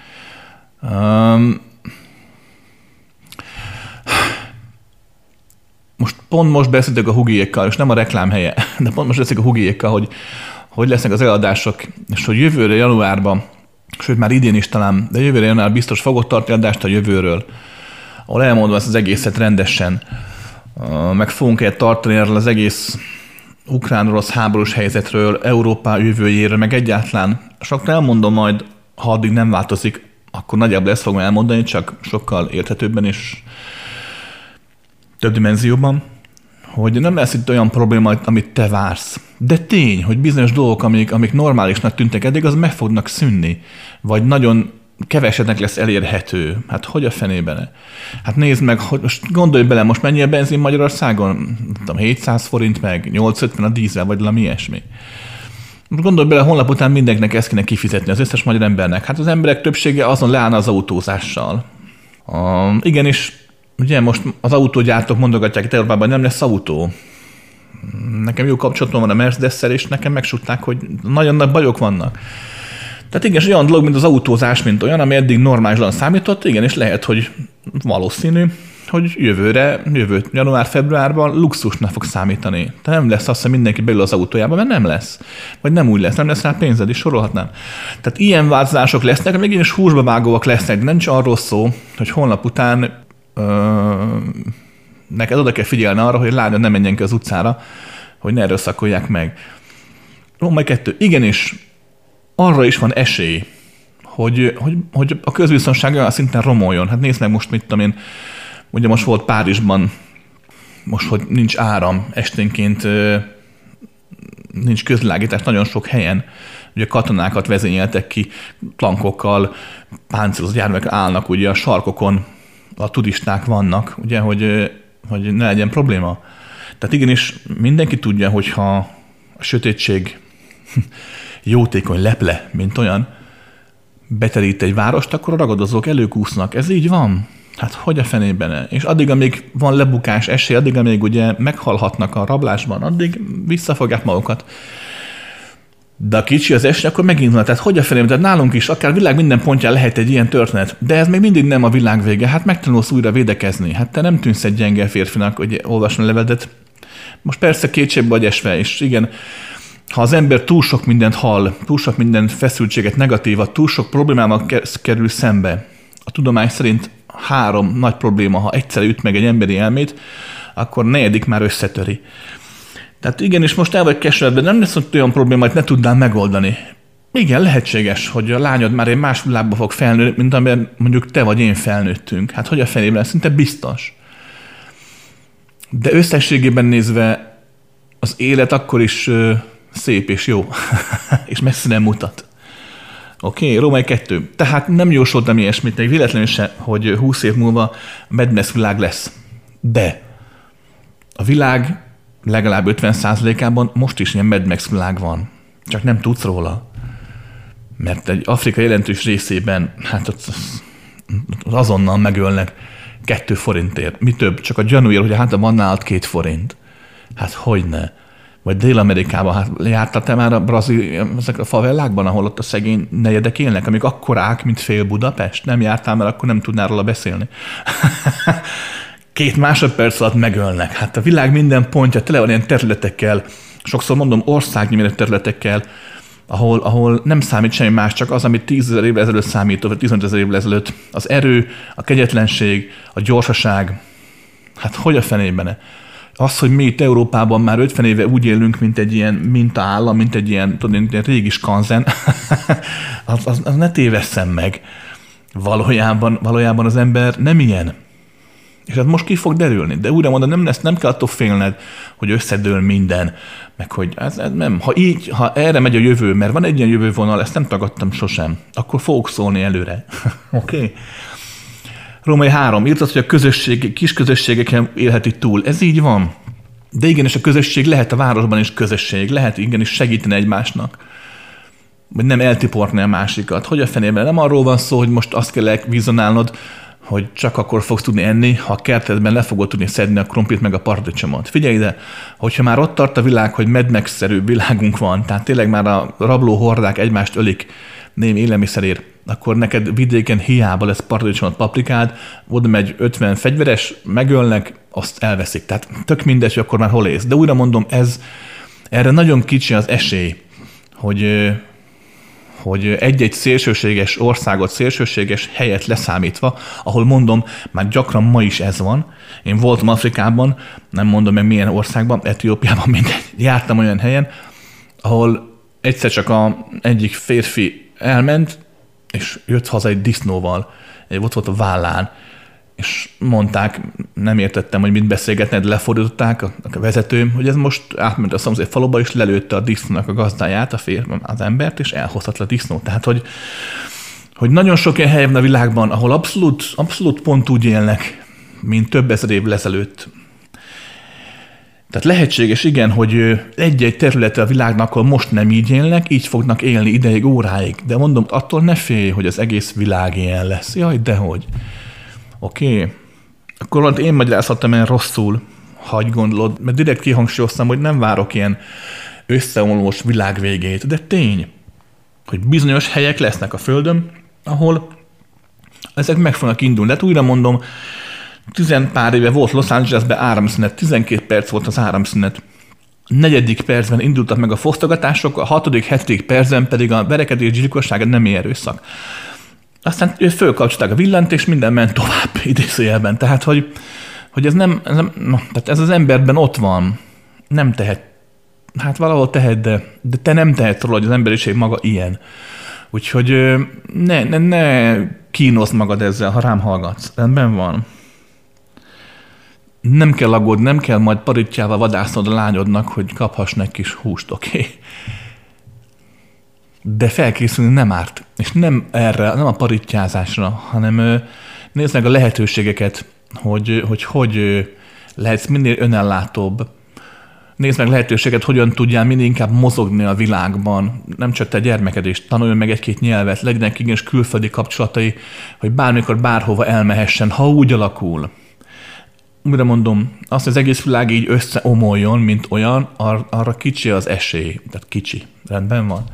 Most beszéltek a Hugiékkal, és nem a reklám helye, de pont most beszéltek a Hugiékkal, hogy lesznek az eladások, és hogy jövőre januárban, sőt már idén is talán, de jövőre január biztos fogok tartani adást a jövőről, ahol elmondom ezt az egészet rendesen, meg fogunk tartani erről az egész ukrán-orosz háborús helyzetről, Európa jövőjéről, meg egyáltalán sokat elmondom majd, ha addig nem változik, akkor nagyjából ezt fogom elmondani, csak sokkal érthetőbben és több dimenzióban, hogy nem lesz itt olyan probléma, amit te vársz. De tény, hogy bizonyos dolgok, amik normálisnak tűntek eddig, az meg fognak szűnni. Vagy nagyon kevesetnek lesz elérhető. Hát hogy a fenében? Hát nézd meg, hogy most gondolj bele, most mennyi a benzin Magyarországon? Tudom, 700 forint meg, 850 a dízel, vagy valami ilyesmi. Most gondolj bele, holnap után mindenkinek ezt kéne kifizetni, az összes magyar embernek. Hát az emberek többsége azon leállna az autózással. Igenis, ugye most az autógyártók mondogatják itt Európában, hogy nem lesz autó. Nekem jó kapcsolatom van a Mercedes-szel, és nekem megsutták, hogy nagyon nagy bajok vannak. Tehát igen, olyan dolog, mint az autózás, mint olyan, ami eddig normálisan számított, igen, és lehet, hogy valószínű, hogy jövő január-februárban luxusnak fog számítani. Tehát nem lesz azt, hogy mindenki beül az autójába, mert nem lesz. Vagy nem úgy lesz, nem lesz rá pénzed, és sorolhatnám. Tehát ilyen változások lesznek, amik igenis húsba vágóak lesznek, de nem csak arról szó, hogy holnap után neked oda kell figyelni arra, hogy lányod ne menjen ki az utcára, hogy ne erőszakolják meg. Római 2. Igenis, arra is van esély, hogy a közbiztonság olyan szinten romoljon. Hát nézd meg most, mit tudom én, ugye most volt Párizsban, most, hogy nincs áram, esténként nincs közvilágítás nagyon sok helyen. Ugye katonákat vezényeltek ki, tankokkal, páncélozott járművek állnak ugye a sarkokon, a turisták vannak, ugye, hogy ne legyen probléma. Tehát igenis mindenki tudja, hogyha a sötétség jótékony leple, mint olyan, beterít egy várost, akkor a ragadozók előkúsznak. Ez így van. Hát hogy a fenében? És addig, amíg van lebukás esély, addig, amíg ugye meghalhatnak a rablásban, addig visszafogják magukat. De a kicsi az esély, akkor megint van. Tehát hogy a fenében? Tehát nálunk is, akár világ minden pontján lehet egy ilyen történet. De ez még mindig nem a világ vége. Hát megtanulsz újra védekezni. Hát te nem tűnsz egy gyenge férfinak, hogy olvasni levelet. Most persze kétségbe vagy esve, és igen, ha az ember túl sok mindent hall, túl sok minden feszültséget, negatívat, túl sok problémával kerül szembe, a tudomány szerint 3 nagy probléma, ha egyszer üt meg egy emberi elmét, akkor 4. már összetöri. Tehát igenis most el vagy keseredve, nem lesz olyan probléma, hogy ne tudnál megoldani. Igen, lehetséges, hogy a lányod már egy más világba fog felnőni, mint amiben mondjuk te vagy én felnőttünk. Hát hogy a felében? Szinte biztos. De összességében nézve az élet akkor is szép és jó, és messze nem mutat. Oké, Római 2. Tehát nem jósoltam ilyesmit, még véletlenül se, hogy 20 év múlva Mad Max világ lesz. De a világ legalább 50%-ában most is ilyen Mad Max világ van. Csak nem tudsz róla. Mert egy Afrika jelentős részében, hát ott azonnal megölnek 2 forintért. Mi több, csak a gyanúért, hogy hát van nálad 2 forint. Hát hogyne. Vagy Dél-Amerikában, hát jártál te már a ezek a favellákban, ahol ott a szegény negyedek élnek, amik akkorák, mint fél Budapest? Nem jártál, mert akkor nem tudnál róla beszélni. 2 másodperc alatt megölnek. Hát a világ minden pontja tele van ilyen területekkel, sokszor mondom országnyi területekkel, ahol nem számít semmi más, csak az, amit 10 000 évvel ezelőtt számított, vagy 15 000 évvel ezelőtt. Az erő, a kegyetlenség, a gyorsaság. Hát hogy a fenében? Az, hogy mi itt Európában már 50 éve úgy élünk, mint egy ilyen mintaállam, mint egy ilyen, tudod, ilyen régi skanzen, az ne tévesszem meg. Valójában az ember nem ilyen. És ez most ki fog derülni. De újra mondom, nem kell attól félned, hogy összedől minden, meg hogy ez nem. Ha erre megy a jövő, mert van egy ilyen jövővonal, ezt nem tagadtam sosem, akkor fogok szólni előre. Oké? Római 3. Írtad, hogy a kis közösségeken élheti túl. Ez így van. De igenis a közösség lehet a városban is közösség. Lehet igenis segíteni egymásnak. Vagy nem eltiporni a másikat. Hogy a fenében? Nem arról van szó, hogy most azt kell vizionálnod, hogy csak akkor fogsz tudni enni, ha a kertedben le fogod tudni szedni a krumplit meg a paradicsomot. Figyelj ide, hogyha már ott tart a világ, hogy Mad Max-szerű világunk van, tehát tényleg már a rabló hordák egymást ölik némi élelmiszerért, akkor neked vidéken hiába lesz paradicsomot, paprikád, oda megy 50 fegyveres, megölnek, azt elveszik. Tehát tök mindegy, hogy akkor már hol ész. De újra mondom, erre nagyon kicsi az esély, hogy egy-egy szélsőséges országot, szélsőséges helyet leszámítva, ahol mondom, már gyakran ma is ez van. Én voltam Afrikában, nem mondom meg milyen országban, Etiópiában, mindegy. Jártam olyan helyen, ahol egyszer csak egyik férfi elment, és jött haza egy disznóval, ott volt a vállán, és mondták, nem értettem, hogy mit beszélgetnek, de lefordították a vezetőm, hogy ez most átment a szomszéd faluba, és lelőtte a disznónak a gazdáját, az embert, és elhozhatla a disznót. Tehát, hogy nagyon sok ilyen hely van a világban, ahol abszolút pont úgy élnek, mint több ezer év ezelőtt. Tehát lehetséges, igen, hogy egy-egy területe a világnak, ahol most nem így élnek, így fognak élni ideig, óráig. De mondom, attól ne félj, hogy az egész világ ilyen lesz. Jaj, dehogy. Oké. Akkor én magyarázhattam el rosszul, ha úgy gondolod, mert direkt kihangsúlyoztam, hogy nem várok ilyen összeomlós világ végét. De tény, hogy bizonyos helyek lesznek a Földön, ahol ezek meg fognak indulni. De újra mondom, 10 pár éve volt Los Angelesben áramszünet, 12 perc volt az áramszünet. A 4. percben indultak meg a fosztogatások, a 6., 7. percben pedig a verekedés, gyilkosság, nem erőszak. Aztán fölkapcsolták a villant, és minden ment tovább idézőjelben. Tehát, hogy ez nem tehát ez az emberben ott van. Nem tehet. Hát valahol tehet, de te nem tehet róla, hogy az emberiség maga ilyen. Úgyhogy ne kínozd magad ezzel, ha rám hallgatsz. Rendben van. Nem kell aggódni, nem kell majd parittyával vadásznod a lányodnak, hogy kaphass egy kis húst, oké? De felkészülni nem árt. És nem erre, nem a parittyázásra, hanem nézd meg a lehetőségeket, hogy lehetsz minél önellátóbb. Nézd meg lehetőséget, hogyan tudjál minél inkább mozogni a világban. Nem csak te gyermeked is, tanuljon meg egy-két nyelvet, legyenek igenis külföldi kapcsolatai, hogy bármikor bárhova elmehessen, ha úgy alakul. Újra mondom, azt, hogy az egész világ így összeomoljon, mint olyan, arra kicsi az esély. Tehát kicsi. Rendben van.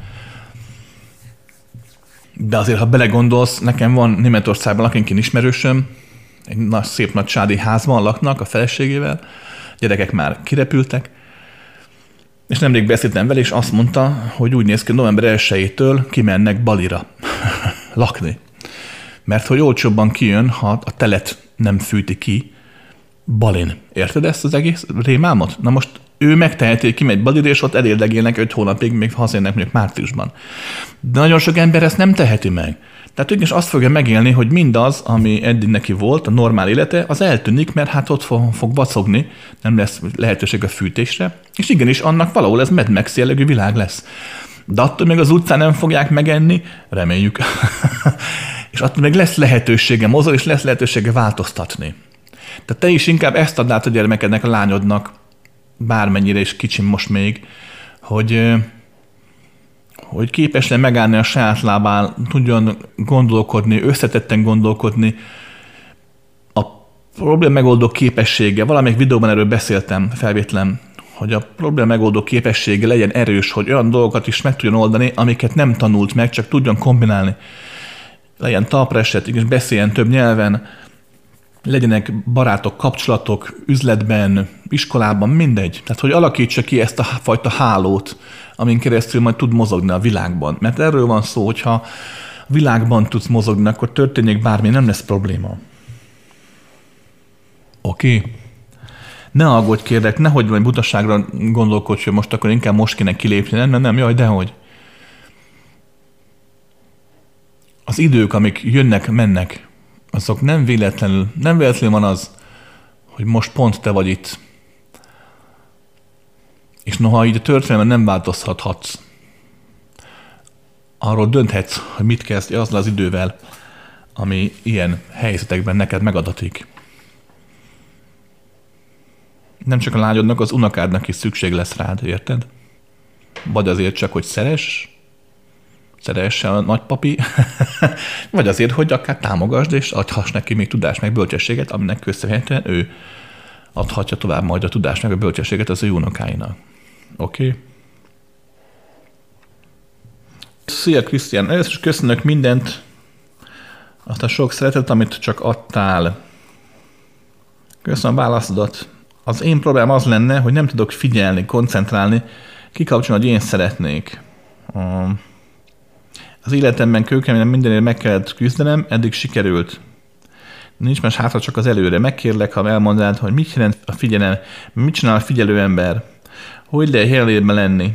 De azért, ha belegondolsz, nekem van Németországban lakinként ismerősöm, egy szép nagy családi házban laknak a feleségével, gyerekek már kirepültek, és nemrég beszéltem vele, és azt mondta, hogy úgy néz ki, november 1-től kimennek Balira lakni. Mert hogy olcsóbban kijön, ha a telet nem fűti ki Balin. Érted ezt az egész rémálmot? Na most ő megteheti, hogy kimegy Balira, és ott elérdegélnek 5 hónapig, még hazajönnek mondjuk márciusban. De nagyon sok ember ezt nem teheti meg. Tehát igenis azt fogja megélni, hogy mindaz, ami eddig neki volt, a normál élete, az eltűnik, mert hát ott fog vacogni, nem lesz lehetőség a fűtésre, és igenis annak valahol ez Mad Max jellegű világ lesz. De attól még az utcán nem fogják megenni, reméljük. És attól még lesz lehetősége mozog, és lesz lehetősége változtatni. Tehát te is inkább ezt adnád a gyermekednek, a lányodnak, bármennyire is kicsim most még, hogy képes legyen megállni a saját lábán, tudjon gondolkodni, összetetten gondolkodni. A probléma megoldó képessége, valamelyik videóban erről beszéltem, felvétlen, hogy a probléma megoldó képessége legyen erős, hogy olyan dolgokat is meg tudjon oldani, amiket nem tanult meg, csak tudjon kombinálni. Legyen talpra esett, és beszéljen több nyelven, legyenek barátok, kapcsolatok, üzletben, iskolában, mindegy. Tehát, hogy alakítsa ki ezt a fajta hálót, amin keresztül majd tud mozogni a világban. Mert erről van szó, hogyha a világban tudsz mozogni, akkor történjék bármi, nem lesz probléma. Oké? Ne aggódj, kérlek, nehogy vagy butaságra gondolkodj, hogy most akkor inkább most kéne kilépni, nem, jaj, dehogy. Az idők, amik jönnek, mennek, azok nem véletlenül van az, hogy most pont te vagy itt. És noha így a történelmen nem változhatsz, arról dönthetsz, hogy mit kezdj azzal az idővel, ami ilyen helyzetekben neked megadatik. Nem csak a lányodnak, az unokádnak is szükség lesz rád, érted? Vagy azért csak, hogy szeress, szeresse a nagypapi, vagy azért, hogy akár támogasd, és adhass neki még tudást, meg bölcsességet, aminek köszönhetően ő adhatja tovább majd a tudást, meg a bölcsességet az ő unokáinak. Oké? Okay? Szia, Krisztián! Először is köszönök mindent, azt a sok szeretet, amit csak adtál. Köszönöm a válaszodat. Az én problémám az lenne, hogy nem tudok figyelni, koncentrálni, kikapcsolni, hogy én szeretnék. Az életemben kőkeményen mindenért meg kellett küzdenem, eddig sikerült. Nincs más hátra, csak az előre. Megkérlek, ha elmondanád, hogy mit jelent a figyelem, mit csinál a figyelő ember, hogy lehet jelenlétben lenni,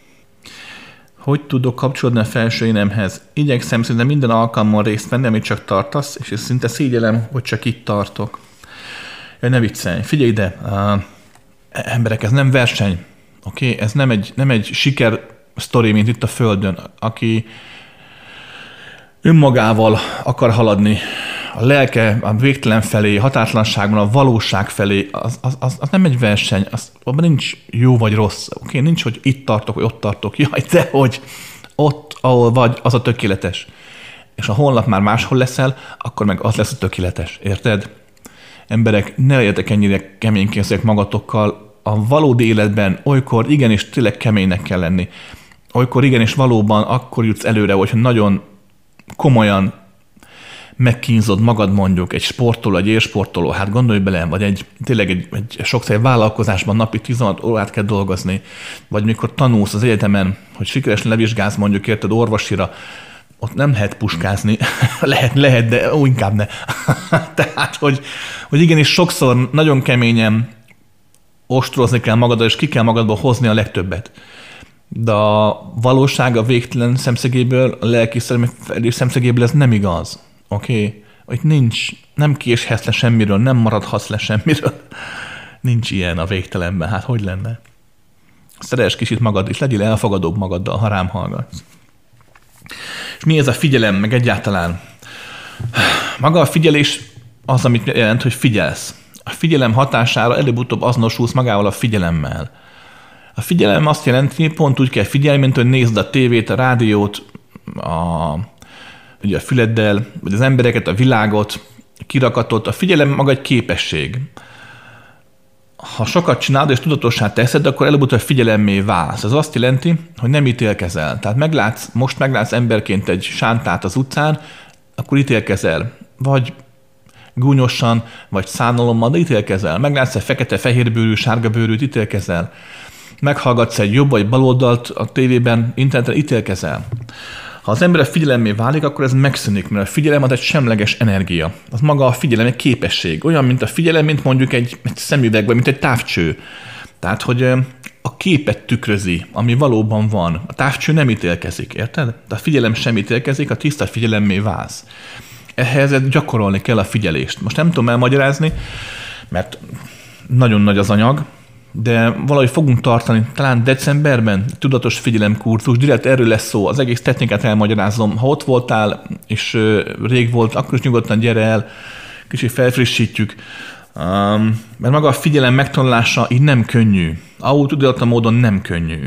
hogy tudok kapcsolódni a felső énemhez. Igyekszem szinte minden alkalmon részt venni, amit csak tartasz, és szinte szégyellem, hogy csak itt tartok. Ne viccelj, figyelj ide, emberek, ez nem verseny, oké? Ez nem egy siker sztori, mint itt a Földön, aki önmagával akar haladni, a lelke a végtelen felé, határtlanságban, a valóság felé, az nem egy verseny, abban nincs jó vagy rossz, oké? Nincs, hogy itt tartok, vagy ott tartok, jaj, de hogy ott, ahol vagy, az a tökéletes. És ha holnap már máshol leszel, akkor meg az lesz a tökéletes, érted? Emberek, ne legyetek ennyire keménykészek magatokkal, a valódi életben olykor igenis tényleg keménynek kell lenni. Olykor igenis valóban akkor jutsz előre, hogyha nagyon komolyan megkínzod magad mondjuk, egy sportoló, egy élsportoló, hát gondolj bele, vagy tényleg egy sokszor egy vállalkozásban napi 16 órát kell dolgozni, vagy mikor tanulsz az egyetemen, hogy sikeresen levizsgálsz mondjuk érted orvosira, ott nem lehet puskázni, lehet, de inkább ne. Tehát, hogy igenis sokszor nagyon keményen ostrozni kell magaddal, és ki kell magadból hozni a legtöbbet. De a valóság a végtelen szemszögéből, a lelki szemszögéből ez nem igaz. Oké? Hogy nem késhetsz le semmiről, nem maradhatsz le semmiről. Nincs ilyen a végtelenben, hát hogy lenne? Szeress kicsit magad, és legyél elfogadóbb magaddal, ha rám hallgatsz. És mi ez a figyelem, meg egyáltalán? Maga a figyelés az, amit jelent, hogy figyelsz. A figyelem hatására előbb-utóbb azonosulsz magával a figyelemmel. A figyelem azt jelenti, pont úgy kell figyelni, mint hogy nézd a tévét, a rádiót, ugye a füleddel, vagy az embereket, a világot, a kirakatot. A figyelem maga egy képesség. Ha sokat csinálod és tudatossá teszed, akkor előbb-utóbb figyelemmé válsz. Ez azt jelenti, hogy nem ítélkezel. Tehát most meglátsz emberként egy sántát az utcán, akkor ítélkezel. Vagy gúnyosan, vagy szánalommal, de ítélkezel. Meglátsz egy fekete-fehérbőrű, sárgabőrűt, ítélkezel. Meghallgatsz egy jobb vagy baloldalt a tévében, interneten, ítélkezel. Ha az ember a figyelemmé válik, akkor ez megszűnik, mert a figyelem az egy semleges energia. Az maga a figyelem egy képesség. Olyan, mint a figyelem, mint mondjuk egy szemüveg, vagy mint egy távcső. Tehát, hogy a képet tükrözi, ami valóban van. A távcső nem ítélkezik, érted? De a figyelem sem ítélkezik, a tiszta figyelemmé válsz. Ehhez gyakorolni kell a figyelést. Most nem tudom elmagyarázni, mert nagyon nagy az anyag, de valahogy fogunk tartani, talán decemberben tudatos figyelemkurzus, direkt erről lesz szó, az egész technikát elmagyarázom. Ha ott voltál, és rég volt, akkor is nyugodtan gyere el, kicsit felfrissítjük, mert maga a figyelem megtanulása így nem könnyű. Autodidakta módon nem könnyű.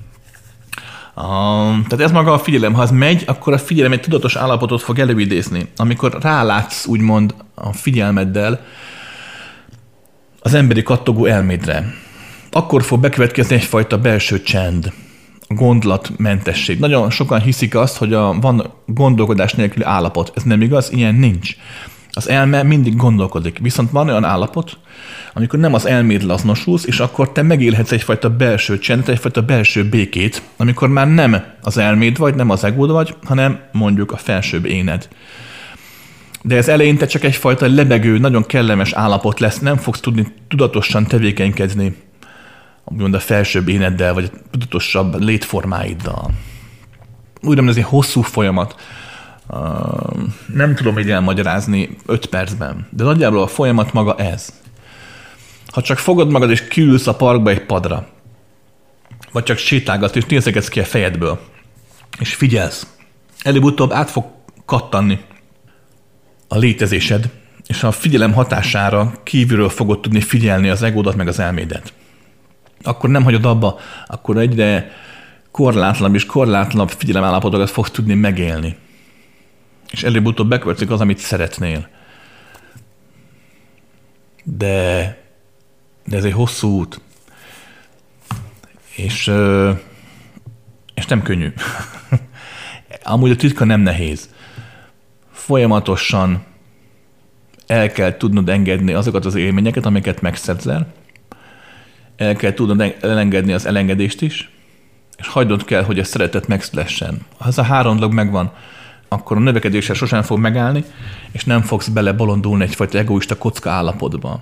Tehát ez maga a figyelem, ha ez megy, akkor a figyelem egy tudatos állapotot fog előidézni. Amikor rálátsz, úgymond a figyelmeddel az emberi kattogó elmédre, akkor fog bekövetkezni egyfajta belső csend, gondolatmentesség. Nagyon sokan hiszik azt, hogy van gondolkodás nélküli állapot. Ez nem igaz, ilyen nincs. Az elme mindig gondolkodik. Viszont van olyan állapot, amikor nem az elméddel azonosulsz, és akkor te megélhetsz egyfajta belső csendet, egyfajta belső békét, amikor már nem az elméd vagy, nem az egód vagy, hanem mondjuk a felsőbb éned. De ez eleinte csak egyfajta lebegő, nagyon kellemes állapot lesz, nem fogsz tudni tudatosan tevékenykedni, úgymond a felsőbb éneddel, vagy a tudatosabb létformáiddal. Úgy ez egy hosszú folyamat. Nem tudom így elmagyarázni 5 percben, de nagyjából a folyamat maga ez. Ha csak fogod magad és kiülsz a parkba egy padra, vagy csak sétálgatsz és nézegetsz ki a fejedből, és figyelsz, előbb-utóbb át fog kattanni a létezésed, és a figyelem hatására kívülről fogod tudni figyelni az egódat meg az elmédet. Akkor nem hagyod abba, akkor egyre korlátlanabb és korlátlanabb figyelemállapotokat fogsz tudni megélni. És előbb-utóbb bekövetkezik az, amit szeretnél. De ez egy hosszú út. És nem könnyű. Amúgy a titka nem nehéz. Folyamatosan el kell tudnod engedni azokat az élményeket, amiket megszerzel. El kell tudnod elengedni az elengedést is, és hagynod kell, hogy a szeretet megszülessen. Ha ez a 3 dolog megvan, akkor a növekedéssel sosem fog megállni, és nem fogsz belebolondulni egyfajta egoista kocka állapotba.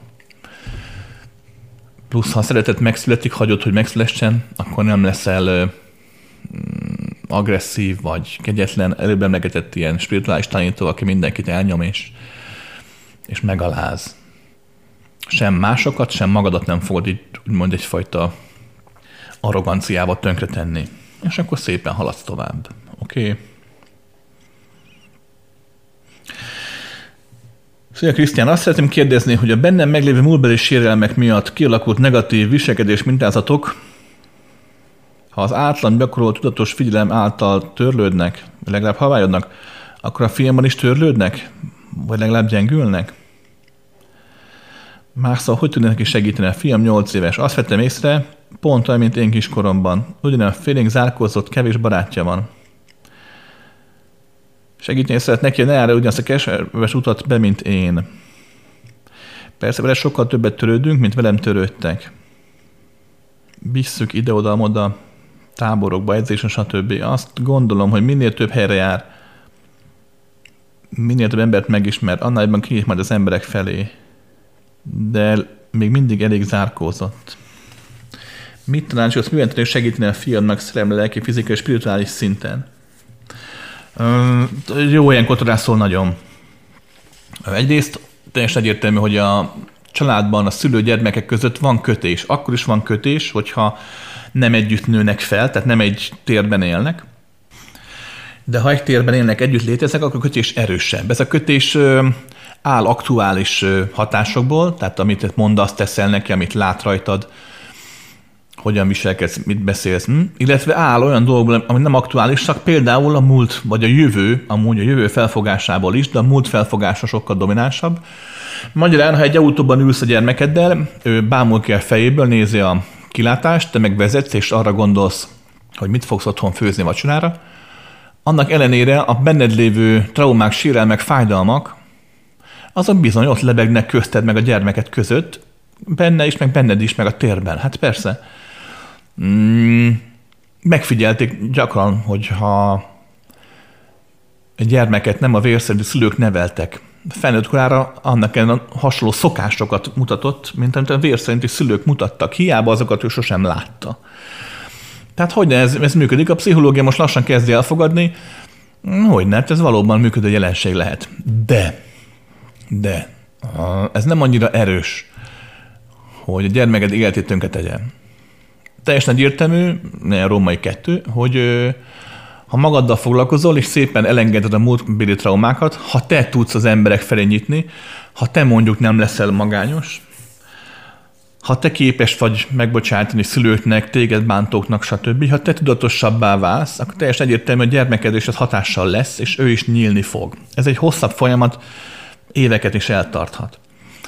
Plusz, ha a szeretet megszületik, hagyod, hogy megszülessen, akkor nem leszel agresszív, vagy kegyetlen, előbb emlegetett ilyen spirituális tanító, aki mindenkit elnyom, és megaláz. Sem másokat, sem magadat nem fogod így úgymond egyfajta arroganciába tönkretenni. És akkor szépen haladsz tovább. Oké? Szia Krisztián, azt szeretném kérdezni, hogy a bennem meglévő múltbeli sérelmek miatt kialakult negatív viselkedés mintázatok, ha az átlan gyakorolt tudatos figyelem által törlődnek, vagy legalább halvályodnak, akkor a fiamban is törlődnek? Vagy legalább gyengülnek? Másszal, hogy tudnék neki segíteni? A fiam 8 éves. Azt vettem észre, pont olyan, mint én kiskoromban. Ugyanolyan félénk zárkózott, kevés barátja van. Segíteni szeret neki, hogy ne járja ugyanazt a keserves utat be, mint én. Persze vele sokkal többet törődünk, mint velem törődtek. Visszük ide-oda-moda, táborokba, edzésen, stb. Azt gondolom, hogy minél több helyre jár, minél több embert megismer, annál jobban kinyit majd az emberek felé. De még mindig elég zárkózott. Mit tanácsolsz, mivel tudnék segíteni a fiadnak szerelmi, lelki, fizikai és spirituális szinten? Jó, ilyenkor torászol nagyon. Egyrészt teljesen egyértelmű, hogy a családban a szülő-gyermekek között van kötés. Akkor is van kötés, hogyha nem együtt nőnek fel, tehát nem egy térben élnek. De ha egy térben élnek, együtt léteznek, akkor a kötés erősebb. Ez a kötés áll aktuális hatásokból, tehát amit mondasz, teszel neki, amit lát rajtad, hogyan viselkedsz, mit beszélsz, illetve áll olyan dolgokból, ami nem aktuálisak, például a múlt, vagy a jövő, amúgy a jövő felfogásából is, de a múlt felfogása sokkal dominánsabb. Magyarán, ha egy autóban ülsz a gyermekeddel, ő bámul ki a fejéből, nézi a kilátást, te meg vezetsz, és arra gondolsz, hogy mit fogsz otthon főzni vacsorára. Annak ellenére a benned lévő traumák, sérelmek, fájdalmak, azok bizony ott lebegnek közted meg a gyermeket között, benne is, meg benned is, meg a térben. Hát persze. Megfigyelték gyakran, hogyha egy gyermeket nem a vérszerinti szülők neveltek, felnőtt korára annak ellen hasonló szokásokat mutatott, mint amit a vérszerinti szülők mutattak. Hiába azokat ő sosem látta. Tehát hogyne ez működik? A pszichológia most lassan kezdi elfogadni, hogyne, ez valóban működő jelenség lehet. De ez nem annyira erős, hogy a gyermeked életét tönkre tegyen. Teljesen egyértelmű, a római 2, hogy ha magaddal foglalkozol, és szépen elengeded a múltbéli traumákat, ha te tudsz az emberek felé nyitni, ha te mondjuk nem leszel magányos, ha te képes vagy megbocsátani szülőknek, téged bántóknak, stb., ha te tudatosabbá válsz, akkor teljesen egyértelmű, hogy a gyermeked is az hatással lesz, és ő is nyílni fog. Ez egy hosszabb folyamat, éveket is eltarthat.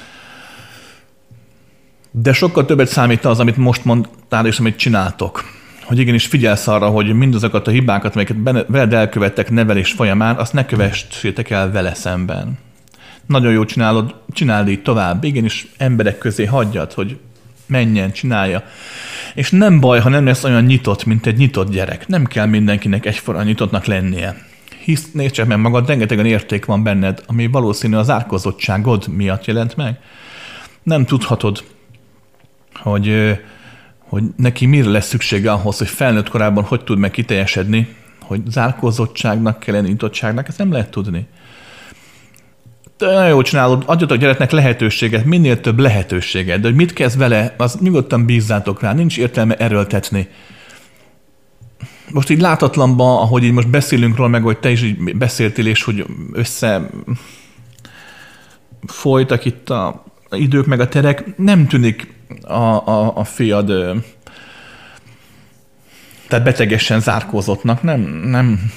De sokkal többet számít az, amit most mondtál, és amit csináltok. Hogy igenis figyelsz arra, hogy mindazokat a hibákat, amelyeket veled elkövettek nevelés folyamán, azt ne kövessétek el vele szemben. Nagyon jól csináld így tovább. Igenis emberek közé hagyjad, hogy menjen, csinálja. És nem baj, ha nem lesz olyan nyitott, mint egy nyitott gyerek. Nem kell mindenkinek egyformán nyitottnak lennie. Hisz, nézd csak meg magad, rengetegen érték van benned, ami valószínű az árkozottságod miatt jelent meg. Nem tudhatod, hogy neki mire lesz szüksége ahhoz, hogy felnőtt korában hogy tud meg kiteljesedni, hogy zárkózottságnak kell lenni, nyitottságnak, ezt nem lehet tudni. De nagyon jól csinálod, adjatok gyereknek lehetőséget, minél több lehetőséget, de hogy mit kezd vele, az nyugodtan bízzátok rá, nincs értelme erőltetni. Most így látatlanban, ahogy így most beszélünk róla, meg hogy te is így beszéltél, és hogy össze folytak itt a idők meg a terek, nem tűnik a fiad Tehát betegesen zárkózottnak. Nem.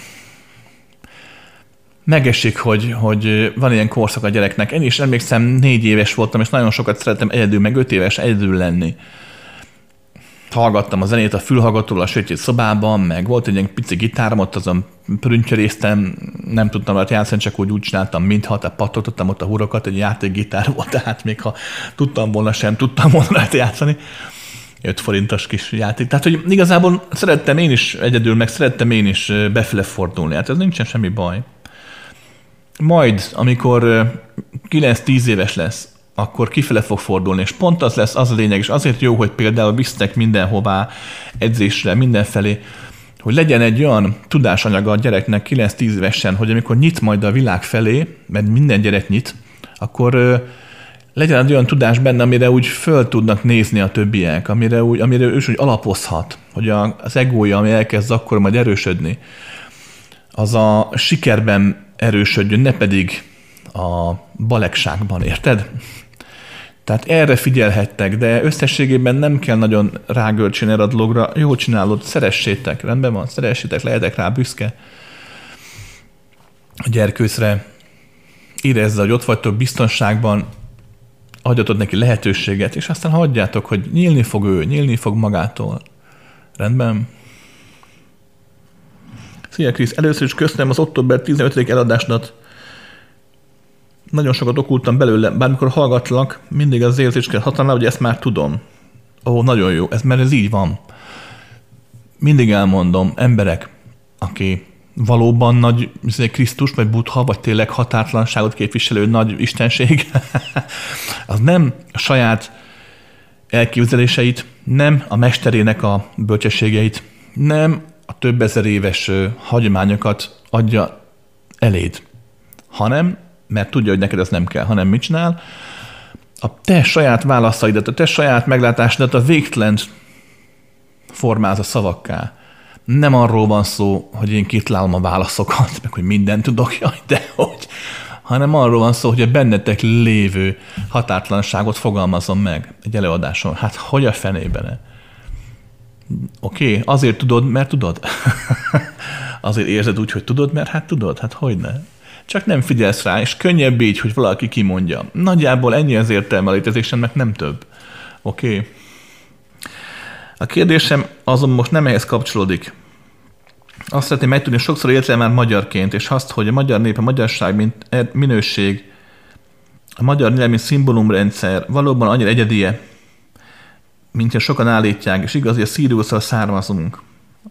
Megesik, hogy van ilyen korszak a gyereknek. Én is emlékszem, 4 éves voltam, és nagyon sokat szerettem egyedül, meg 5 éves egyedül lenni. Hallgattam a zenét a fülhallgatóról a sötét szobában, meg volt egy ilyen pici gitárom, ott azon prüntyeréztem, nem tudtam rá játszani, csak úgy csináltam, mintha, tehát pattogtattam ott a húrokat, egy játékgitár volt, tehát még ha tudtam volna, sem tudtam volna rá játszani. 5 forintos kis játék. Tehát, hogy igazából szerettem én is egyedül, meg szerettem én is befele fordulni. Hát ez nincsen semmi baj. Majd, amikor 9-10 éves lesz, akkor kifele fog fordulni, és pont az lesz az a lényeg, és azért jó, hogy például visznek mindenhová, edzésre, mindenfelé, hogy legyen egy olyan tudásanyaga a gyereknek 9-10 évesen, hogy amikor nyit majd a világ felé, mert minden gyerek nyit, akkor legyen egy olyan tudás benne, amire úgy föl tudnak nézni a többiek, amire ő is úgy alapozhat, hogy az egója, ami elkezd akkor majd erősödni, az a sikerben erősödjön, ne pedig a balegságban, érted? Tehát erre figyelhettek, de összességében nem kell nagyon rágörcsön erre a dologra. Jól csinálod, szeressétek, rendben van, szeressétek, lehetek rá büszke a gyerkőcre. Érezze, hogy ott vagytok biztonságban, adjatok neki lehetőséget, és aztán hagyjátok, hogy nyílni fog ő, nyílni fog magától. Rendben? Szia Krisz, először is köszönöm az október 15. eladásnat. Nagyon sokat okultam belőle, bármikor hallgatlak, mindig az érzés kell hatalmá, hogy ezt már tudom. Nagyon jó, mert ez így van. Mindig elmondom, emberek, aki valóban nagy Krisztus, vagy Buddha, vagy tényleg határtlanságot képviselő nagy istenség, az nem a saját elképzeléseit, nem a mesterének a bölcsességeit, nem a több ezer éves hagyományokat adja eléd, hanem, mert tudja, hogy neked ez nem kell, hanem mit csinál, a te saját válaszaidat, a te saját meglátásodat a végtelent formálza szavakká. Nem arról van szó, hogy én kitalálom a válaszokat, meg hogy mindent tudok, dehogy, hanem arról van szó, hogy a bennetek lévő határtlanságot fogalmazom meg egy előadáson. Hát hogy a fenében? Oké, azért tudod, mert tudod. Azért érzed úgy, hogy tudod, mert hát tudod, hát hogyne. Csak nem figyelsz rá, és könnyebb így, hogy valaki kimondja. Nagyjából ennyi az értelme a létezésemnek, nem több. Oké. A kérdésem azon most nem ehhez kapcsolódik. Azt szeretném megtudni, sokszor éltem már magyarként, és azt, hogy a magyar nép, a magyarság, mint minőség, a magyar nyelv, mint szimbólumrendszer valóban annyira egyedie, mint sokan állítják, és igaz, hogy a Siriusszal származunk.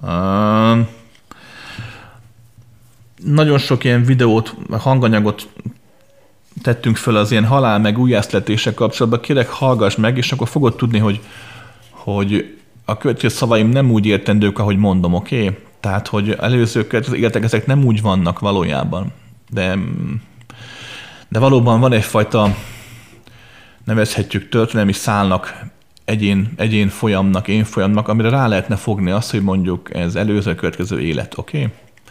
Nagyon sok ilyen videót, hanganyagot tettünk föl az ilyen halál meg újjászületéssel kapcsolatban. Kérlek, hallgass meg, és akkor fogod tudni, hogy a következő szavaim nem úgy értendők, ahogy mondom, oké? Tehát, hogy előző életek ezek nem úgy vannak valójában. De valóban van egyfajta, nevezhetjük történelmi szálnak, egyén folyamnak, én folyamnak, amire rá lehetne fogni azt, hogy mondjuk ez előző következő élet, oké?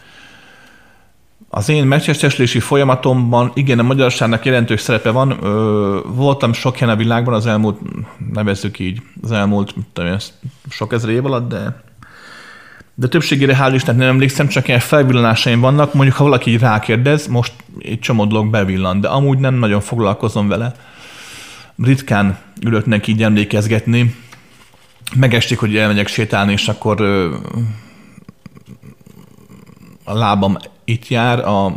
Az én megtestesülési folyamatomban igen, a magyarságnak jelentős szerepe van. Voltam sok helyen a világban az elmúlt, nevezzük így, az elmúlt sok ezer év alatt, de többségére hál' Istennek nem emlékszem, csak ilyen felvillanásaim vannak. Mondjuk, ha valaki rákérdez, most egy csomó dolog bevillan, de amúgy nem nagyon foglalkozom vele. Ritkán ülök neki így emlékezgetni. Megestik, hogy elmegyek sétálni, és akkor a lábam itt jár, a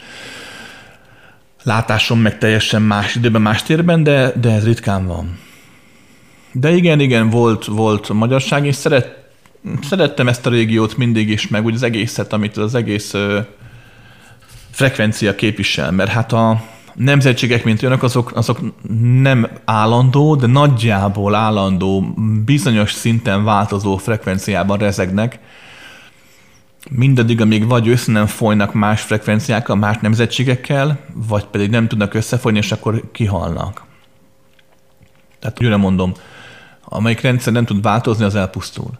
látásom meg teljesen más időben, más térben, de ez ritkán van. De igen, volt a magyarság, és szerettem ezt a régiót mindig is, meg úgy az egészet, amit az egész frekvencia képvisel, mert hát a nemzetségek, mint olyanok, azok nem állandó, de nagyjából állandó, bizonyos szinten változó frekvenciában rezegnek, mindaddig, amíg vagy össze nem folynak más frekvenciákkal, más nemzetségekkel, vagy pedig nem tudnak összefolyni, és akkor kihalnak. Tehát újra mondom, amelyik rendszer nem tud változni, az elpusztul.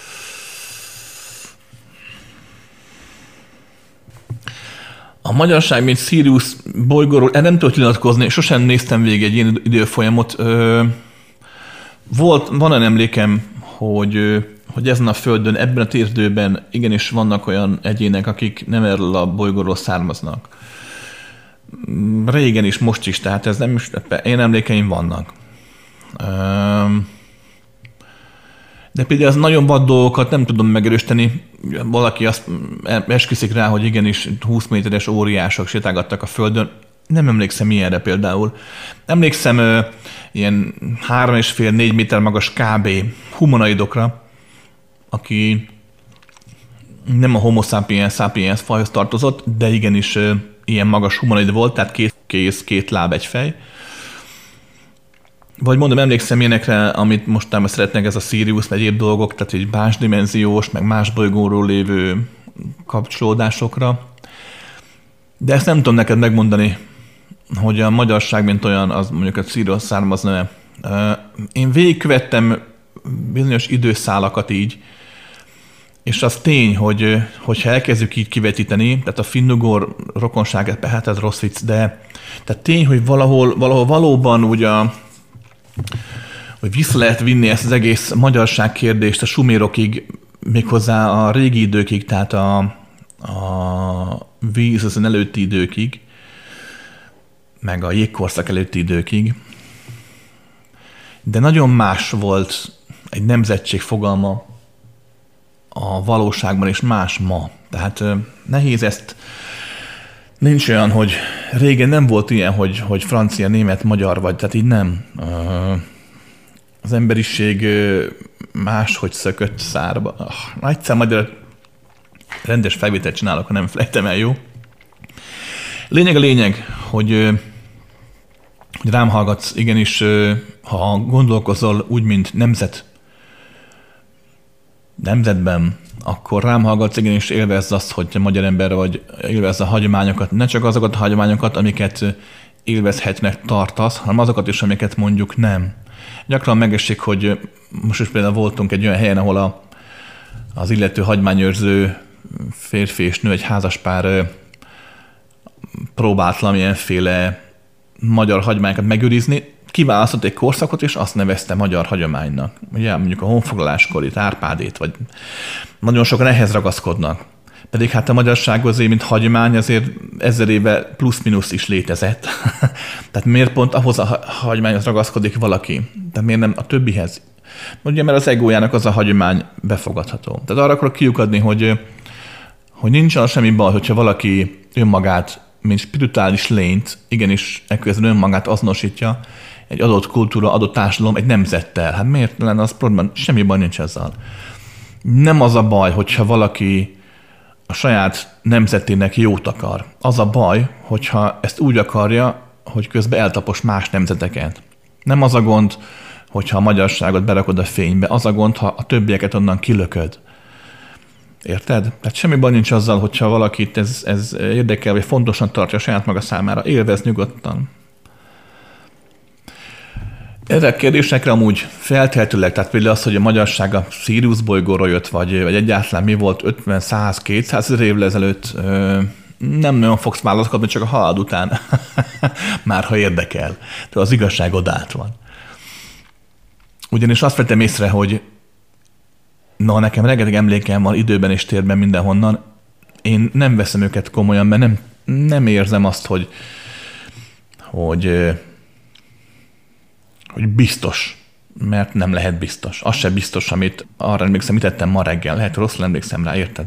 A magyarság, mint Sirius bolygóról, nem tudok nyilatkozni, sosem néztem végig egy ilyen időfolyamot. Van olyan emlékem, hogy ezen a Földön, ebben a térdőben igenis vannak olyan egyének, akik nem erről a bolygóról származnak. Régen is, most is, tehát ez nem is, én emlékeim vannak. De például az nagyon vad dolgokat nem tudom megerősíteni. Valaki azt esküszik rá, hogy igenis 20 méteres óriások sétálgattak a Földön. Nem emlékszem ilyenre például. Emlékszem ilyen 3,5-4 méter magas kb. Humanoidokra, aki nem a Homo sapiens fajhoz tartozott, de igenis ilyen magas humanoid volt, tehát 2 kéz, 2 láb, 1 fej. Vagy mondom, emlékszem ilyenekre, amit mostanában szeretnek, ez a Sirius, vagy egyéb dolgok, tehát egy más dimenziós, meg más bolygóról lévő kapcsolódásokra. De ezt nem tudom neked megmondani, hogy a magyarság, mint olyan, az mondjuk a Sirius származna. Én végigkövettem bizonyos időszálakat így, és az tény, hogyha elkezdjük így kivetíteni, tehát a finnugor rokonságát, hát ez rossz vicc, de tehát tény, hogy valahol valóban úgy hogy vissza lehet vinni ezt az egész magyarság kérdést a sumérokig, méghozzá a régi időkig, tehát a víz ezen előtti időkig, meg a jégkorszak előtti időkig. De nagyon más volt egy nemzetség fogalma a valóságban, és más ma. Tehát nehéz ezt, nincs olyan, hogy régen nem volt ilyen, hogy francia, német, magyar vagy, tehát így nem. Az emberiség máshogy szökött szárba. Egyszer magyar rendes felvételt csinálok, ha nem felejtem el, jó? Lényeg, hogy rám hallgatsz, igenis, ha gondolkozol úgy, mint nemzetben, akkor rám hallgatsz, igenis élvezd azt, hogy te magyar ember vagy, élvezd a hagyományokat, ne csak azokat a hagyományokat, amiket élvezhetnek tartasz, hanem azokat is, amiket mondjuk nem. Gyakran megesik, hogy most is például voltunk egy olyan helyen, ahol az illető hagyományőrző férfi és nő, egy házaspár próbált valamilyenféle magyar hagyományokat megőrizni, kiválasztott egy korszakot, és azt nevezte magyar hagyománynak. Ugye mondjuk a honfoglaláskor itt Árpádét, vagy nagyon sokan ehhez ragaszkodnak. Pedig hát a magyarság azért, mint hagyomány, azért 1000 éve plusz-minusz is létezett. Tehát miért pont ahhoz a hagyományhoz ragaszkodik valaki? Tehát miért nem a többihez? Ugye, mert az egójának az a hagyomány befogadható. Tehát arra akarok kiukadni, hogy nincs az semmi baj, hogyha valaki önmagát, mint spirituális lényt, igenis ekközben önmagát azonosítja egy adott kultúra, adott társadalom, egy nemzettel. Hát miért lenne az probléma? Semmi baj nincs ezzel. Nem az a baj, hogyha valaki a saját nemzetének jót akar. Az a baj, hogyha ezt úgy akarja, hogy közben eltapos más nemzeteket. Nem az a gond, hogyha a magyarságot berakod a fénybe, az a gond, ha a többieket onnan kilököd. Érted? Tehát semmi baj nincs azzal, hogyha valakit ez érdekel, vagy fontosan tartja a saját maga számára. Élvez nyugodtan. Erre a kérdésekre amúgy feltehetőleg, tehát például az, hogy a magyarság a Sirius bolygóról jött, vagy egyáltalán mi volt 50, 100, 200 évvel ezelőtt, nem nagyon fogsz válaszkodni, csak a halál után, már ha érdekel. De az igazság odát van. Ugyanis azt vettem észre, hogy nekem rengeteg emlékem van időben és térben mindenhonnan, én nem veszem őket komolyan, mert nem érzem azt, hogy biztos, mert nem lehet biztos. Az se biztos, amit arra emlékszem, mit tettem ma reggel. Lehet, rosszul emlékszem rá, érted?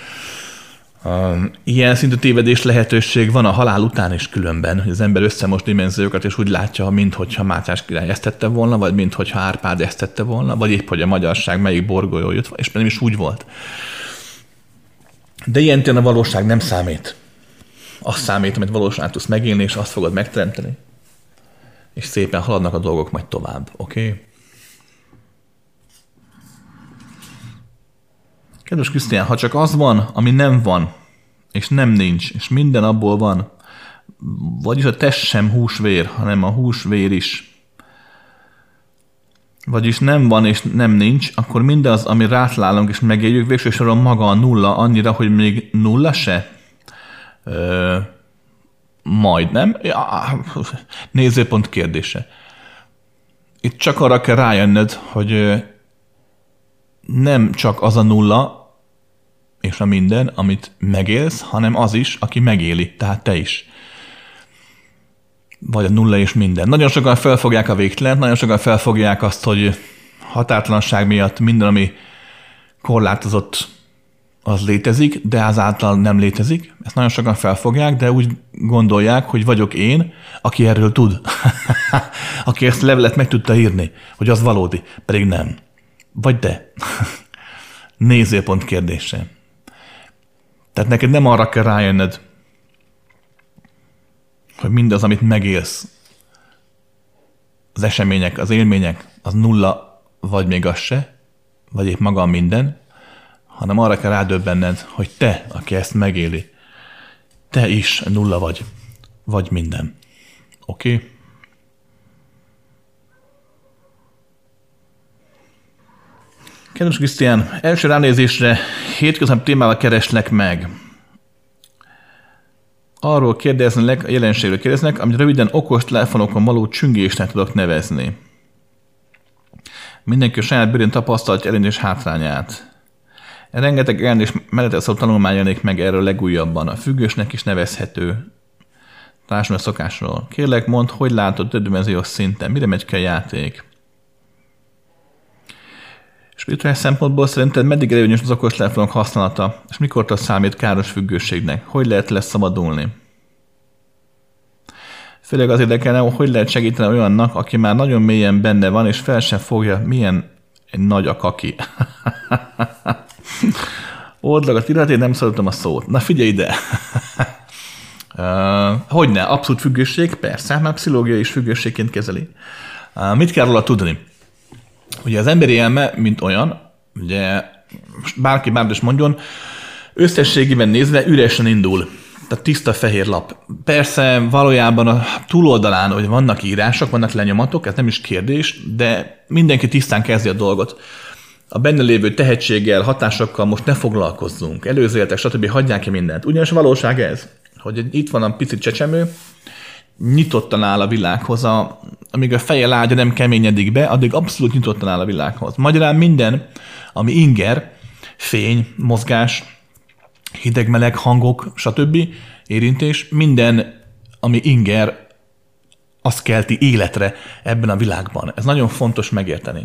Ilyen szintű tévedés lehetőség van a halál után is különben, hogy az ember összemos dimenziókat, és úgy látja, minthogyha Mátyás király ezt tette volna, vagy minthogyha Árpád ezt tette volna, vagy épp, hogy a magyarság melyik borgolyó jött, és nem is úgy volt. De ilyen a valóság nem számít. Az számít, amit valósan tudsz megélni, és azt fogod megteremteni. És szépen haladnak a dolgok majd tovább, oké? Okay? Kedves Krisztián, ha csak az van, ami nem van, és nem nincs, és minden abból van, vagyis a test sem húsvér, hanem a húsvér is, vagyis nem van és nem nincs, akkor mindaz, ami rátlálunk és megéljük, végső soron maga a nulla, annyira, hogy még nulla se? Majdnem. Ja, nézőpont kérdése. Itt csak arra kell rájönnöd, hogy nem csak az a nulla, és a minden, amit megélsz, hanem az is, aki megéli, tehát te is. Vagy a nulla és minden. Nagyon sokan felfogják a végtelent, nagyon sokan felfogják azt, hogy határtalanság miatt minden, ami korlátozott, az létezik, de azáltal nem létezik. Ezt nagyon sokan felfogják, de úgy gondolják, hogy vagyok én, aki erről tud. Aki ezt levelet meg tudta írni, hogy az valódi, pedig nem. Vagy de. Nézőpont kérdése. Tehát neked nem arra kell rájönned, hogy mindaz, amit megélsz, az események, az élmények, az nulla, vagy még az se, vagy épp maga minden, hanem arra kell rádöbbenned, hogy te, aki ezt megéli, te is nulla vagy minden. Oké? Okay? Kedves Krisztián, első ránézésre hétköznapi témával kereslek meg. Arról kérdeznek, a jelenségről kérdeznek, amit röviden okos telefonokon való csüngésnek tudok nevezni. Mindenki a saját bőrén tapasztalja előny és hátrányát. Rengeteg elni és menetelszó tanulmány jelenik meg erről legújabban. A függősnek is nevezhető társadalmi szokásról. Kérlek, mondd, hogy látod többdimenziós szinten, mire megy ki a játék? Spirituális szempontból szerinted meddig előnyös az okostelefonok használata, és mikortól számít káros függőségnek? Hogy lehet leszabadulni? Főleg az érdekelne, hogy lehet segíteni olyannak, aki már nagyon mélyen benne van, és fel sem fogja, milyen egy nagy a kaki. Oldalagat irat, én nem szóltam a szót. Na figyelj ide! Hogyne, abszolút függőség, persze, már pszichológia is függőségként kezeli. Mit kell róla tudni? Ugye az emberi elme, mint olyan, ugye bárki bármit is mondjon, összességében nézve üresen indul. Tehát tiszta fehér lap. Persze valójában a túloldalán, hogy vannak írások, vannak lenyomatok, ez nem is kérdés, de mindenki tisztán kezdi a dolgot. A benne lévő tehetséggel, hatásokkal most ne foglalkozzunk, előzőletek, stb. Hagyják ki mindent. Ugyanis a valóság ez, hogy itt van a pici csecsemő, nyitottan áll a világhoz, amíg a feje lágya nem keményedik be, addig abszolút nyitottan áll a világhoz. Magyarán minden, ami inger, fény, mozgás, hideg-meleg hangok, stb. Érintés, minden, ami inger, az kelti életre ebben a világban. Ez nagyon fontos megérteni.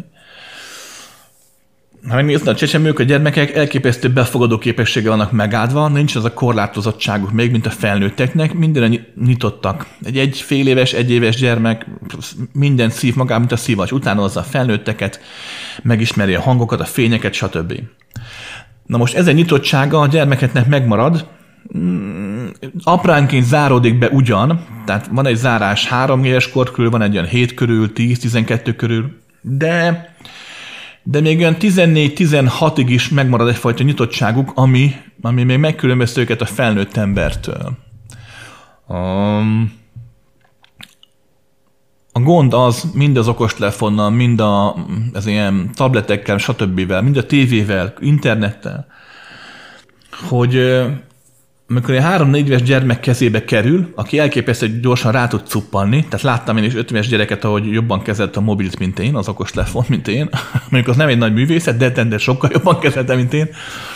Ha megnézed, a csecsemők, a gyermekek elképesztő befogadó képessége vannak megáldva, nincs az a korlátozottságuk még, mint a felnőtteknek, mindenre nyitottak. Egy fél éves, egyéves gyermek minden szív magát, mint a szívacs, utánozza a felnőtteket, megismeri a hangokat, a fényeket, stb. Na most ezen nyitottsága a gyermekeknek megmarad, apránként záródik be ugyan, tehát van egy zárás 3 éves kor körül, van egy olyan 7 körül, 10-12 körül, de még olyan 14-16-ig is megmarad egyfajta nyitottságuk, ami még megkülönböztet őket a felnőtt embertől. A gond az mind az okostelefonnal, mind az ilyen tabletekkel, stb. Mind a tévével, internettel, hogy amikor egy 3-4 éves gyermek kezébe kerül, aki elképesztő gyorsan rá tud cuppanni, tehát láttam én is 5 éves gyereket, ahogy jobban kezelte a mobilt, mint én, az okostelefon, mint én. Mondjuk az nem egy nagy művészet, de sokkal jobban kezelte, mint én.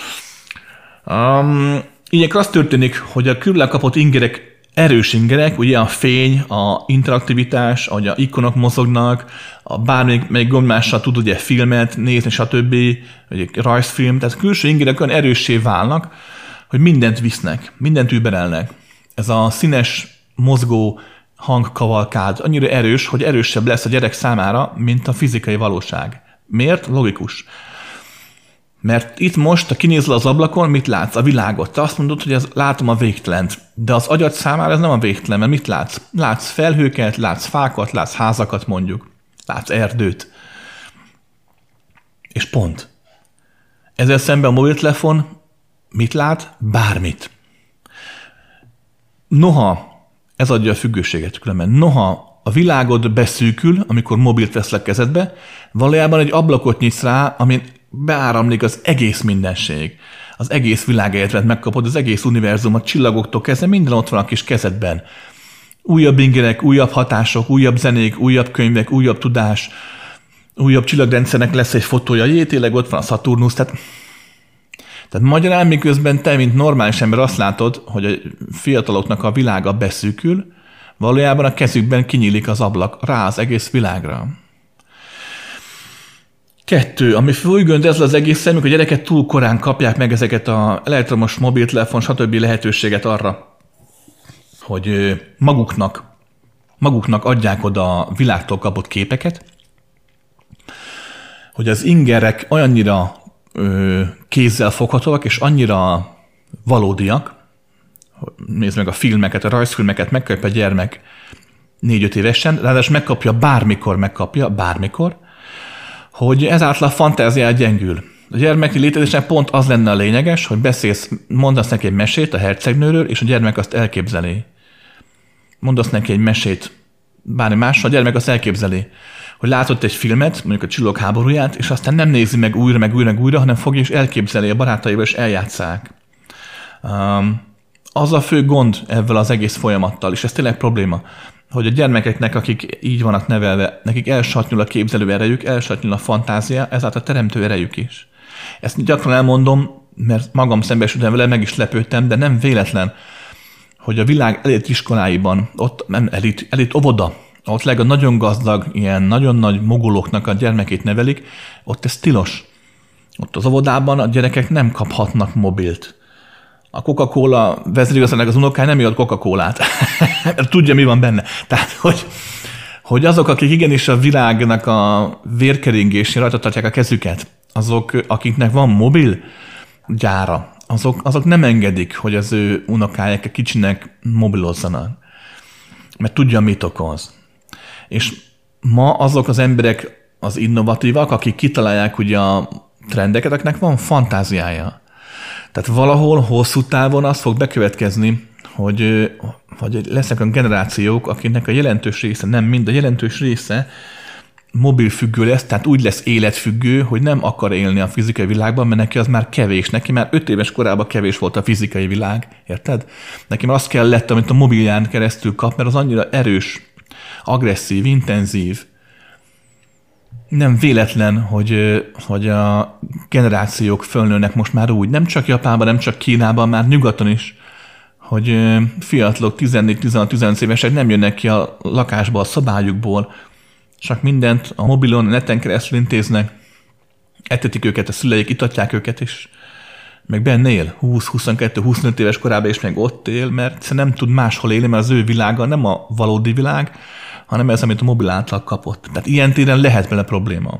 Ilyenkor az történik, hogy a körül kapott ingerek erős ingerek, ugye a fény, a interaktivitás, ahogy a ikonok mozognak, a bármelyik gombmással tud ugye filmet nézni, stb., vagy egy rajzfilm, tehát külső ingerek olyan erőssé válnak, hogy mindent visznek, mindent überelnek. Ez a színes, mozgó hangkavalkád annyira erős, hogy erősebb lesz a gyerek számára, mint a fizikai valóság. Miért? Logikus. Mert itt most, ha kinézel az ablakon, mit látsz? A világot. Te azt mondod, hogy látom a végtelent. De az agyad számára ez nem a végtelen, mert mit látsz? Látsz felhőket, látsz fákat, látsz házakat mondjuk. Látsz erdőt. És pont. Ezzel szemben a mobiltelefon mit lát? Bármit. Noha, ez adja a függőséget különben, noha a világod beszűkül, amikor mobilt vesz le kezedbe, valójában egy ablakot nyitsz rá, amin beáramlik az egész mindenség. Az egész világéletet megkapod, az egész univerzumot, csillagoktól kezdve, minden ott van a kis kezedben. Újabb ingerek, újabb hatások, újabb zenék, újabb könyvek, újabb tudás, újabb csillagrendszernek lesz egy fotója, tényleg ott van a Szaturnusz, tehát magyarán miközben te, mint normális ember azt látod, hogy a fiataloknak a világa beszűkül, valójában a kezükben kinyílik az ablak rá az egész világra. 2. Ami fölgönd ezzel az egészen, amikor a gyerekek túl korán kapják meg ezeket az elektromos mobiltelefon, stb. Lehetőséget arra, hogy maguknak adják oda a világtól kapott képeket, hogy az ingerek olyannyira kézzel foghatóak, és annyira valódiak, nézd meg a filmeket, a rajzfilmeket, megkapja a gyermek 4-5 évesen, ráadásul megkapja bármikor, hogy ezáltal a fantáziája gyengül. A gyermeki létezésnek pont az lenne a lényeges, hogy mondasz neki egy mesét a hercegnőről, és a gyermek azt elképzeli. Mondasz neki egy mesét, bármi másra, a gyermek azt elképzeli. Hogy látott egy filmet, mondjuk a Csillagok háborúját, és aztán nem nézi meg újra, hanem fogja és elképzeli, a barátaival és eljátsszák. Az a fő gond ezzel az egész folyamattal, és ez tényleg probléma, hogy a gyermekeknek, akik így vannak nevelve, nekik elsatnyul a képzelő erejük, elsatnyul a fantázia, ezáltal a teremtő erejük is. Ezt gyakran elmondom, mert magam szembesültem vele, meg is lepődtem, de nem véletlen, hogy a világ elit iskoláiban, ott nem elit óvoda, ott a nagyon gazdag, ilyen nagyon nagy moguloknak a gyermekét nevelik, ott ez tilos. Ott az óvodában a gyerekek nem kaphatnak mobilt. A Coca-Cola vezérigazgatónak az unokája nem jött Coca-Colát. Tudja, mi van benne. Tehát, hogy azok, akik igenis a világnak a vérkeringésén rajta tartják a kezüket, azok, akiknek van mobil gyára, azok nem engedik, hogy az ő unokáják a kicsinek mobilozzanak. Mert tudja, mit okoz. És ma azok az emberek az innovatívak, akik kitalálják ugye a trendeket, akiknek van fantáziája. Tehát valahol hosszú távon az fog bekövetkezni, hogy lesznek olyan generációk, akiknek a jelentős része, nem mind, a jelentős része mobilfüggő lesz, tehát úgy lesz életfüggő, hogy nem akar élni a fizikai világban, mert neki az már kevés. Neki már 5 éves korában kevés volt a fizikai világ, érted? Neki már az kellett, amit a mobilján keresztül kap, mert az annyira erős, agresszív, intenzív. Nem véletlen, hogy a generációk fölnőnek most már úgy, nem csak Japánban, nem csak Kínában, már nyugaton is, hogy fiatalok 14-16-15 évesek nem jönnek ki a lakásból, a szobájukból, csak mindent a mobilon, a neten keresztül intéznek, etetik őket a szüleik, itatják őket is, meg benne él 20-22-25 éves korában, és meg ott él, mert nem tud máshol élni, mert az ő világa nem a valódi világ, hanem ez, amit a mobil által kapott. Tehát ilyen téren lehet vele probléma.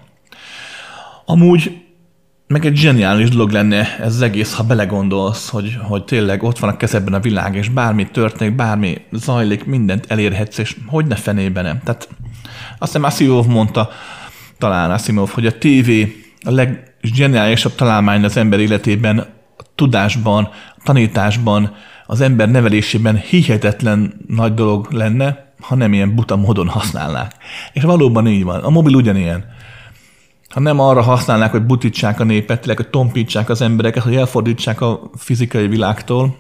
Amúgy meg egy zseniális dolog lenne ez az egész, ha belegondolsz, hogy tényleg ott van a kezedben a világ, és bármi történik, bármi zajlik, mindent elérhetsz, és hogy ne fenében nem. Tehát azt hiszem Asimov mondta, talán Asimov, hogy a tévé a leggeniálisabb találmány az ember életében, a tudásban, a tanításban, az ember nevelésében hihetetlen nagy dolog lenne, ha nem ilyen buta módon használnák. És valóban így van. A mobil ugyanilyen. Ha nem arra használnák, hogy butítsák a népet, hogy tompítsák az embereket, hogy elfordítsák a fizikai világtól,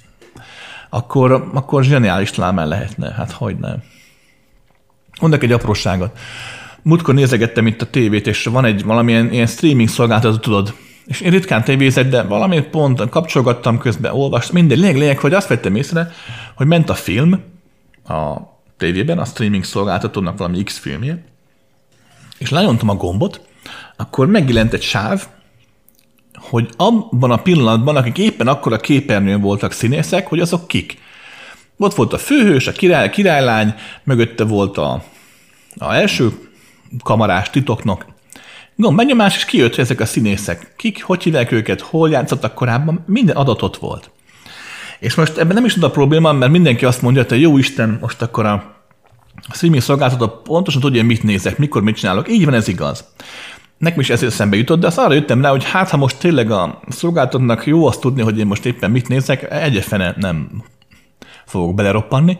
akkor zseniális találmány lehetne. Hát hogy nem. Mondok egy apróságot. Múltkor nézegettem itt a tévét, és van egy valamilyen ilyen streaming szolgáltató, tudod. És én ritkán tévézek, de valamit pont kapcsolgattam közben, olvastam. Mindegy, lényeg, hogy azt vettem észre, hogy ment a film a tévében, a streaming szolgáltatónak valami X filmje, és lenyomtam a gombot, akkor megjelent egy sáv, hogy abban a pillanatban, akik éppen akkor a képernyőn voltak színészek, hogy azok kik. Ott volt a főhős, a királylány, mögötte volt a első kamarás titoknak. Gomb megnyomás, és kijött, hogy ezek a színészek. Kik, hogy hívják őket, hol játszottak korábban, minden adatot volt. És most ebben nem is a probléma, mert mindenki azt mondja, hogy jó Isten, most akkor a streaming szolgáltató pontosan tudja, mit nézek, mikor mit csinálok. Így van, ez igaz. Nekem is ez eszembe jutott, de azt arra jöttem rá, hogy hát, ha most tényleg a szolgáltatónak jó azt tudni, hogy én most éppen mit nézek, egyefene nem fogok beleroppanni.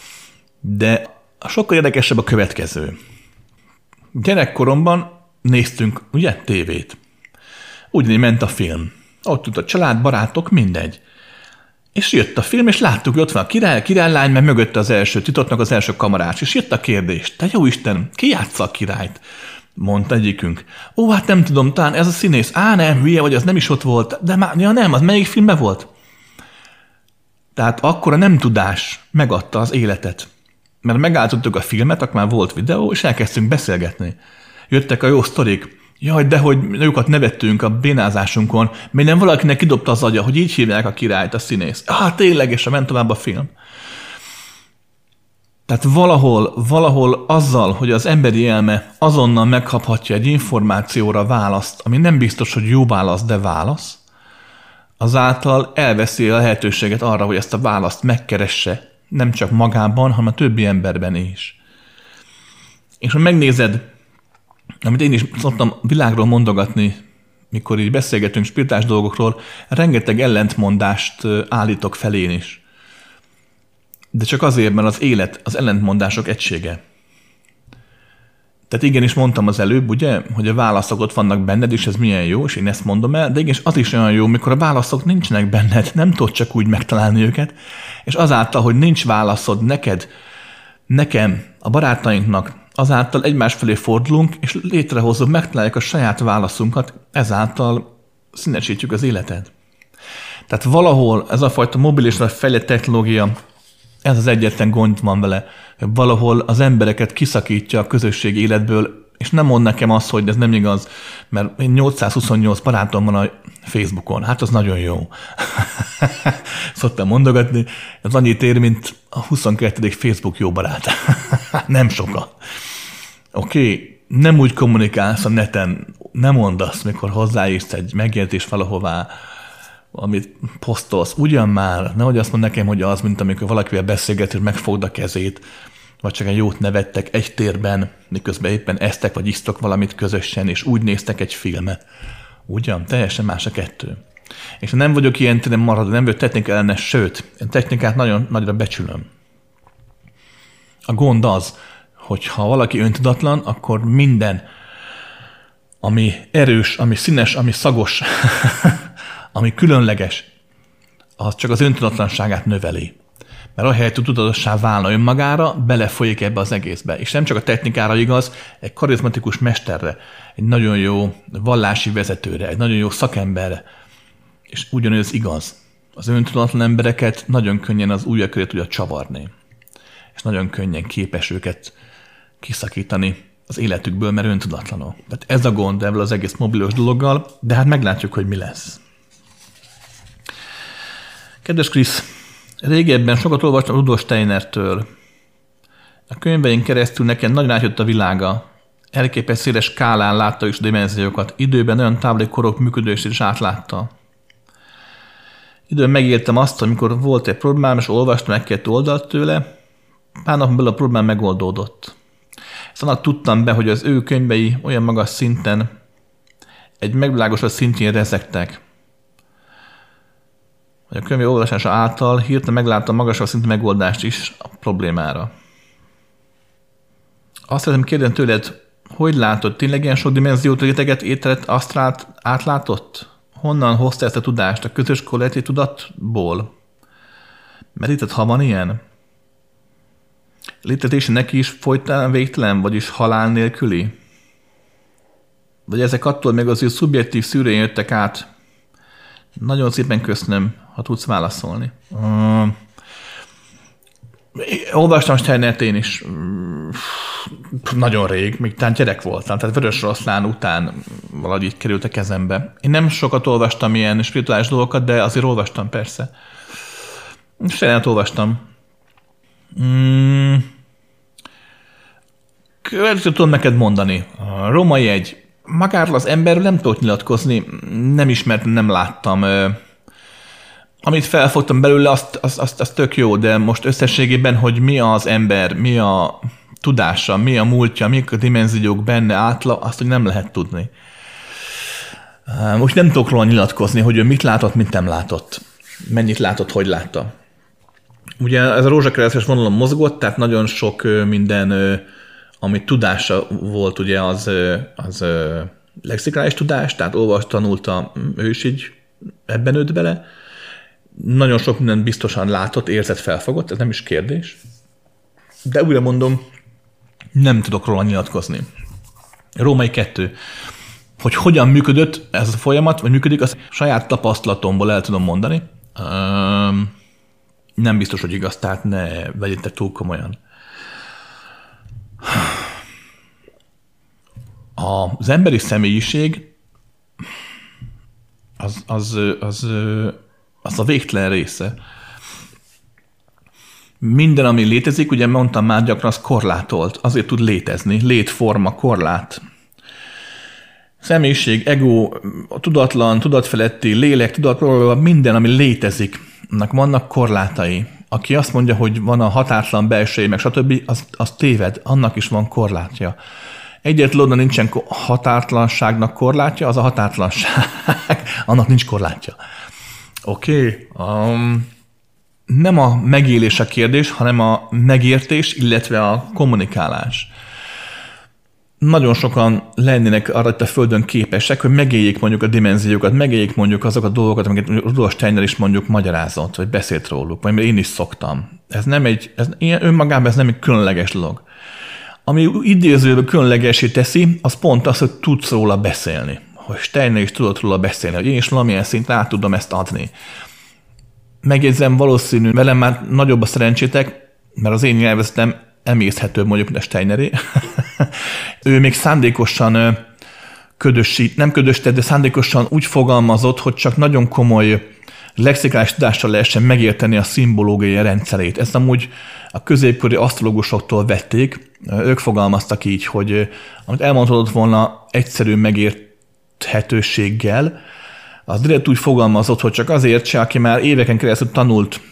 De sokkal érdekesebb a következő. Gyerekkoromban néztünk, ugye, tévét. Ugyanígy ment a film. Ott ült a család, barátok, mindegy. És jött a film, és láttuk, hogy ott van a királylány, mert mögötte az első titoknak az első kamarás. És jött a kérdés, te jó Isten, ki játsza a királyt? mondta egyikünk. Hát nem tudom, talán ez a színész. Nem, hülye vagy, az nem is ott volt. De már, nem, az melyik filmben volt? Tehát akkor a nem tudás megadta az életet. Mert megálltottuk a filmet, akkor már volt videó, és elkezdtünk beszélgetni. Jöttek a jó sztorik. Jaj, de hogy jókat nevettünk a bénázásunkon, mert nem valakinek kidobta az agya, hogy így hívják a királyt, a színész. Tényleg, és ment tovább a film. Tehát valahol azzal, hogy az emberi elme azonnal megkaphatja egy információra választ, ami nem biztos, hogy jó válasz, de válasz, azáltal elveszi a lehetőséget arra, hogy ezt a választ megkeresse, nem csak magában, hanem a többi emberben is. És ha megnézed, amit én is szoktam világról mondogatni, mikor így beszélgetünk spirituális dolgokról, rengeteg ellentmondást állítok felén is. De csak azért, mert az élet az ellentmondások egysége. Tehát igenis mondtam az előbb, ugye, hogy a válaszok ott vannak benned, és ez milyen jó, és én ezt mondom el, de igenis az is olyan jó, mikor a válaszok nincsenek benned, nem tudod csak úgy megtalálni őket, és azáltal, hogy nincs válaszod neked, nekem, a barátainknak, azáltal egymás felé fordulunk, és létrehozunk, megtaláljuk a saját válaszunkat, ezáltal színesítjük az életet. Tehát valahol ez a fajta mobil és a fejlett technológia, ez az egyetlen gond van vele, hogy valahol az embereket kiszakítja a közösségi életből, és nem mond nekem azt, hogy ez nem igaz, mert 828 barátom van a Facebookon, hát az nagyon jó. Szoktam mondogatni, ez annyit ér, mint a 22. Facebook jó barát. Nem sokat. Oké, nem úgy kommunikálsz a neten, nem mondasz, mikor hozzáírsz egy megjegyzést valahová, amit posztolsz, ugyan már, nehogy azt mond nekem, hogy az, mint amikor valakivel beszélget, és megfogd a kezét, vagy csak egy jót nevettek egy térben, miközben éppen esztek, vagy isztok valamit közösen, és úgy néztek egy filmet. Ugyan? Teljesen más a kettő. És ha nem vagyok ilyen téren maradó, nem vagyok technika ellenes, sőt, én technikát nagyon nagyra becsülöm. A gond az, hogy ha valaki öntudatlan, akkor minden, ami erős, ami színes, ami szagos, ami különleges, az csak az öntudatlanságát növeli. Mert ahelyett, hogy tudatossá válna önmagára, belefolyik ebbe az egészbe. És nem csak a technikára igaz, egy karizmatikus mesterre, egy nagyon jó vallási vezetőre, egy nagyon jó szakemberre. És ugyanez igaz. Az öntudatlan embereket nagyon könnyen az ujjak köré tudja csavarni. És nagyon könnyen képes őket kiszakítani az életükből, mert öntudatlanok. Tehát ez a gond ebből az egész mobilos dologgal, de hát meglátjuk, hogy mi lesz. Kedves Krisz, régebben sokat olvastam Rudolf Steinertől. A könyveink keresztül nekem nagyon átjött a világa. Elképes széles skálán látta is dimenziókat. Időben olyan távoli korok működését is átlátta. Időben megéltem azt, amikor volt egy problémám, és olvastam egy-két oldalt tőle, pár napon belül a problémám megoldódott. Ezt annak tudtam be, hogy az ő könyvei olyan magas szinten, egy megvilágosodott szintjén rezegtek. Hogy a könyv olvasása által hirtelen megláttam magasabb szintű megoldást is a problémára. Azt szeretném kérdeni tőled, hogy látod, tényleg ilyen sok dimenziót, réteget, ételt, asztrált átlátott? Honnan hozta ezt a tudást? A közös kollektív tudatból? Mert itt, ha van ilyen? Létezése neki is folytán végtelen, vagyis halál nélküli? Vagy ezek attól még az ő szubjektív szűrőjén jöttek át? Nagyon szépen köszönöm, ha tudsz válaszolni. Olvastam Steinert én is nagyon rég, még talán gyerek voltam, tehát Vörös Oroszlán után valahogy így került a kezembe. Én nem sokat olvastam ilyen spirituális dolgokat, de azért olvastam persze. Steinert olvastam. Következőt tudom neked mondani. A római egy. Magáról az emberről nem tudok nyilatkozni, nem ismertem, nem láttam. Amit felfogtam belőle, azt tök jó, de most összességében, hogy mi az ember, mi a tudása, mi a múltja, mik a dimenziók benne azt, hogy nem lehet tudni. Most nem tudok róla nyilatkozni, hogy ő mit látott, mit nem látott. Mennyit látott, hogy látta. Ugye ez a rózsakeresztes vonalon mozgott, tehát nagyon sok minden, ami tudása volt, ugye az lexikális tudás, tehát olvas, tanulta, ő is így ebben nőtt bele. Nagyon sok mindent biztosan látott, érzett, felfogott, ez nem is kérdés. De újra mondom, nem tudok róla nyilatkozni. Római 2. Hogy hogyan működött ez a folyamat, vagy működik, azt saját tapasztalatomból el tudom mondani. Nem biztos, hogy igaz, tehát ne vegyétek túl komolyan. Az emberi személyiség az a végtelen része. Minden, ami létezik, ugye mondtam már gyakran, az korlátolt. Azért tud létezni. Létforma, korlát. Személyiség, ego, tudatlan, tudatfeletti, lélek, minden, ami létezik, annak vannak korlátai. Aki azt mondja, hogy van a határtlan belső, meg stb., az téved, annak is van korlátja. Egyetlen nincsen határtlanságnak korlátja, az a határtlanság. Annak nincs korlátja. Oké. Nem a megélés a kérdés, hanem a megértés, illetve a kommunikálás. Nagyon sokan lennének arra a Földön képesek, hogy megéljék mondjuk a dimenziókat, megéljék mondjuk azok a dolgokat, amiket Rudolf Steiner is mondjuk magyarázott, vagy beszélt róluk, vagy én is szoktam. Önmagában ez nem egy különleges dolog. Ami idézőben különlegesé teszi, az pont az, hogy tudsz róla beszélni. Hogy Steiner is tudott róla beszélni, hogy én is valamilyen szinten át tudom ezt adni. Megjegyzem, valószínű, velem már nagyobb a szerencsétek, mert az én nyelvezetem emészhetőbb mondjuk, mint a Steineré. Ő még szándékosan nem ködösített, de szándékosan úgy fogalmazott, hogy csak nagyon komoly lexikális tudással lehessen megérteni a szimbológiai rendszerét. Ezt amúgy a középkori asztrológusoktól vették. Ők fogalmaztak így, hogy amit elmondhatott volna egyszerű megérthetőséggel, az direkt úgy fogalmazott, hogy csak azért se, aki már éveken keresztül tanult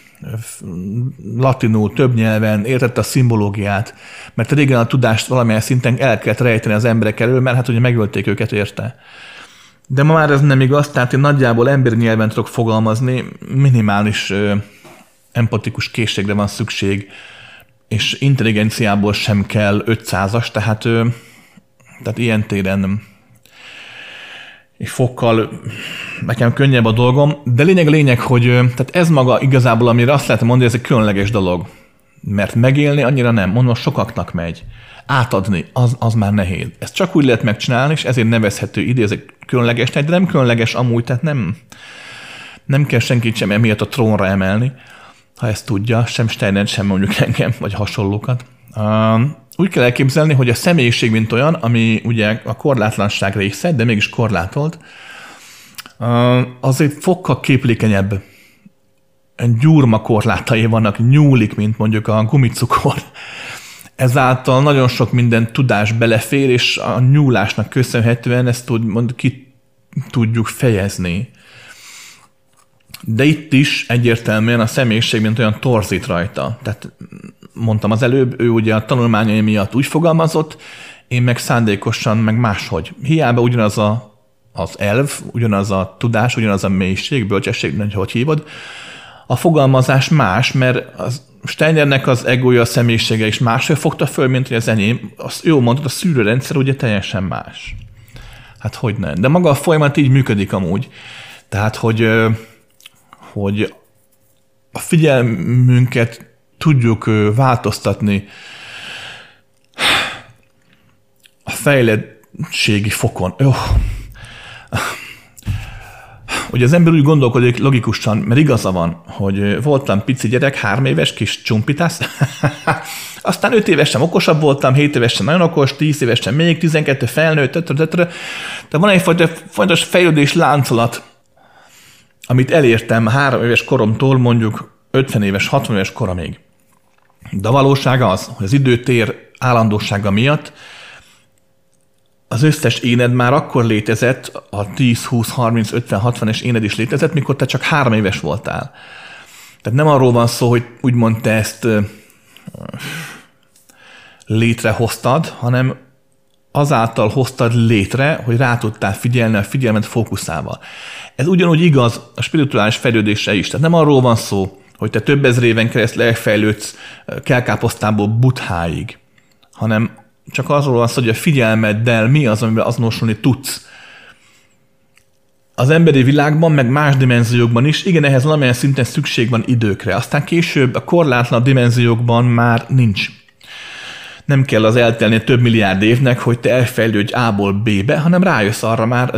latinul, több nyelven, értette a szimbológiát, mert régen a tudást valamilyen szinten el kellett rejteni az emberek elől, mert hát ugye megölték őket érte. De ma már ez nem igaz, tehát én nagyjából emberi nyelven tudok fogalmazni, minimális empatikus készségre van szükség, és intelligenciából sem kell 500-as, tehát ilyen téren egy fokkal nekem könnyebb a dolgom, de lényeg, hogy tehát ez maga igazából, amire azt lehet mondani, ez egy különleges dolog. Mert megélni annyira nem, mondom, sokaknak megy. Átadni, az már nehéz. Ezt csak úgy lehet megcsinálni, és ezért nevezhető idézek különlegesnek, de nem különleges amúgy, tehát nem kell senkit sem emiatt a trónra emelni, ha ezt tudja, sem Steiner, sem mondjuk engem, vagy hasonlókat. Úgy kell elképzelni, hogy a személyiség, mint olyan, ami ugye a korlátlanság része, de mégis korlátolt, az egy fokkal képlékenyebb. Gyurma korlátai vannak, nyúlik, mint mondjuk a gumicukor. Ezáltal nagyon sok minden tudás belefér, és a nyúlásnak köszönhetően ezt ki tudjuk fejezni. De itt is egyértelműen a személyiség, mint olyan torzít rajta. Tehát mondtam az előbb, ő ugye a tanulmányai miatt úgy fogalmazott, én meg szándékosan, meg máshogy. Hiába ugyanaz az elv, ugyanaz a tudás, ugyanaz a mélység, bölcsesség, hogy hívod, a fogalmazás más, mert az Steinernek az egója, a személyisége is máshogy fogta föl, mint hogy az enyém. Azt jó mondtad, a szűrőrendszer ugye teljesen más. Hát hogy nem. De maga a folyamat így működik amúgy. Tehát, hogy a figyelmünket tudjuk változtatni a fejlettségi fokon. Ugye az ember úgy gondolkodik logikusan, mert igaza van, hogy voltam pici gyerek, 3 éves kis csumpitász, aztán 5 évesen okosabb voltam, 7 évesen nagyon okos, 10 évesen még, 12 felnőtt, de van egyfajta fontos fejlődés láncolat, amit elértem 3 éves koromtól mondjuk 50 éves, 60 éves koromig. De a valóság az, hogy az időtér állandósága miatt az összes éned már akkor létezett, a 10, 20, 30, 50, 60-es éned is létezett, mikor te csak 3 éves voltál. Tehát nem arról van szó, hogy úgymond te ezt létrehoztad, hanem azáltal hoztad létre, hogy rá tudtál figyelni a figyelmet fókuszával. Ez ugyanúgy igaz a spirituális fejlődésre is. Tehát nem arról van szó, hogy te több ezer éven keresztül elfejlődsz kelkáposztából Buddháig, hanem csak arról van szó, hogy a figyelmeddel mi az, amivel azonosulni tudsz. Az emberi világban, meg más dimenziókban is, igen, ehhez valamilyen szinten szükség van időkre. Aztán később a korlátlan dimenziókban már nincs. nem kell az eltelni több milliárd évnek, hogy te elfejlődj A-ból B-be, hanem rájössz arra már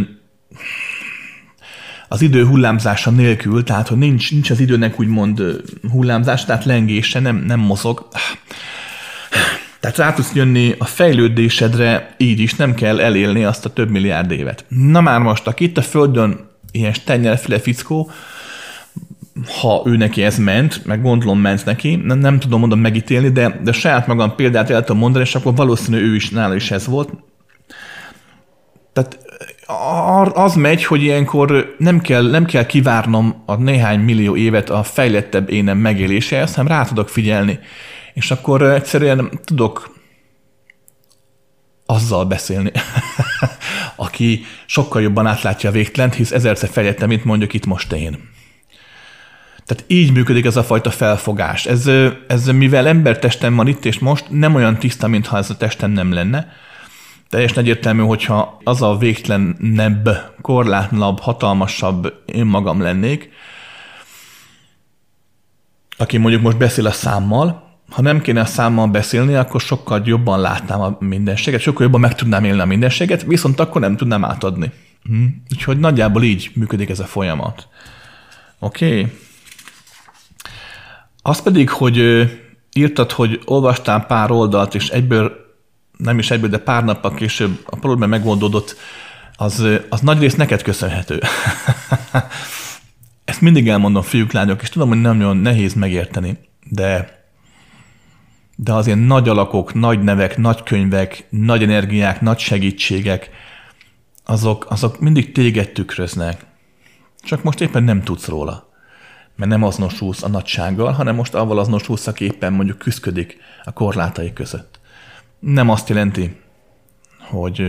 az idő hullámzása nélkül, tehát hogy nincs az időnek úgymond hullámzás, tehát lengése, nem mozog. Tehát rá tudsz jönni a fejlődésedre így is, nem kell elélni azt a több milliárd évet. Na már most, aki itt a Földön ilyen stenyelféle fickó, ha ő neki ez ment, meg gondolom ment neki, nem tudom mondom megítélni, de saját magam példát el tudom mondani, és akkor valószínű ő is, nála is ez volt. Tehát az megy, hogy ilyenkor nem kell kivárnom a néhány millió évet a fejlettebb énem megéléséhez, hanem rá tudok figyelni. És akkor egyszerűen tudok azzal beszélni, aki sokkal jobban átlátja a végtelent, hisz ezerszer fejlettem, mint mondjuk itt most én. Tehát így működik ez a fajta felfogás. Ez mivel embertestem van itt és most, nem olyan tiszta, mintha ez a testem nem lenne. Teljesen egyértelmű, hogyha az a végtelenebb, korlátlanabb, hatalmasabb én magam lennék, aki mondjuk most beszél a számmal, ha nem kéne a számmal beszélni, akkor sokkal jobban látnám a mindenséget, sokkal jobban meg tudnám élni a mindenséget, viszont akkor nem tudnám átadni. Úgyhogy nagyjából így működik ez a folyamat. Oké. Az pedig, hogy írtad, hogy olvastál pár oldalt, és nem is egyből, de pár nappal később a probléma megoldódott, az nagyrészt neked köszönhető. Ezt mindig elmondom, fiúk, lányok, és tudom, hogy nem nagyon nehéz megérteni, de az ilyen nagy alakok, nagy nevek, nagy könyvek, nagy energiák, nagy segítségek, azok mindig téged tükröznek. Csak most éppen nem tudsz róla. Mert nem azonosulsz a nagysággal, hanem most avval azonosulsz, aki éppen mondjuk küszködik a korlátai között. Nem azt jelenti, hogy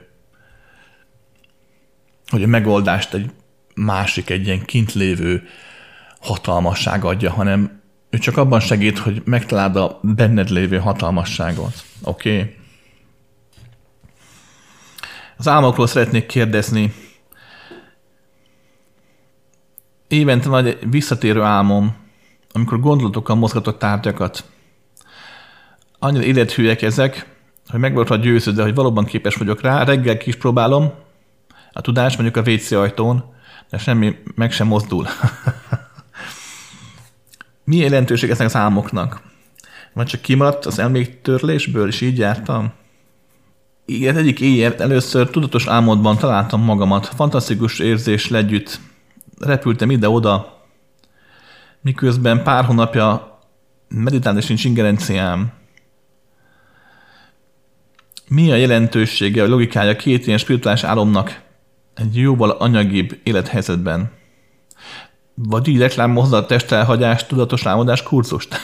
a megoldást egy ilyen kint lévő hatalmasság adja, hanem ő csak abban segít, hogy megtaláld a benned lévő hatalmasságot. Oké? Az álmokról szeretnék kérdezni. Évente van egy visszatérő álmom, amikor gondolatokkal mozgatok tárgyakat. Annyira élethűek ezek, hogy meg vagyok győződve, hogy valóban képes vagyok rá. Reggel ki is próbálom a tudást, mondjuk a WC ajtón, de semmi meg sem mozdul. Mi jelentőség ezek az álmoknak? Vagy csak kimaradt az emléktörlésből, és így jártam? Igen, egyik éjjel először tudatos álmodban találtam magamat. Fantasztikus érzés együtt. Repültem ide-oda, miközben pár hónapja meditálni sincs ingerenciám. Mi a jelentősége, a logikája két ilyen spirituális álomnak egy jóval anyagibb élethelyzetben? Vagy így reklámozza a testelhagyás, tudatos álmodás kurzust?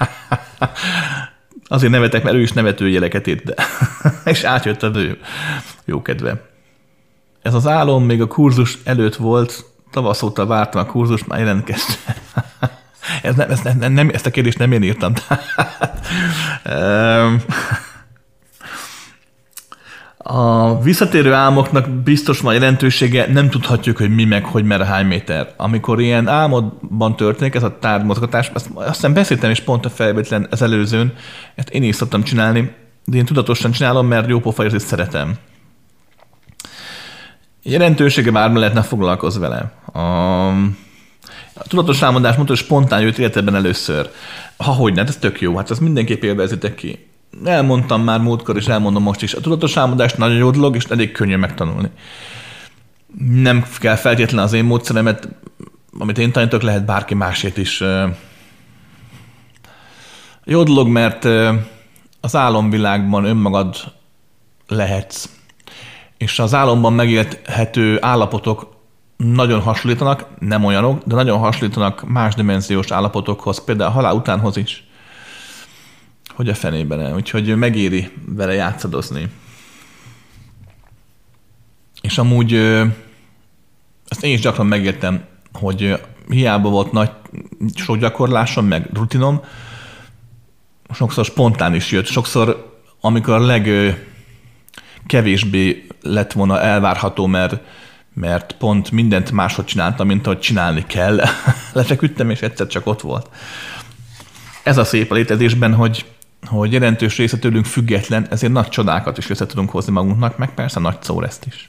Azért nevetek, mert ő is nevető jeleket írt, de és átjött az ő jó kedve. Ez az álom még a kurzus előtt volt, tavasz óta vártam a kurzust, már jelentkeztem. Ezt a kérdést nem én írtam. A visszatérő álmoknak biztos van jelentősége, nem tudhatjuk, hogy mi meg, hogy merre, hány méter. Amikor ilyen álmodban történik ez a tárgymozgatás, aztán beszéltem is pont a felvételen az előzőn, ezt én is szoktam csinálni, de én tudatosan csinálom, mert jó pofa érzést szeretem. Jelentősége bármi lehetne, foglalkozz vele. A tudatos álmodás mondta, hogy spontán jött életedben először. Hogyne, ez tök jó, hát ezt mindenképp élvezitek ki. Elmondtam már múltkor, és elmondom most is. A tudatos álmodás nagyon jó dolog, és elég könnyű megtanulni. Nem kell feltétlenül az én módszeremet, amit én tanítok, lehet bárki másét is. Jó dolog, mert az álomvilágban önmagad lehetsz. És az álomban megélhető állapotok nagyon hasonlítanak, nem olyanok, de nagyon hasonlítanak más dimenziós állapotokhoz, például a halál utánhoz is. Hogy a fenében, úgyhogy megéri vele játszadozni. És amúgy ezt én is gyakran megértem, hogy hiába volt nagy sok gyakorlásom, meg rutinom, sokszor spontán is jött. Sokszor, amikor a legkevésbé lett volna elvárható, mert pont mindent máshogy csináltam, mint ahogy csinálni kell. Lefeküdtem, és egyszer csak ott volt. Ez a szép a létezésben, hogy hogy jelentős része tőlünk független, ezért nagy csodákat is össze tudunk hozni magunknak, meg persze nagy szóreszt is.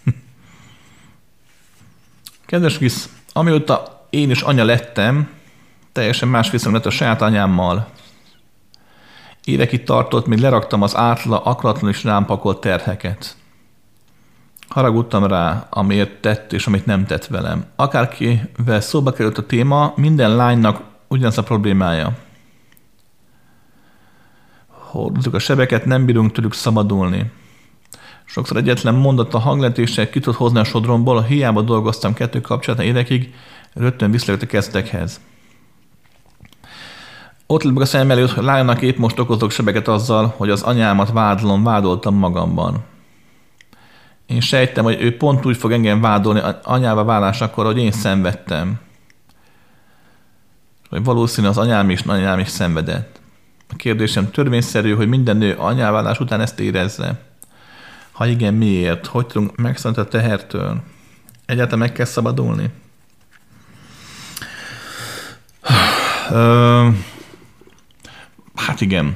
Kedves Krisz, amióta én is anya lettem, teljesen más viszonyom lett a saját anyámmal. Évekig tartott, míg leraktam az akaratlan is rám pakolt terheket. Haragudtam rá, amiért tett és amit nem tett velem. Akárkivel szóba került a téma, minden lánynak ugyanaz a problémája. Hordozzuk a sebeket, nem bírunk tőlük szabadulni. Sokszor egyetlen mondat a hangletéssel ki tud hozni a sodromból, hiába dolgoztam 2 kapcsolatban évekig, rögtön visszajött a kezdekhez. Ott lett meg a szemem előtt, hogy lánynak épp most okozok sebeket azzal, hogy az anyámat vádoltam magamban. Én sejtem, hogy ő pont úgy fog engem vádolni anyává válásakor, hogy én szenvedtem. Hogy valószínű az anyám is szenvedett. A kérdésem törvényszerű, hogy minden nő anyáválás után ezt érezze. Ha igen, miért? Hogy tudunk megszabadulni a tehertől? Egyáltalán meg kell szabadulni? Hát igen.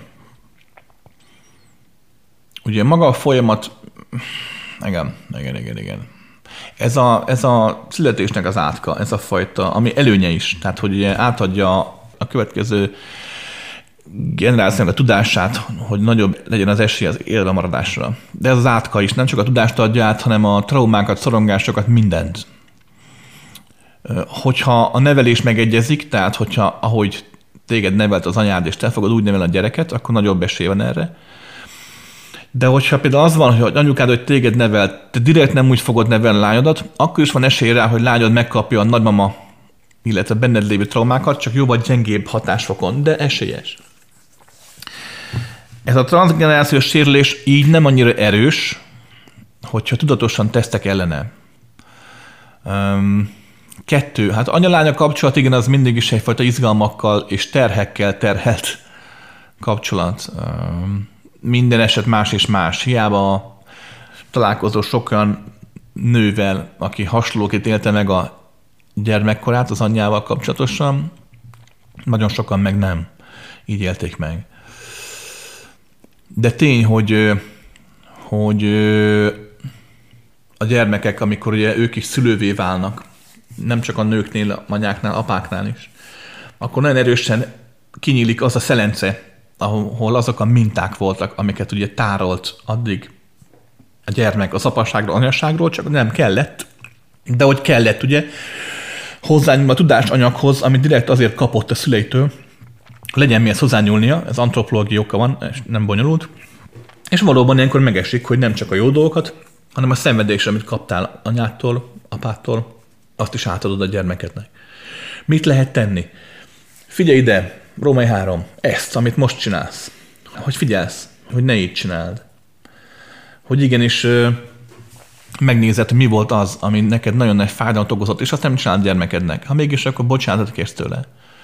Ugye maga a folyamat... Igen. Ez a születésnek az átka, ez a fajta, ami előnye is. Tehát, hogy ugye átadja a következő generációnak a tudását, hogy nagyobb legyen az esély az élve maradásra. De ez az átka is nem csak a tudást adja át, hanem a traumákat, szorongásokat, mindent. Hogyha a nevelés megegyezik, tehát hogyha ahogy téged nevelt az anyád, és te fogod úgy nevelni a gyereket, akkor nagyobb esély van erre. De hogyha például az van, hogy anyukád, hogy téged nevelt, te direkt nem úgy fogod nevelni a lányodat, akkor is van esély rá, hogy lányod megkapja a nagymama, illetve benned lévő traumákat, csak jobb vagy gyengébb hatásfokon, de esélyes. Ez a transzgenerációs sérülés így nem annyira erős, hogyha tudatosan tesztek ellene. 2. Hát anya-lánya kapcsolat, igen, az mindig is egyfajta izgalmakkal és terhekkel terhelt kapcsolat. Minden eset más és más. Hiába találkozol sok olyan nővel, aki hasonlóként élte meg a gyermekkorát az anyjával kapcsolatosan, nagyon sokan meg nem. Így élték meg. De tény, hogy a gyermekek, amikor ugye ők is szülővé válnak, nem csak a nőknél, anyáknál, apáknál is, akkor nagyon erősen kinyílik az a szelence, ahol azok a minták voltak, amiket ugye tárolt addig a gyermek az apaságról, anyaságról, csak nem kellett. De hogy kellett, ugye, hozzányúlni a tudásanyaghoz, amit direkt azért kapott a szüleitől, legyen mihez hozzányúlnia, ez antropológiai oka van, és nem bonyolult. És valóban ilyenkor megesik, hogy nem csak a jó dolgokat, hanem a szenvedésre, amit kaptál anyától, apától, azt is átadod a gyermekednek. Mit lehet tenni? Figyelj ide, Római 3, ezt, amit most csinálsz. Hogy figyelsz, hogy ne így csináld. Hogy igenis megnézed, hogy mi volt az, ami neked nagyon nagy fájdalmat okozott, és azt nem csináld gyermekednek. Ha mégis, akkor bocsánatot kérsz tőle.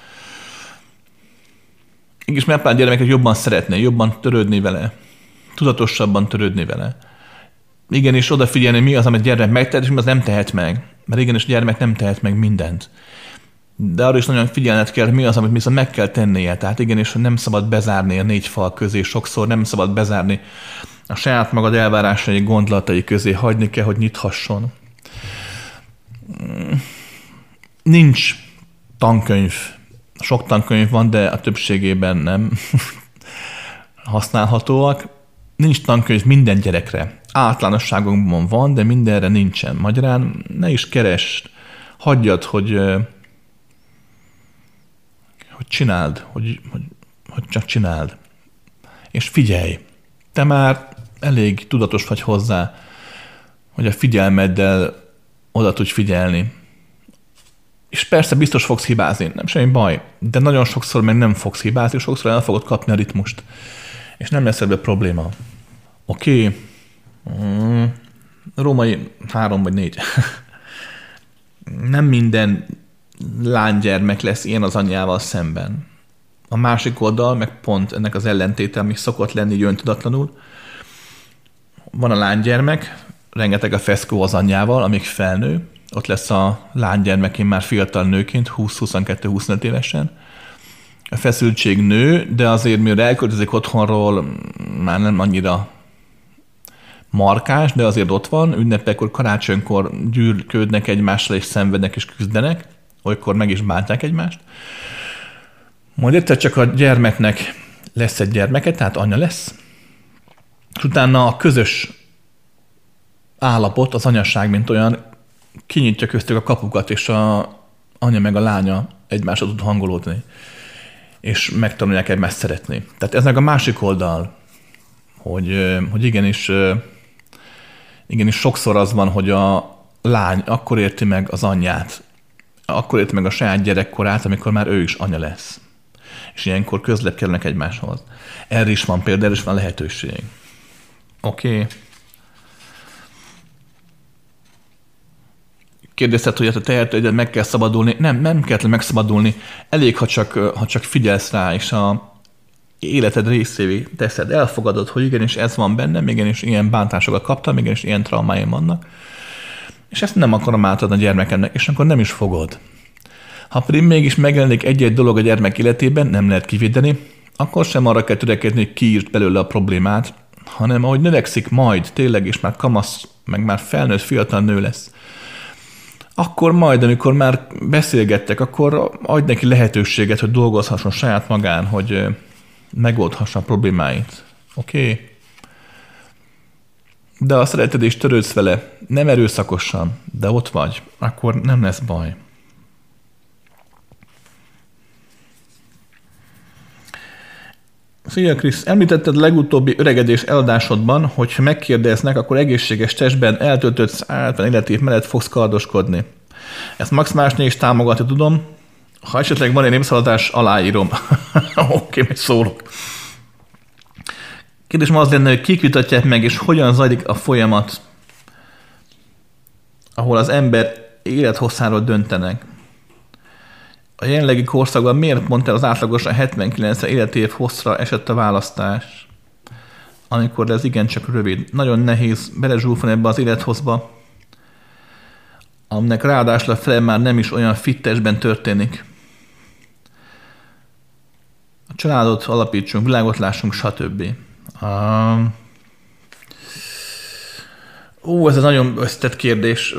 Mégis megpróbálj gyermeket jobban szeretni, jobban törődni vele, tudatosabban törődni vele. Igenis odafigyelni, mi az, amit gyermek megtehet, és mi az nem tehet meg. Mert igenis a gyermek nem tehet meg mindent. De arra is nagyon figyelned kell, mi az, amit viszont meg kell tennie. Tehát igenis, hogy nem szabad bezárni a 4 fal közé, sokszor nem szabad bezárni a saját magad elvárásai, gondolatai közé, hagyni kell, hogy nyithasson. Nincs tankönyv. Sok tankönyv van, de a többségében nem használhatóak. Nincs tankönyv minden gyerekre. Általánosságokban van, de mindenre nincsen. Magyarán ne is keresd, hagyjad, hogy csináld, hogy csak csináld. És figyelj, te már elég tudatos vagy hozzá, hogy a figyelmeddel oda tudj figyelni. És persze biztos fogsz hibázni, nem semmi baj, de nagyon sokszor meg nem fogsz hibázni, sokszor el fogod kapni a ritmust. És nem lesz ebből probléma. Oké. Római 3 vagy 4. Nem minden lánygyermek lesz ilyen az anyjával szemben. A másik oldal, meg pont ennek az ellentéte, ami szokott lenni így öntudatlanul. Van a lánygyermek, rengeteg a feszkó az anyjával, amíg felnő. Ott lesz a lánygyermekén már fiatal nőként, 20-22-25 évesen. a feszültség nő, de azért mire elköltözik otthonról, már nem annyira markás, de azért ott van, ünnepekkor, karácsonykor gyűrködnek egymással, és szenvednek, és küzdenek, olykor meg is bántják egymást. Majd egyszer csak a gyermeknek lesz egy gyermeke, tehát anya lesz, és utána a közös állapot, az anyaság, mint olyan, kinyitja köztük a kapukat, és a anya meg a lánya egymásra tud hangolódni, és megtanulják egymást szeretni. Tehát ez meg a másik oldal, hogy igenis sokszor az van, hogy a lány akkor érti meg az anyját, akkor érti meg a saját gyerekkorát, amikor már ő is anya lesz. És ilyenkor közlebb kerülnek egymáshoz. Erre is van példa, erre is van lehetőség. Oké. Kérdezted, hogy a tehetőidet meg kell szabadulni. Nem kell megszabadulni. Elég, ha csak figyelsz rá, és a életed részévé teszed. Elfogadod, hogy igenis ez van bennem, igenis ilyen bántásokat kaptam, igenis ilyen traumáim vannak. És ezt nem akarom átadni a gyermekemnek, és akkor nem is fogod. Ha pedig mégis megjelenik egy-egy dolog a gyermek életében, nem lehet kivédeni, akkor sem arra kell törekedni, hogy kiírt belőle a problémát, hanem ahogy növekszik majd tényleg, és már kamasz, meg már felnőtt fiatal nő lesz, akkor majd, amikor már beszélgettek, akkor adj neki lehetőséget, hogy dolgozhasson saját magán, hogy megoldhassa a problémáit. Oké? De ha szereted és törődsz vele, nem erőszakosan, de ott vagy, akkor nem lesz baj. Szia Krisz, említetted legutóbbi öregedés eladásodban, hogy ha megkérdeznek, akkor egészséges testben eltöltött 150 életév mellett fogsz kardoskodni. Ezt Max Másné is támogatni tudom. Ha esetleg van egy népszaladás, aláírom. Oké, még szólok. Kérdésem az lenne, hogy kik vitatják meg, és hogyan zajlik a folyamat, ahol az ember élethosszáról döntenek. A jelenlegi korszakban miért pont el az átlagosan 79 életév hosszra esett a választás, amikor ez igencsak rövid. Nagyon nehéz belezsúfolni ebbe az élethozba, aminek ráadásul a fele már nem is olyan fittesben történik. A családot alapítsunk, világot lássunk, stb. Ez egy nagyon összetett kérdés.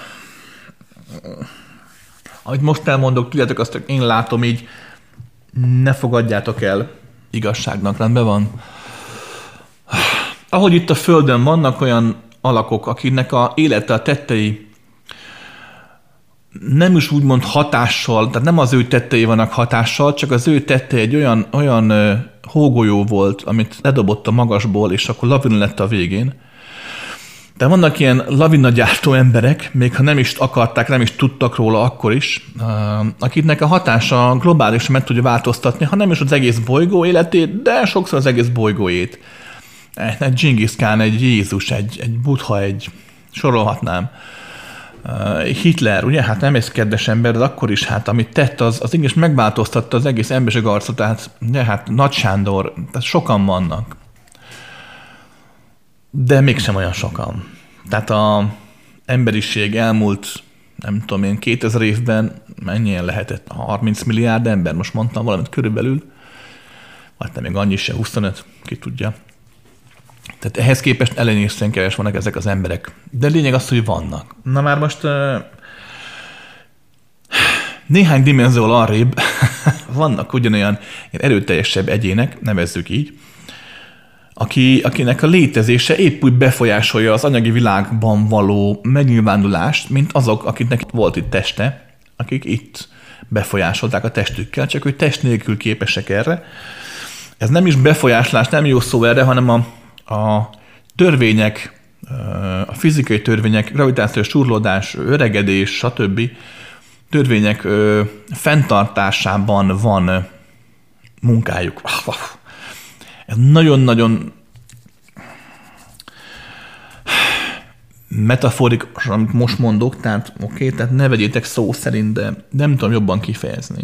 Ahogy most elmondok, tudjátok azt, hogy én látom így, ne fogadjátok el igazságnak, rendben van. Ahogy itt a Földön vannak olyan alakok, akiknek a élete, a tettei nem is úgymond hatással, tehát nem az ő tettei vannak hatással, csak az ő tettei egy olyan hógolyó volt, amit ledobott a magasból, és akkor lavina lett a végén. De vannak ilyen lavinagyártó emberek, még ha nem is akarták, nem is tudtak róla akkor is, akiknek a hatása globálisan meg tudja változtatni, ha nem is az egész bolygó életét, de sokszor az egész bolygóét. Egy Dzsingisz Kán, egy Jézus, egy Buddha, sorolhatnám. Hitler, ugye? Hát nem egy kedves ember, de akkor is, hát amit tett, az igenis megváltoztatta az egész emberiség arcot, tehát ugye, hát Nagy Sándor, tehát sokan vannak. De mégsem olyan sokan. Tehát az emberiség elmúlt, nem tudom én, 2000 évben mennyien lehetett? 30 milliárd ember, most mondtam valamit körülbelül. Vagy nem még annyi se, 25, ki tudja. Tehát ehhez képest ellenésztően kevés vannak ezek az emberek. De lényeg az, hogy vannak. Na már most néhány dimenzióval arrébb vannak ugyanolyan erőteljesebb egyének, nevezzük így, akinek a létezése épp úgy befolyásolja az anyagi világban való megnyilvánulást, mint azok, akiknek volt itt teste, akik itt befolyásolták a testükkel, csak hogy test nélkül képesek erre. Ez nem is befolyáslás, nem jó szó erre, hanem a törvények, a fizikai törvények, gravitációs surlódás, öregedés, stb. Törvények fenntartásában van munkájuk. Ez nagyon-nagyon metaforikus, amit most mondok, tehát oké, tehát ne vegyétek szó szerint, de nem tudom jobban kifejezni.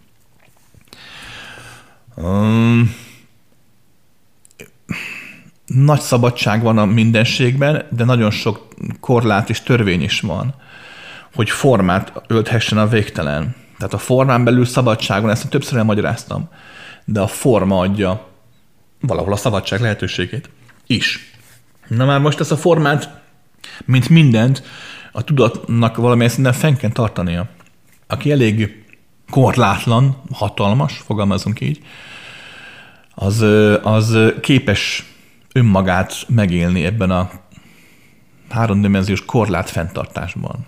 Nagy szabadság van a mindenségben, de nagyon sok korlát és törvény is van, hogy formát ölthessen a végtelen. Tehát a formán belül szabadságon, ezt többször elmagyaráztam, de a forma adja valahol a szabadság lehetőségét is. Na már most ezt a formát, mint mindent, a tudatnak valamilyen szinten fenn kell tartania. Aki elég korlátlan, hatalmas, fogalmazunk így, az képes önmagát megélni ebben a háromdimenziós korlát fenntartásban.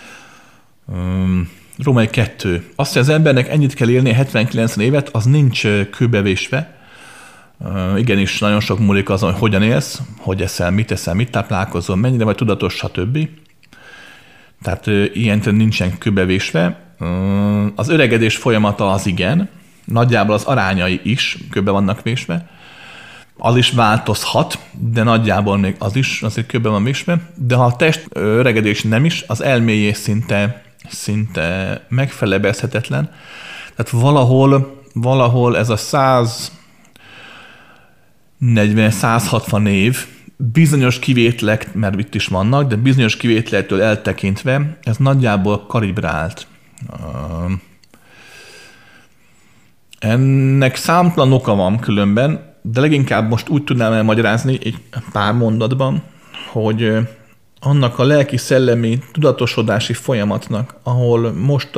Római 2. Azt, hogy az embernek ennyit kell élni, 70-90 évet, az nincs kőbevésve. Igenis, nagyon sok múlik azon, hogy hogyan élsz, hogy eszel, mit táplálkozol, mennyire vagy tudatos, stb. Tehát ilyen nincsen kőbevésve. Az öregedés folyamata az igen, nagyjából az arányai is kőbe vannak vésve. Az is változhat, de nagyjából még az is azért kőbe van vésve. De ha a test öregedés nem is, az elmélyés szinte megfelebezhetetlen. Tehát valahol ez a 140-160 év, bizonyos kivételek, mert itt is vannak, de bizonyos kivételektől eltekintve, ez nagyjából kalibrált. Ennek számtalan oka van különben, de leginkább most úgy tudnám elmagyarázni egy pár mondatban, hogy annak a lelki-szellemi tudatosodási folyamatnak, ahol most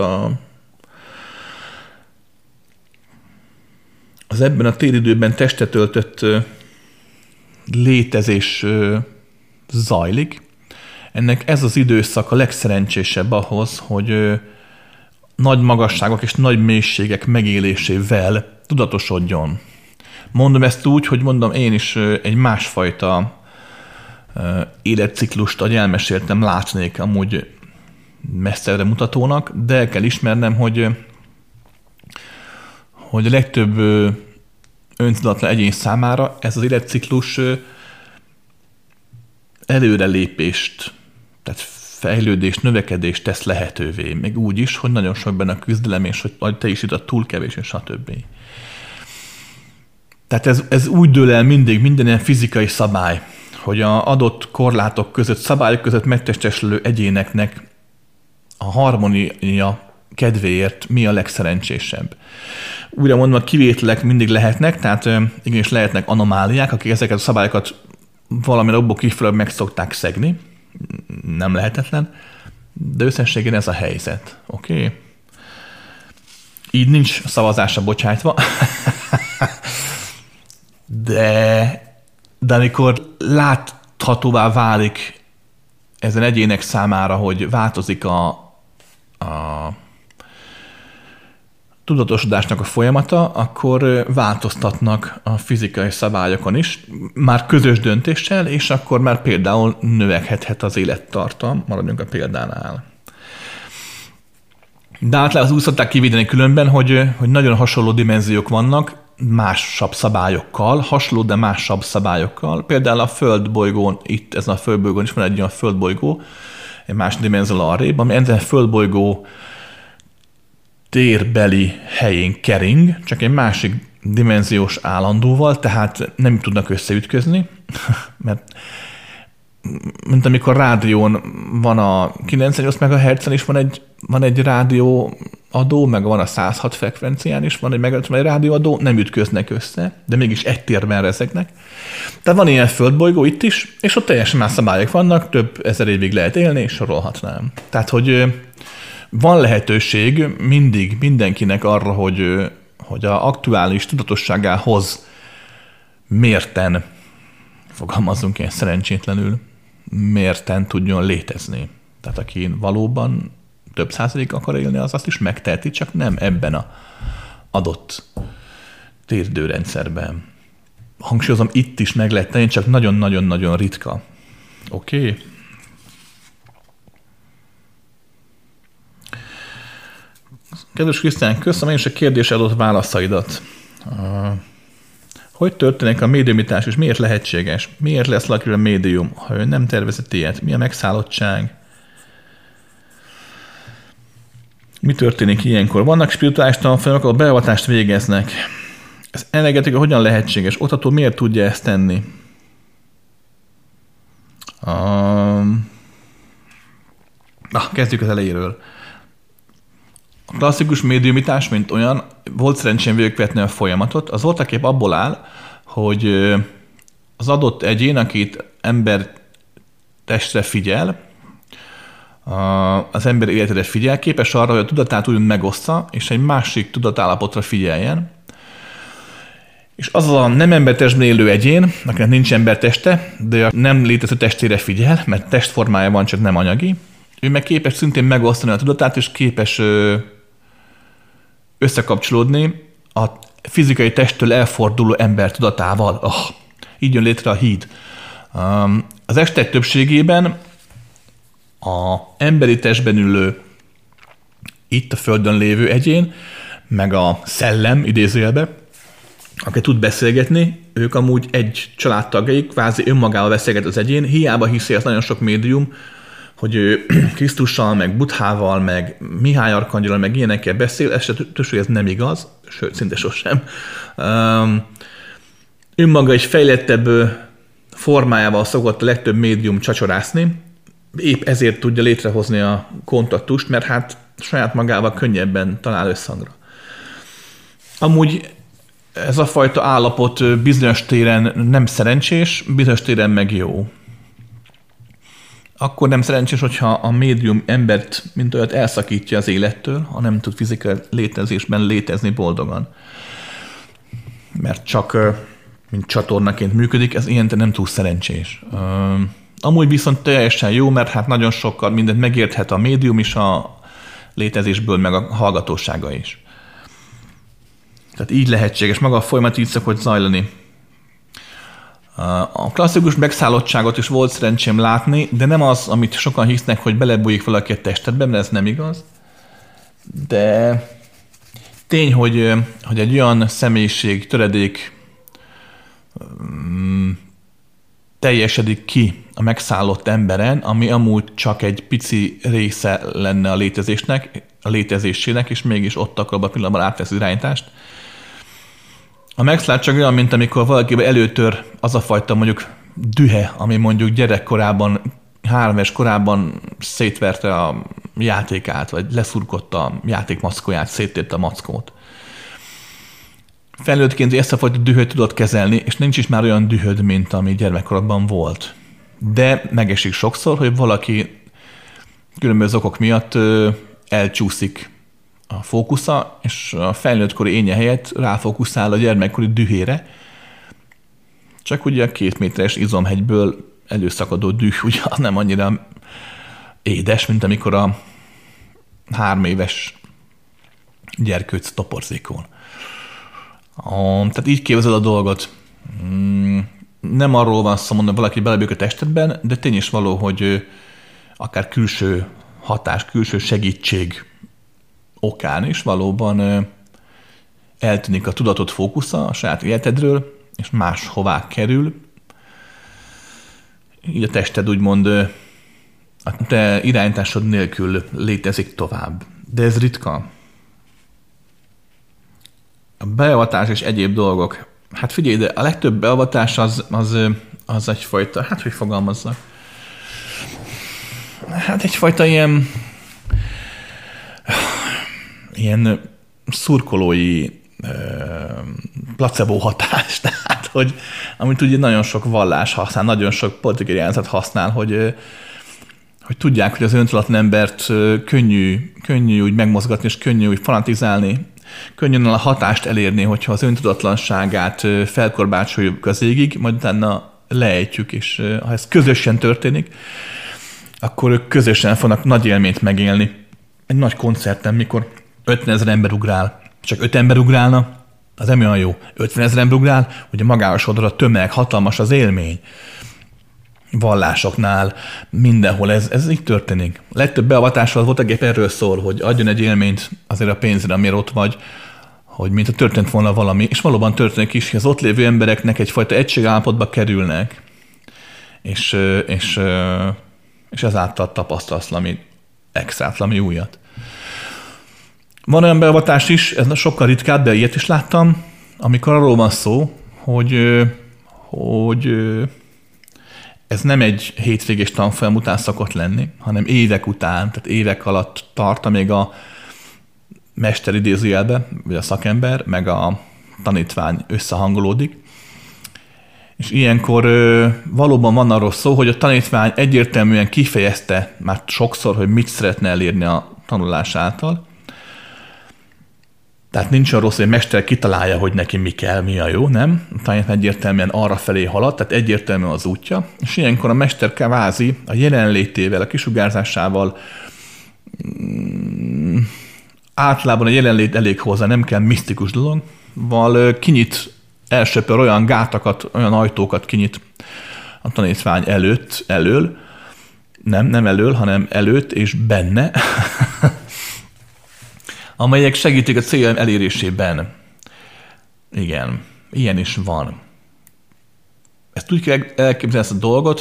az ebben a téridőben testet öltött létezés zajlik, ennek ez az időszak a legszerencsésebb ahhoz, hogy nagy magasságok és nagy mélységek megélésével tudatosodjon. Mondom ezt úgy, hogy mondom én is egy másfajta életciklust, ahogy elmeséltem, látnék amúgy messzere mutatónak, de el kell ismernem, hogy a legtöbb öntudatlan egyén számára ez az életciklus előrelépést, tehát fejlődést, növekedést tesz lehetővé. Még úgy is, hogy nagyon sok benne a küzdelem, és hogy te is itt a túl kevés, és stb. Tehát ez úgy dől el mindig, minden ilyen fizikai szabály, hogy az adott korlátok között, szabályok között megtestesülő egyéneknek a harmónia kedvéért mi a legszerencsésebb. Újra mondom, a kivételek mindig lehetnek, tehát igenis lehetnek anomáliák, akik ezeket a szabályokat valamilyen okból kifolyólag meg szokták szegni. Nem lehetetlen, de összességén ez a helyzet. Oké? Okay? Így nincs szavazásra bocsájtva, de amikor láthatóvá válik ezen egyének számára, hogy változik a tudatosodásnak a folyamata, akkor változtatnak a fizikai szabályokon is, már közös döntéssel, és akkor már például növekedhet az élettartam, maradjunk a példánál. De általában úgy szokták kivédeni különben, hogy nagyon hasonló dimenziók vannak, másabb szabályokkal, hasonló, de másabb szabályokkal. Például a földbolygón, itt ezen a földbolygón is van egy olyan földbolygó, egy más dimenzió arrébb, ami ezen a földbolygó térbeli helyén kering, csak egy másik dimenziós állandóval, tehát nem tudnak összeütközni, mert mint amikor rádión van a 98 MHz-en is van egy rádióadó, meg van a 106 frekvencián is van egy rádióadó, nem ütköznek össze, de mégis egy térben rezegnek. Tehát van ilyen földbolygó itt is, és ott teljesen más szabályok vannak, több ezer évig lehet élni, és sorolhatnám. Tehát, hogy van lehetőség mindig mindenkinek arra, hogy a aktuális tudatosságához mérten, fogalmazzunk ilyen szerencsétlenül, mérten tudjon létezni. Tehát aki valóban több százalék akar élni, az azt is megteheti, csak nem ebben az adott téridőrendszerben. Hangsúlyozom, itt is meg lehet tenni, csak nagyon-nagyon-nagyon ritka. Oké? Okay? Kedves Krisztián, köszönöm én is a kérdésre adott válaszaidat. Hogy történik a médiumitás, és miért lehetséges? Miért lesz valaki a médium, ha ő nem tervezett ilyet? Mi a megszállottság? Mi történik ilyenkor? Vannak spirituális tanfolyamok, ahol beavatást végeznek. Ez energetika hogyan lehetséges? Oktató miért tudja ezt tenni? Kezdjük az elejéről. A klasszikus médiumitás, mint olyan, volt szerencsém végigkövetni a folyamatot, az voltaképp abból áll, hogy az adott egyén, akit ember testre figyel, az ember életére figyel, képes arra, hogy a tudatát úgy megoszta, és egy másik tudatállapotra figyeljen. És az a nem embertestben élő egyén, akinek nincs emberteste, de a nem létező testére figyel, mert testformája van, csak nem anyagi, ő meg képes szintén megosztani a tudatát, és képes összekapcsolódni a fizikai testtől elforduló ember tudatával. Így jön létre a híd. Az estek többségében a emberi testben ülő, itt a Földön lévő egyén, meg a szellem, idézőjelbe, aki tud beszélgetni, ők amúgy egy családtagjai, kvázi önmagával beszélget az egyén, hiába hiszi az nagyon sok médium, hogy ő Krisztussal, meg Buddhával, meg Mihály arkangyallal, meg ilyenekkel beszél, ez nem igaz, sőt, szinte sosem. Önmaga egy fejlettebb formájával szokott a legtöbb médium csacsorászni, épp ezért tudja létrehozni a kontaktust, mert hát saját magával könnyebben talál összhangra. Amúgy ez a fajta állapot bizonyos téren nem szerencsés, bizonyos téren meg jó. Akkor nem szerencsés, hogyha a médium embert, mint olyat elszakítja az élettől, ha nem tud fizikai létezésben létezni boldogan. Mert csak mint csatornaként működik, ez ilyen nem túl szerencsés. Amúgy viszont teljesen jó, mert hát nagyon sokkal mindent megérthet a médium is a létezésből, meg a hallgatósága is. Tehát így lehetséges, maga a folyamat így szokott zajlani. A klasszikus megszállottságot is volt szerencsém látni, de nem az, amit sokan hisznek, hogy belebújik valaki a testedben, mert ez nem igaz. De tény, hogy egy olyan személyiség, töredék teljesedik ki a megszállott emberen, ami amúgy csak egy pici része lenne a létezésnek, a létezésének, és mégis ott akar a pillanatban átvesz irányítást. A megszállottság olyan, mint amikor valakiben előtör az a fajta mondjuk dühe, ami mondjuk gyerekkorában, 3 éves korában szétverte a játékát, vagy leszurkotta a játékmaszkóját, széttépte a mackót. Felnőttként ezt a fajta dühöt tudod kezelni, és nincs is már olyan dühöd, mint ami gyermekkorodban volt. De megesik sokszor, hogy valaki különböző okok miatt elcsúszik a fókusza, és a felnőttkori énje helyett ráfókuszál a gyermekkori dühére. Csak ugye a 2 méteres izomhegyből előszakadó düh ugye nem annyira édes, mint amikor a 3 éves gyerkőc toporzékol. Tehát így képzel a dolgot. Nem arról van szó, mondom, valaki belebők a testedben, de tény is való, hogy akár külső hatás, külső segítség okán is valóban eltűnik a tudatot fókusza a saját életedről, és máshová kerül. Így a tested úgymond a te irányításod nélkül létezik tovább. De ez ritka. A beavatás és egyéb dolgok. Hát figyelj, de a legtöbb beavatás az egyfajta, hát hogy fogalmazzak? Hát egyfajta ilyen szurkolói placebo hatás, tehát hogy amit ugye nagyon sok vallás használ, nagyon sok politikai irányzat használ, hogy tudják, hogy az öntudatlan embert könnyű úgy megmozgatni, és könnyű úgy fanatizálni, könnyen a hatást elérni, hogyha az öntudatlanságát felkorbácsoljuk az égig, majd utána leejtjük, és ha ez közösen történik, akkor ők közösen fognak nagy élményt megélni. Egy nagy koncerten, mikor 50 000 ember ugrál, csak 5 ember ugrálna, az nem olyan jó. 50 000 ember ugrál, ugye magával sodor a tömeg, hatalmas az élmény. Vallásoknál, mindenhol ez így történik. A legtöbb beavatással volt egész erről szól, hogy adjon egy élményt azért a pénzre, amire ott vagy, hogy mint a történt volna valami, és valóban történik is, hogy az ott lévő embereknek egyfajta egységállapotba kerülnek, és ezáltal tapasztalsz valami extrát, valami újat. Van olyan beavatás is, ez sokkal ritkább, de ilyet is láttam, amikor arról van szó, hogy ez nem egy hétvégés tanfolyam után szokott lenni, hanem évek után, tehát évek alatt tart, amíg a mester idézőjelbe, vagy a szakember, meg a tanítvány összehangolódik. És ilyenkor valóban van arról szó, hogy a tanítvány egyértelműen kifejezte már sokszor, hogy mit szeretne elérni a tanulás által. Tehát nincs arról szó, hogy a mester kitalálja, hogy neki mi kell, mi a jó, nem? A tanítvány egyértelműen arra felé halad, tehát egyértelmű az útja. És ilyenkor a mester kvázi a jelenlétével, a kisugárzásával, általában a jelenlét elég hozzá, nem kell misztikus dolog, kinyit, elsöpör olyan gátakat, olyan ajtókat kinyit a tanítvány elől, nem elől, hanem előtt és benne, amelyek segítik a cél elérésében. Igen, ilyen is van. Ezt úgy kell elképzelni ezt a dolgot,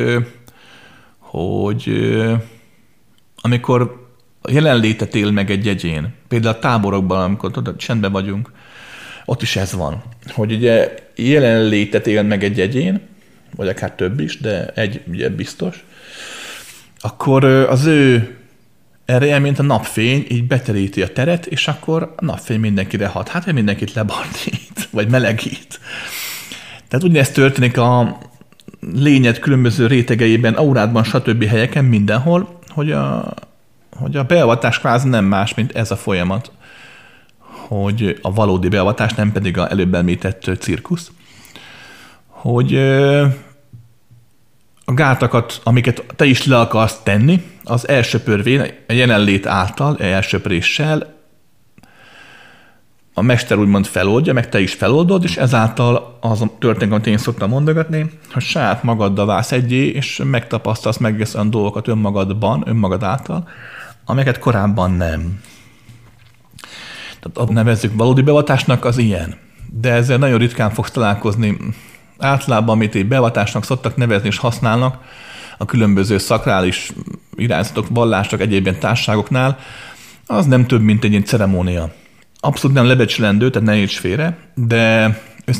hogy amikor a jelenlétet él meg egy egyén, például a táborokban, amikor csendben vagyunk, ott is ez van, hogy ugye jelenlétet él meg egy egyén, vagy akár több is, de egy ugye biztos, akkor az ő ereje, mint a napfény, így beteríti a teret, és akkor a napfény mindenkire hat. Hát, hogy mindenkit lebardít, vagy melegít. Tehát ugyanezt történik a lényed különböző rétegeiben, aurádban, stb. Helyeken, mindenhol, hogy a beavatás kvázi nem más, mint ez a folyamat, hogy a valódi beavatás, nem pedig az előbb említett cirkusz, hogy a gátakat, amiket te is le akarsz tenni, az elsöpörvén, a jelenlét által, elsöpréssel a mester úgymond feloldja, meg te is feloldod, és ezáltal az történik, amit én szoktam mondogatni, hogy saját magaddal válsz egyé, és megtapasztalsz meg olyan dolgokat önmagadban, önmagad által, amelyeket korábban nem. Tehát nevezzük valódi beavatásnak, az ilyen. De ezzel nagyon ritkán fogsz találkozni. Általában, amit egy beavatásnak szoktak nevezni és használnak a különböző szakrális irányzatok, vallások, egyéb ilyen társaságoknál, az nem több, mint egy ilyen ceremónia. Abszolút nem lebecsülendő, tehát ne érts félre, de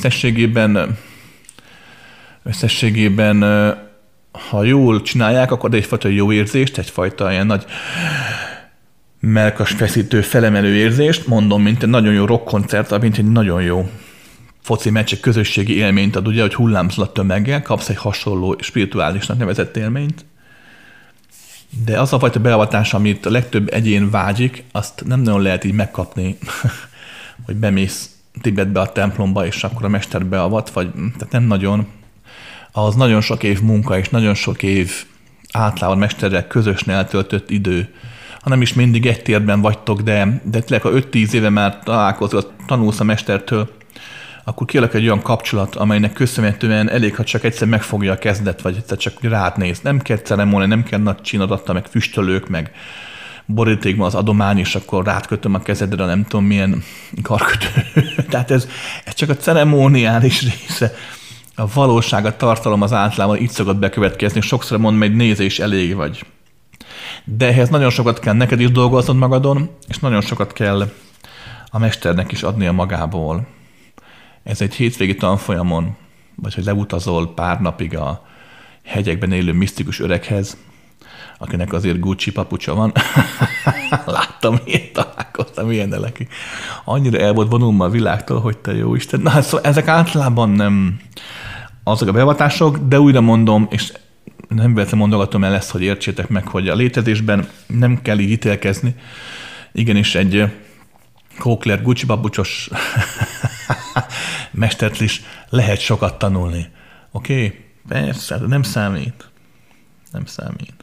összességében, ha jól csinálják, akkor egyfajta jó érzést, egyfajta ilyen nagy mellkasfeszítő, felemelő érzést, mondom, mint egy nagyon jó rockkoncert, mint egy nagyon jó foci meccs, közösségi élményt ad, ugye, hogy hullámzol a tömeggel, kapsz egy hasonló spirituálisnak nevezett élményt. De az a fajta beavatás, amit a legtöbb egyén vágyik, azt nem nagyon lehet így megkapni, hogy bemész Tibetbe a templomba, és akkor a mester beavat, tehát nem nagyon. Az nagyon sok év munka, és nagyon sok év általában mesterrel közösen eltöltött idő, hanem is mindig egy térben vagytok, de tényleg, ha 5-10 éve már találkozol, tanulsz a mestertől, akkor kialakul egy olyan kapcsolat, amelynek köszönhetően elég, ha csak egyszer megfogja a kezdet, vagy egyszer csak rád néz. Nem kell ceremónia, nem kell nagy csinadatta, meg füstölők, meg borítékban az adomány, és akkor rátkötöm a kezedre, nem tudom milyen karkötő. Tehát ez csak a ceremóniális része. A valóság, a tartalom az általában így szokott bekövetkezni. Sokszor mondom, egy nézés elég vagy. De ehhez nagyon sokat kell neked is dolgoznod magadon, és nagyon sokat kell a mesternek is adnia magából. Ez egy hétvégi tanfolyamon, vagy hogy leutazol pár napig a hegyekben élő misztikus öreghez, akinek azért Gucci papucsa van. Láttam ilyet, találkoztam ilyennel, aki annyira el volt vonulva a világtól, hogy te jó Isten. Na, szóval ezek általában nem azok a beavatások, de újra mondom, és nem véletlenül mondogatom el ezt, hogy értsétek meg, hogy a létezésben nem kell így ítélkezni. Igenis egy Kókler Gucci papucsos mestertől is lehet sokat tanulni. Oké? Persze, nem számít. Nem számít.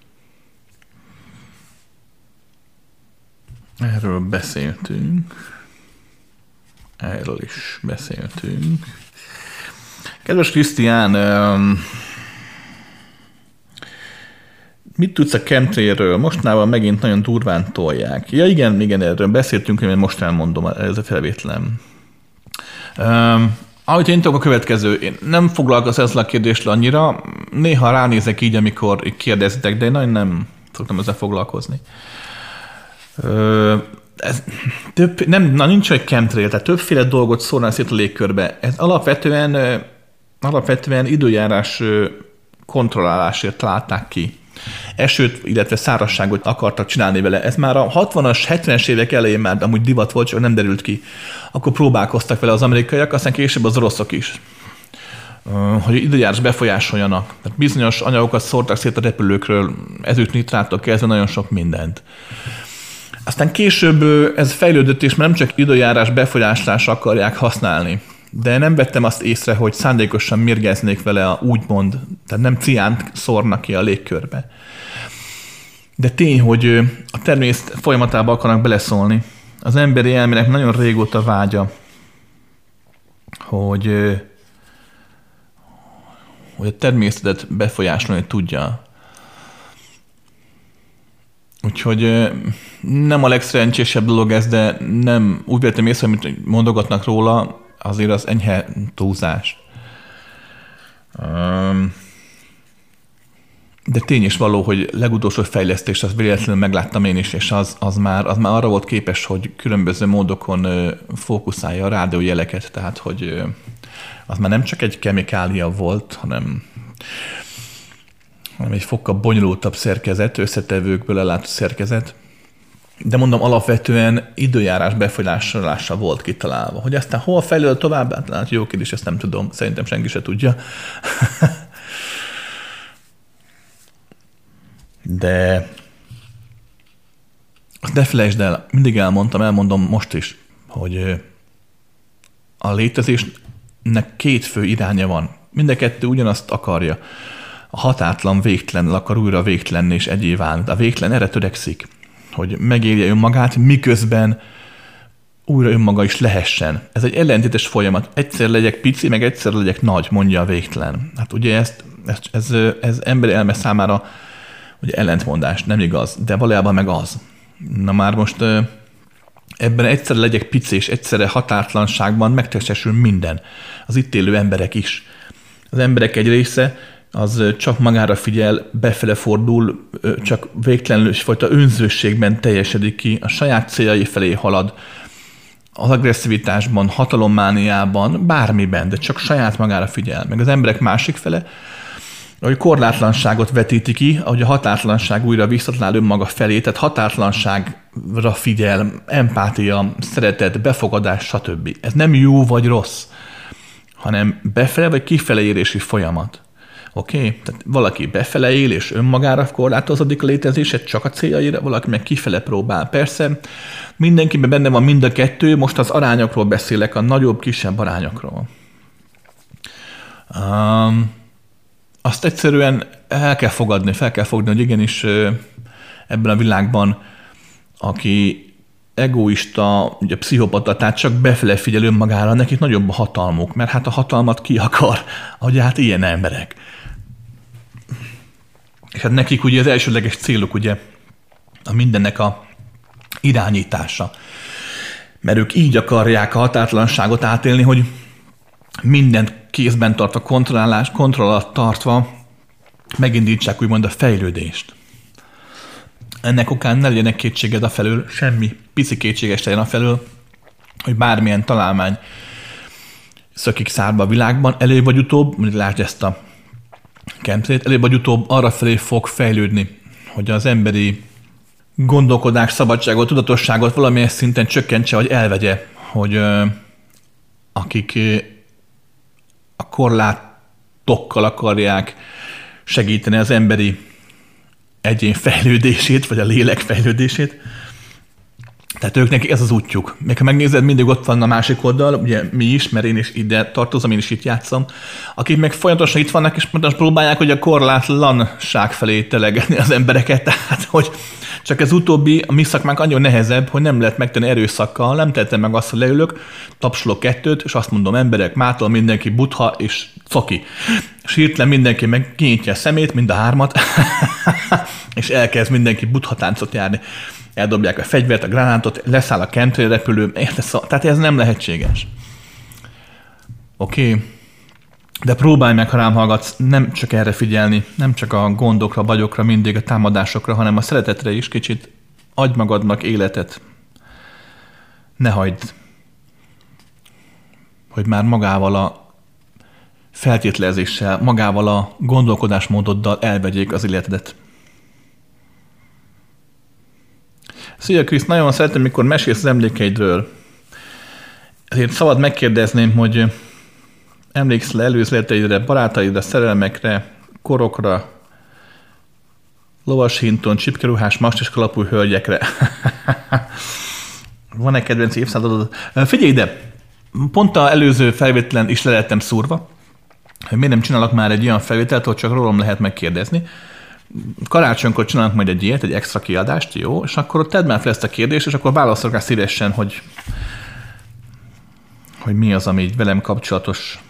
Erről is beszéltünk. Kedves Krisztián, mit tudsz a chemtrailről? Mostanában megint nagyon durván tolják. Ja igen, erről beszéltünk, hogy most elmondom, ez a felvételem. Ahogy én tudok a következő, én nem foglalkozom ezzel a kérdésről annyira, néha ránézek így, amikor kérdezitek, de én nagyon nem szoktam ezzel foglalkozni. Nincs egy chemtrail, tehát többféle dolgot szórnál szét a légkörbe. Ez alapvetően időjárás kontrollálásért találták ki. esőt, illetve szárazságot akartak csinálni vele. Ez már a 60-as, 70-es évek elején már amúgy divat volt, csak nem derült ki. Akkor próbálkoztak vele az amerikaiak, aztán később az oroszok is, hogy időjárás befolyásoljanak. Tehát bizonyos anyagokat szórtak szét a repülőkről, ezüstnitrától kezdve nagyon sok mindent. Aztán később ez fejlődött, és már nem csak időjárás befolyásolásra akarják használni. De nem vettem azt észre, hogy szándékosan mérgeznék vele úgymond, tehát nem ciánt szórnak ki a légkörbe. De tény, hogy a természet folyamatába akarnak beleszólni. Az emberi elmének nagyon régóta vágya, hogy a természetet befolyásolni tudja. Úgyhogy nem a legszerencsésebb dolog ez, de nem úgy vettem észre, amit mondogatnak róla, azért az enyhe túlzás. De tény is való, hogy legutolsó fejlesztést azt véletlenül megláttam én is, és az már arra volt képes, hogy különböző módokon fókuszálja a rádiójeleket, tehát hogy az már nem csak egy kemikália volt, hanem egy fokkal bonyolultabb szerkezet, összetevőkből ellátó szerkezet. De mondom, alapvetően időjárás befolyásolása volt kitalálva. Hogy aztán hol fejlődött tovább? Hát jó kérdés, ezt nem tudom. Szerintem senki se tudja. De azt ne felejtsd el, mindig elmondom most is, hogy a létezésnek két fő iránya van. Mind a kettő ugyanazt akarja. A határtlan végtelen akar újra végtelenni és egyé válni. A végtelen erre törekszik, hogy megélje önmagát, miközben újra önmaga is lehessen. Ez egy ellentétes folyamat. Egyszer legyek pici, meg egyszer legyek nagy, mondja a végtelen. Hát ugye ez emberi elme számára ugye ellentmondás, nem igaz, de valójában meg az. Na már most ebben egyszer legyek pici, és egyszerre határtlanságban megtestesül minden. Az itt élő emberek is. Az emberek egy része az csak magára figyel, befele fordul, csak végtelenül fajta önzőségben teljesedik ki, a saját céljai felé halad, az agresszivitásban, hatalommániában, bármiben, de csak saját magára figyel. Meg az emberek másik fele, hogy korlátlanságot vetíti ki, ahogy a határtlanság újra visszatalál önmaga felé, tehát határtlanságra figyel, empátia, szeretet, befogadás, stb. Ez nem jó vagy rossz, hanem befele vagy kifele érési folyamat. Oké? Tehát valaki befele él, és önmagára korlátozódik a létezése, csak a céljaira, valaki meg kifele próbál. Persze, mindenkiben benne van mind a kettő, most az arányokról beszélek, a nagyobb, kisebb arányokról. Azt egyszerűen fel kell fogadni, hogy igenis ebben a világban, aki egoista, ugye pszichopata, tehát csak befele figyel önmagára, nekik nagyobb a hatalmuk, mert hát a hatalmat ki akar, ugye hát ilyen emberek. És hát nekik ugye az elsődleges céluk ugye a mindennek a irányítása. Mert ők így akarják a határtlanságot átélni, hogy mindent kézben tartva, kontroll alatt tartva megindítsák úgymond a fejlődést. Ennek okán ne legyenek kétséged afelől, semmi pici kétséges legyen afelől, hogy bármilyen találmány szökik szárba a világban, előbb vagy utóbb, mondjuk lásd ezt a chemtrailt, előbb vagy utóbb arrafelé fog fejlődni, hogy az emberi gondolkodás, szabadságot, tudatosságot valamilyen szinten csökkentse, vagy elvegye, hogy akik a korlátokkal akarják segíteni az emberi egyén fejlődését, vagy a lélek fejlődését. Tehát őknek ez az útjuk. Még ha megnézed, mindig ott van a másik oldal, ugye mi is, mert én is ide tartozom, én is itt játszom, akik meg folyamatosan itt vannak, és próbálják, hogy a korlátlanság felé telegedni az embereket, tehát hogy csak ez utóbbi, a mi szakmánk annyira nehezebb, hogy nem lehet megtenni erőszakkal, nem tettem meg azt, hogy leülök, tapsolok kettőt, és azt mondom, emberek, mától mindenki butha és coki. És hirtelen mindenki meg kinyitja a szemét, mind a hármat, és elkezd mindenki butha táncot járni. Eldobják a fegyvert, a gránátot, leszáll a chemtrail repülő, tehát ez nem lehetséges. Oké. De próbálj meg, ha rám hallgatsz, nem csak erre figyelni, nem csak a gondokra, bagyokra, mindig a támadásokra, hanem a szeretetre is kicsit adj magadnak életet. Ne hagyd, hogy már magával a feltételezéssel, magával a gondolkodásmódoddal elvegyék az életedet. Szia Krisz, nagyon szeretem, mikor mesélsz az emlékeidről. Ezért szabad megkérdezném, hogy emlékszel előző életeidre, barátaidra, szerelmekre, korokra, lovashinton, csipkeruhás, mastis kalapú hölgyekre. Van-e kedvenc évszázadod? Figyelj ide! Pont az előző felvételen is le lettem szúrva, hogy miért nem csinálok már egy olyan felvételt, hogy csak rólam lehet megkérdezni. Karácsonykor csinálunk majd egy ilyet, egy extra kiadást, jó? És akkor tedd már fel ezt a kérdést, és akkor válaszolok rá szívesen, hogy mi az, ami így velem kapcsolatos.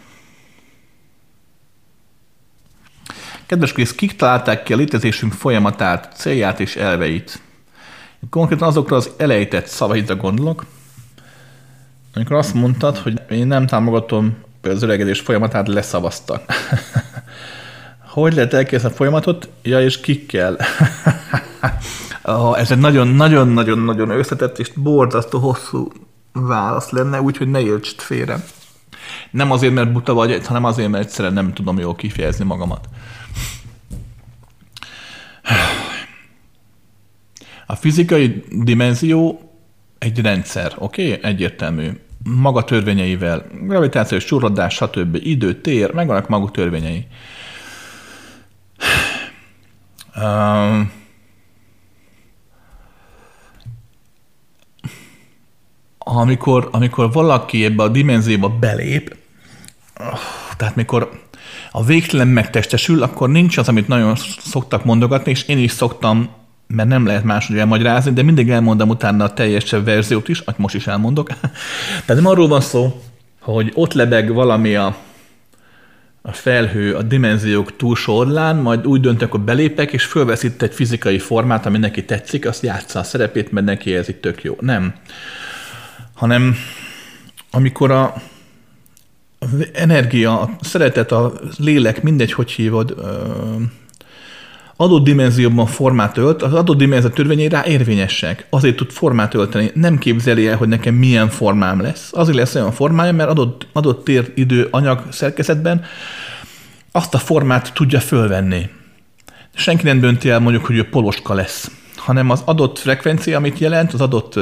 Kedves Krisz, kik találták ki a létezésünk folyamatát, célját és elveit? Konkrétan azokra az elejtett szavaidra gondolok, amikor azt mondtad, hogy én nem támogatom az öregedés folyamatát, leszavaztak. Hogy lehet elkezdeni a folyamatot? Ja, és kikkel? Ez egy nagyon-nagyon-nagyon összetett és borzasztó hosszú válasz lenne, úgyhogy ne értsd félre. Nem azért, mert buta vagy, hanem azért, mert egyszerűen nem tudom jól kifejezni magamat. A fizikai dimenzió egy rendszer, oké? Egyértelmű. Maga törvényeivel, gravitációs csúrodás, stb. Idő, tér, megvannak maguk törvényei. Amikor valaki ebbe a dimenzióba belép, tehát mikor a végtelen megtestesül, akkor nincs az, amit nagyon szoktak mondogatni, és én is szoktam, mert nem lehet máshogy elmagyarázni, de mindig elmondom utána a teljesebb verziót is, azt most is elmondok. Tehát nem arról van szó, hogy ott lebeg valami a felhő a dimenziók túlsó oldalán, majd úgy döntök, hogy belépek, és fölvesz itt egy fizikai formát, ami neki tetszik, azt játsza a szerepét, mert neki ez itt tök jó. Nem. Hanem amikor az energia, a szeretet, a lélek, mindegy, hogy hívod, adott dimenzióban formát ölt, az adott dimenzió törvényei rá érvényesek. Azért tud formát ölteni. Nem képzeli el, hogy nekem milyen formám lesz. Azért lesz olyan formája, mert adott tér, idő, anyag szerkezetben azt a formát tudja fölvenni. Senki nem dönti el mondjuk, hogy ő poloska lesz, hanem az adott frekvencia, amit jelent, az adott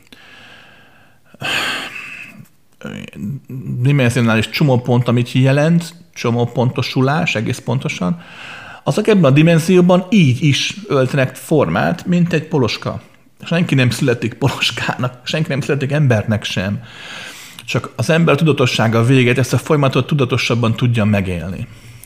dimenzionális csomópont, amit jelent, csomópontosulás, egész pontosan, azok ebben a dimenzióban így is öltenek formát, mint egy poloska. Senki nem születik poloskának, senki nem születik embernek sem. Csak az ember tudatossága véget ezt a folyamatot tudatosabban tudja megélni.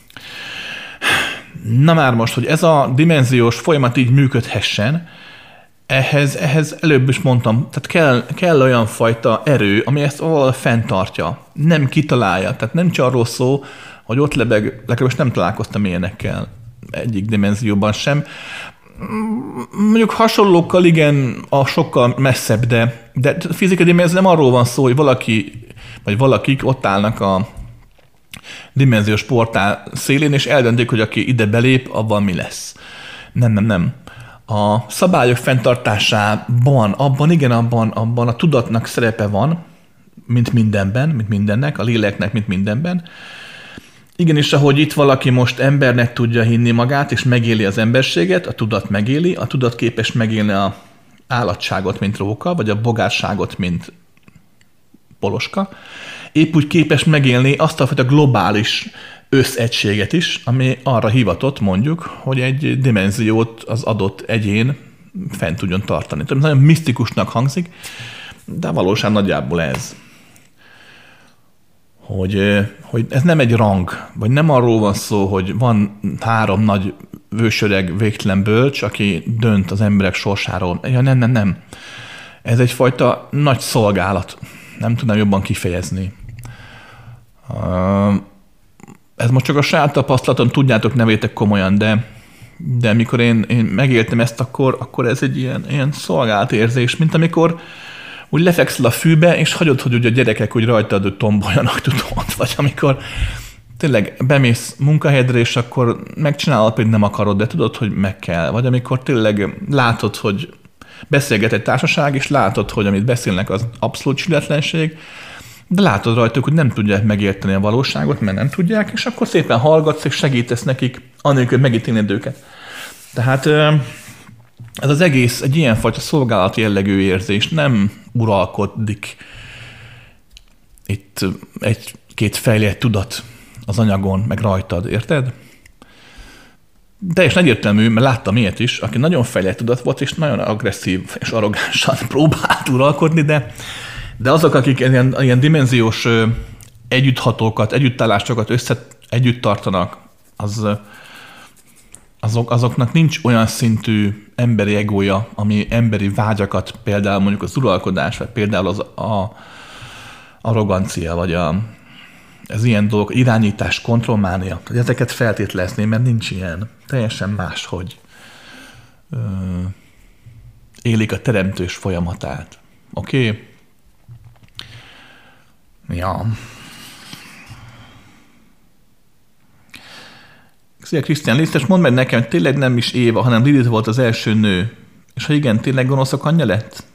Na már most, hogy ez a dimenziós folyamat így működhessen, ehhez előbb is mondtam, tehát kell olyan fajta erő, ami ezt valahol fenntartja, nem kitalálja. Tehát nem csak arról szó, hogy ott lebeg, legalábbis nem találkoztam ilyenekkel egyik dimenzióban sem. Mondjuk hasonlókkal igen, a sokkal messzebb, de a fizikai dimenzió nem arról van szó, hogy valaki, vagy valakik ott állnak a dimenziós portál szélén, és eldöntik, hogy aki ide belép, abban mi lesz. Nem. A szabályok fenntartásában, abban a tudatnak szerepe van, mint mindennek, a léleknek, mint mindenben. Igenis, ahogy itt valaki most embernek tudja hinni magát, és megéli az emberséget, a tudat megéli, a tudat képes megélni a állatságot, mint róka, vagy a bogárságot, mint poloska. Épp úgy képes megélni azt a fajta globális összegységet is, ami arra hivatott, mondjuk, hogy egy dimenziót az adott egyén fent tudjon tartani. Tehát nagyon misztikusnak hangzik, de valóság nagyjából ez. Hogy ez nem egy rang, vagy nem arról van szó, hogy van 3 nagy vősöreg végtelen bölcs, aki dönt az emberek sorsáról. Ja, nem. Ez egyfajta nagy szolgálat. Nem tudnám jobban kifejezni. Ez most csak a saját tapasztalatom, tudjátok, ne vétek komolyan, de mikor én megéltem ezt, akkor ez egy ilyen szolgálatérzés, mint amikor úgy lefekszel a fűbe, és hagyod, hogy ugye a gyerekek úgy rajtad tomboljanak, tudod, vagy amikor tényleg bemész munkahelyedre, és akkor megcsinálod, hogy nem akarod, de tudod, hogy meg kell. Vagy amikor tényleg látod, hogy beszélget egy társaság, és látod, hogy amit beszélnek, az abszolút csületlenség, de látod rajtuk, hogy nem tudják megérteni a valóságot, mert nem tudják, és akkor szépen hallgatsz, és segítesz nekik, anélkül, hogy megítélnéd őket. Tehát ez az egész egy ilyenfajta szolgálati jellegű érzés, nem uralkodik itt egy-két fejlett tudat az anyagon, meg rajtad, érted? Teljesen egyértelmű, mert láttam ilyet is, aki nagyon fejlett tudat volt, és nagyon agresszív és arrogánsan próbált uralkodni, de azok, akik ilyen dimenziós együtthatókat, együttállásokat együtt tartanak, azoknak nincs olyan szintű emberi egója, ami emberi vágyakat, például mondjuk az uralkodás, vagy például az arrogancia, vagy ez ilyen dolgok, irányítás, kontrollmánia, hogy ezeket feltételezni, mert nincs ilyen. Teljesen más, hogy élik a teremtős folyamatát. Oké? Ja. Szia Krisztián Lisztes, mondd meg nekem, tényleg nem is Éva, hanem Lilith volt az első nő. És ha igen, tényleg gonoszak anyja lett?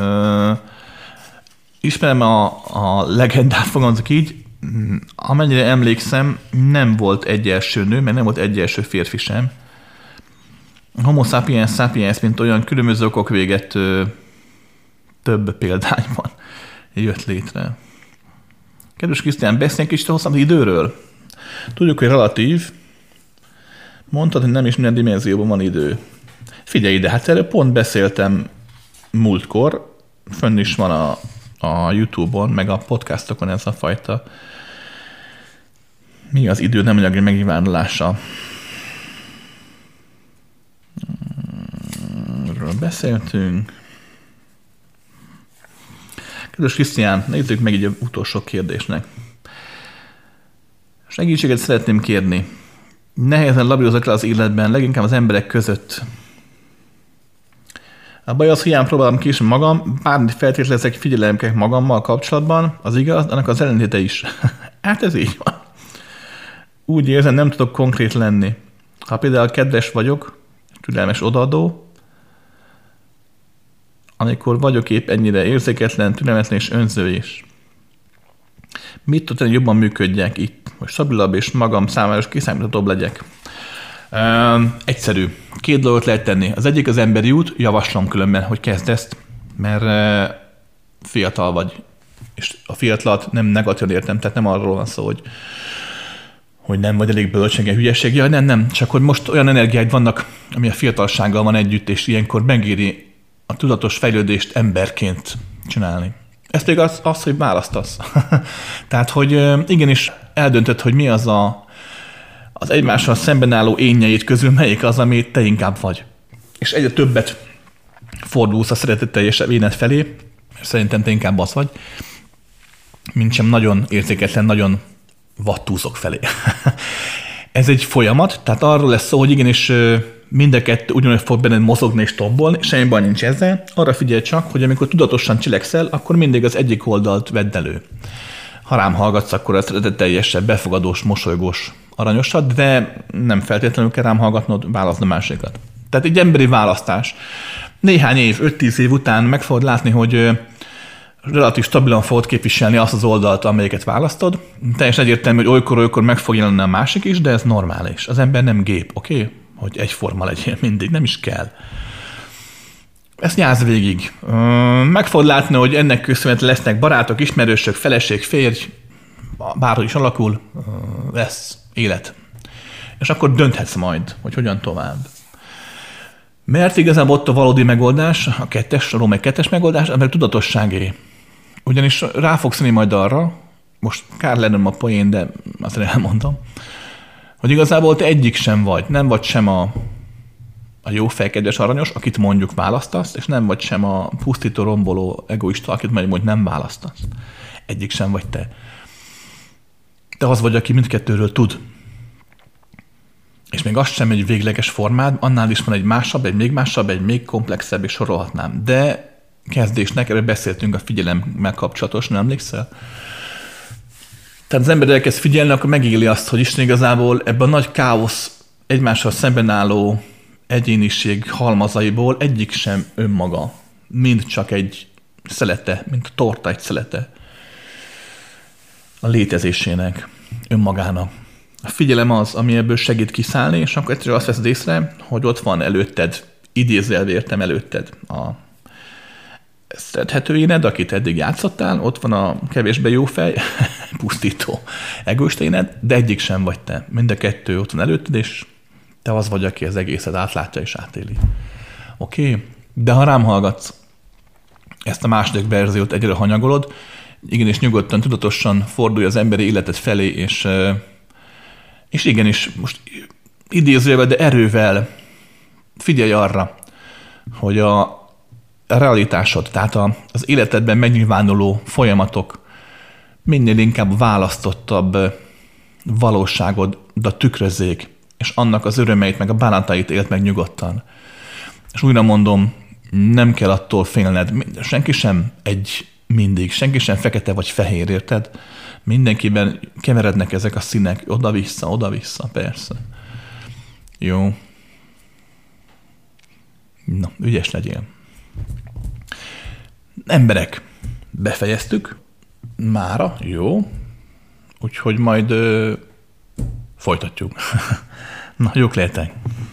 Ismerem a legendát, fogalmazok így, amennyire emlékszem, nem volt egy első nő, mert nem volt egy első férfi sem. A Homo sapiens sapiens, mint olyan különböző okok véget több példányban jött létre. Kedves Krisztián, beszéljünk kicsit hosszan az időről. Tudjuk, hogy relatív. Mondtad, hogy nem is minden dimenzióban van idő. Figyelj ide, hát erről pont beszéltem múltkor, fönn is van a YouTube-on, meg a podcastokon ez a fajta mi az idő nem anyagi megnyilvánulása. Erről beszéltünk. Kedves Krisztián, nézzük meg így az utolsó kérdésnek. Segítséget szeretném kérni. Nehezen labírozok le az életben, leginkább az emberek között. A baj az, hiány próbálom ki is magam, bármit feltételezek, figyelemkek magammal kapcsolatban, az igaz, annak az ellentéte is. Hát ez így van. Úgy érzem, nem tudok konkrét lenni. Ha például kedves vagyok, türelmes odaadó, amikor vagyok épp ennyire érzéketlen, türelmetlen és önző is. Mit tudod, jobban működjek itt, hogy stabilabb és magam számára is kiszámíthatóbb legyek? Egyszerű. 2 dolgot lehet tenni. Az egyik az emberi út, javaslom különben, hogy kezd ezt, mert fiatal vagy. És a fiatalat nem negatív értem, tehát nem arról van szó, hogy nem vagy elég bölcség, hülyeség. Ja, nem. Csak hogy most olyan energiáid vannak, ami a fiatalsággal van együtt, és ilyenkor megéri a tudatos fejlődést emberként csinálni. Ez pedig az, hogy választasz. Tehát, hogy igenis eldöntöd, hogy mi az az egymással szemben álló énjeid közül melyik az, ami te inkább vagy. És egyre többet fordulsz a szeretetteljesebb éned felé, és szerintem te inkább az vagy, mint sem nagyon érzéketlen, nagyon vattúzok felé. Ez egy folyamat, tehát arról lesz szó, hogy igenis mind a kettő ugyanúgy fog benned mozogni és tombolni, semmi baj nincs ezzel. Arra figyelj csak, hogy amikor tudatosan cselekszel, akkor mindig az egyik oldalt vedd elő. Ha rám hallgatsz, akkor az szeretetteljesebb, befogadós, mosolygós, aranyosat, de nem feltétlenül kell rám hallgatnod, válaszd a másikat. Tehát egy emberi választás. Néhány év, 5-10 év után meg fogod látni, hogy relatív stabilan fogod képviselni azt az oldalt, amelyiket választod. Teljesen egyértelmű, hogy olykor meg fog jelenni a másik is, de ez normális. Az ember nem gép, oké? Hogy egyforma legyen mindig, nem is kell. Ezt nyázd végig. Meg fogod látni, hogy ennek köszönhetően lesznek barátok, ismerősök, feleség, férj, bárhogy is alakul, lesz élet. És akkor dönthetsz majd, hogy hogyan tovább. Mert igazából ott a valódi megoldás, a Római 2-es megoldás, az meg tudatosságé. Ugyanis rá fogsz jönni majd arra, most kár lennem a poén, de azért elmondom, hogy igazából te egyik sem vagy. Nem vagy sem a jó fejkedves aranyos, akit mondjuk választasz, és nem vagy sem a pusztító, romboló, egoista, akit mondjuk nem választasz. Egyik sem vagy te. Te az vagy, aki mindkettőről tud. És még az sem egy végleges formád, annál is van egy másabb, egy még másabb, egy még komplexebb, és sorolhatnám. De kezdésnek, erről beszéltünk a figyelemmel kapcsolatos, nem emlékszel? Tehát az ember elkezd figyelni, akkor megéli azt, hogy Isten igazából ebben a nagy káosz egymással szemben álló egyéniség halmazaiból egyik sem önmaga, mind csak egy szelete, mint a torta egy szelete a létezésének, önmagának. A figyelem az, ami ebből segít kiszállni, és akkor egyszerűen azt veszed észre, hogy ott van előtted idézőjelbe értem előtted a szerethető éned, akit eddig játszottál, ott van a kevésbé jó fej, pusztító egoista éned, de egyik sem vagy te. Mind a kettő ott van előtted, és te az vagy, aki az egészet átlátja és átéli. Oké? De ha rám hallgatsz, ezt a második verziót egyre hanyagolod, igenis nyugodtan, tudatosan fordulj az emberi életed felé, és igenis most idézőjelben, de erővel figyelj arra, hogy a realitásod, tehát az életedben megnyilvánuló folyamatok minél inkább választottabb valóságodat tükrözzék, és annak az örömeit, meg a bánatait élt meg nyugodtan. És újra mondom, nem kell attól félned, senki sem mindig, senki sem fekete vagy fehér, érted? Mindenkiben keverednek ezek a színek, oda-vissza, persze. Jó. Na, ügyes legyél. Emberek, befejeztük mára, jó? Úgyhogy majd folytatjuk. Na, jók lehetek.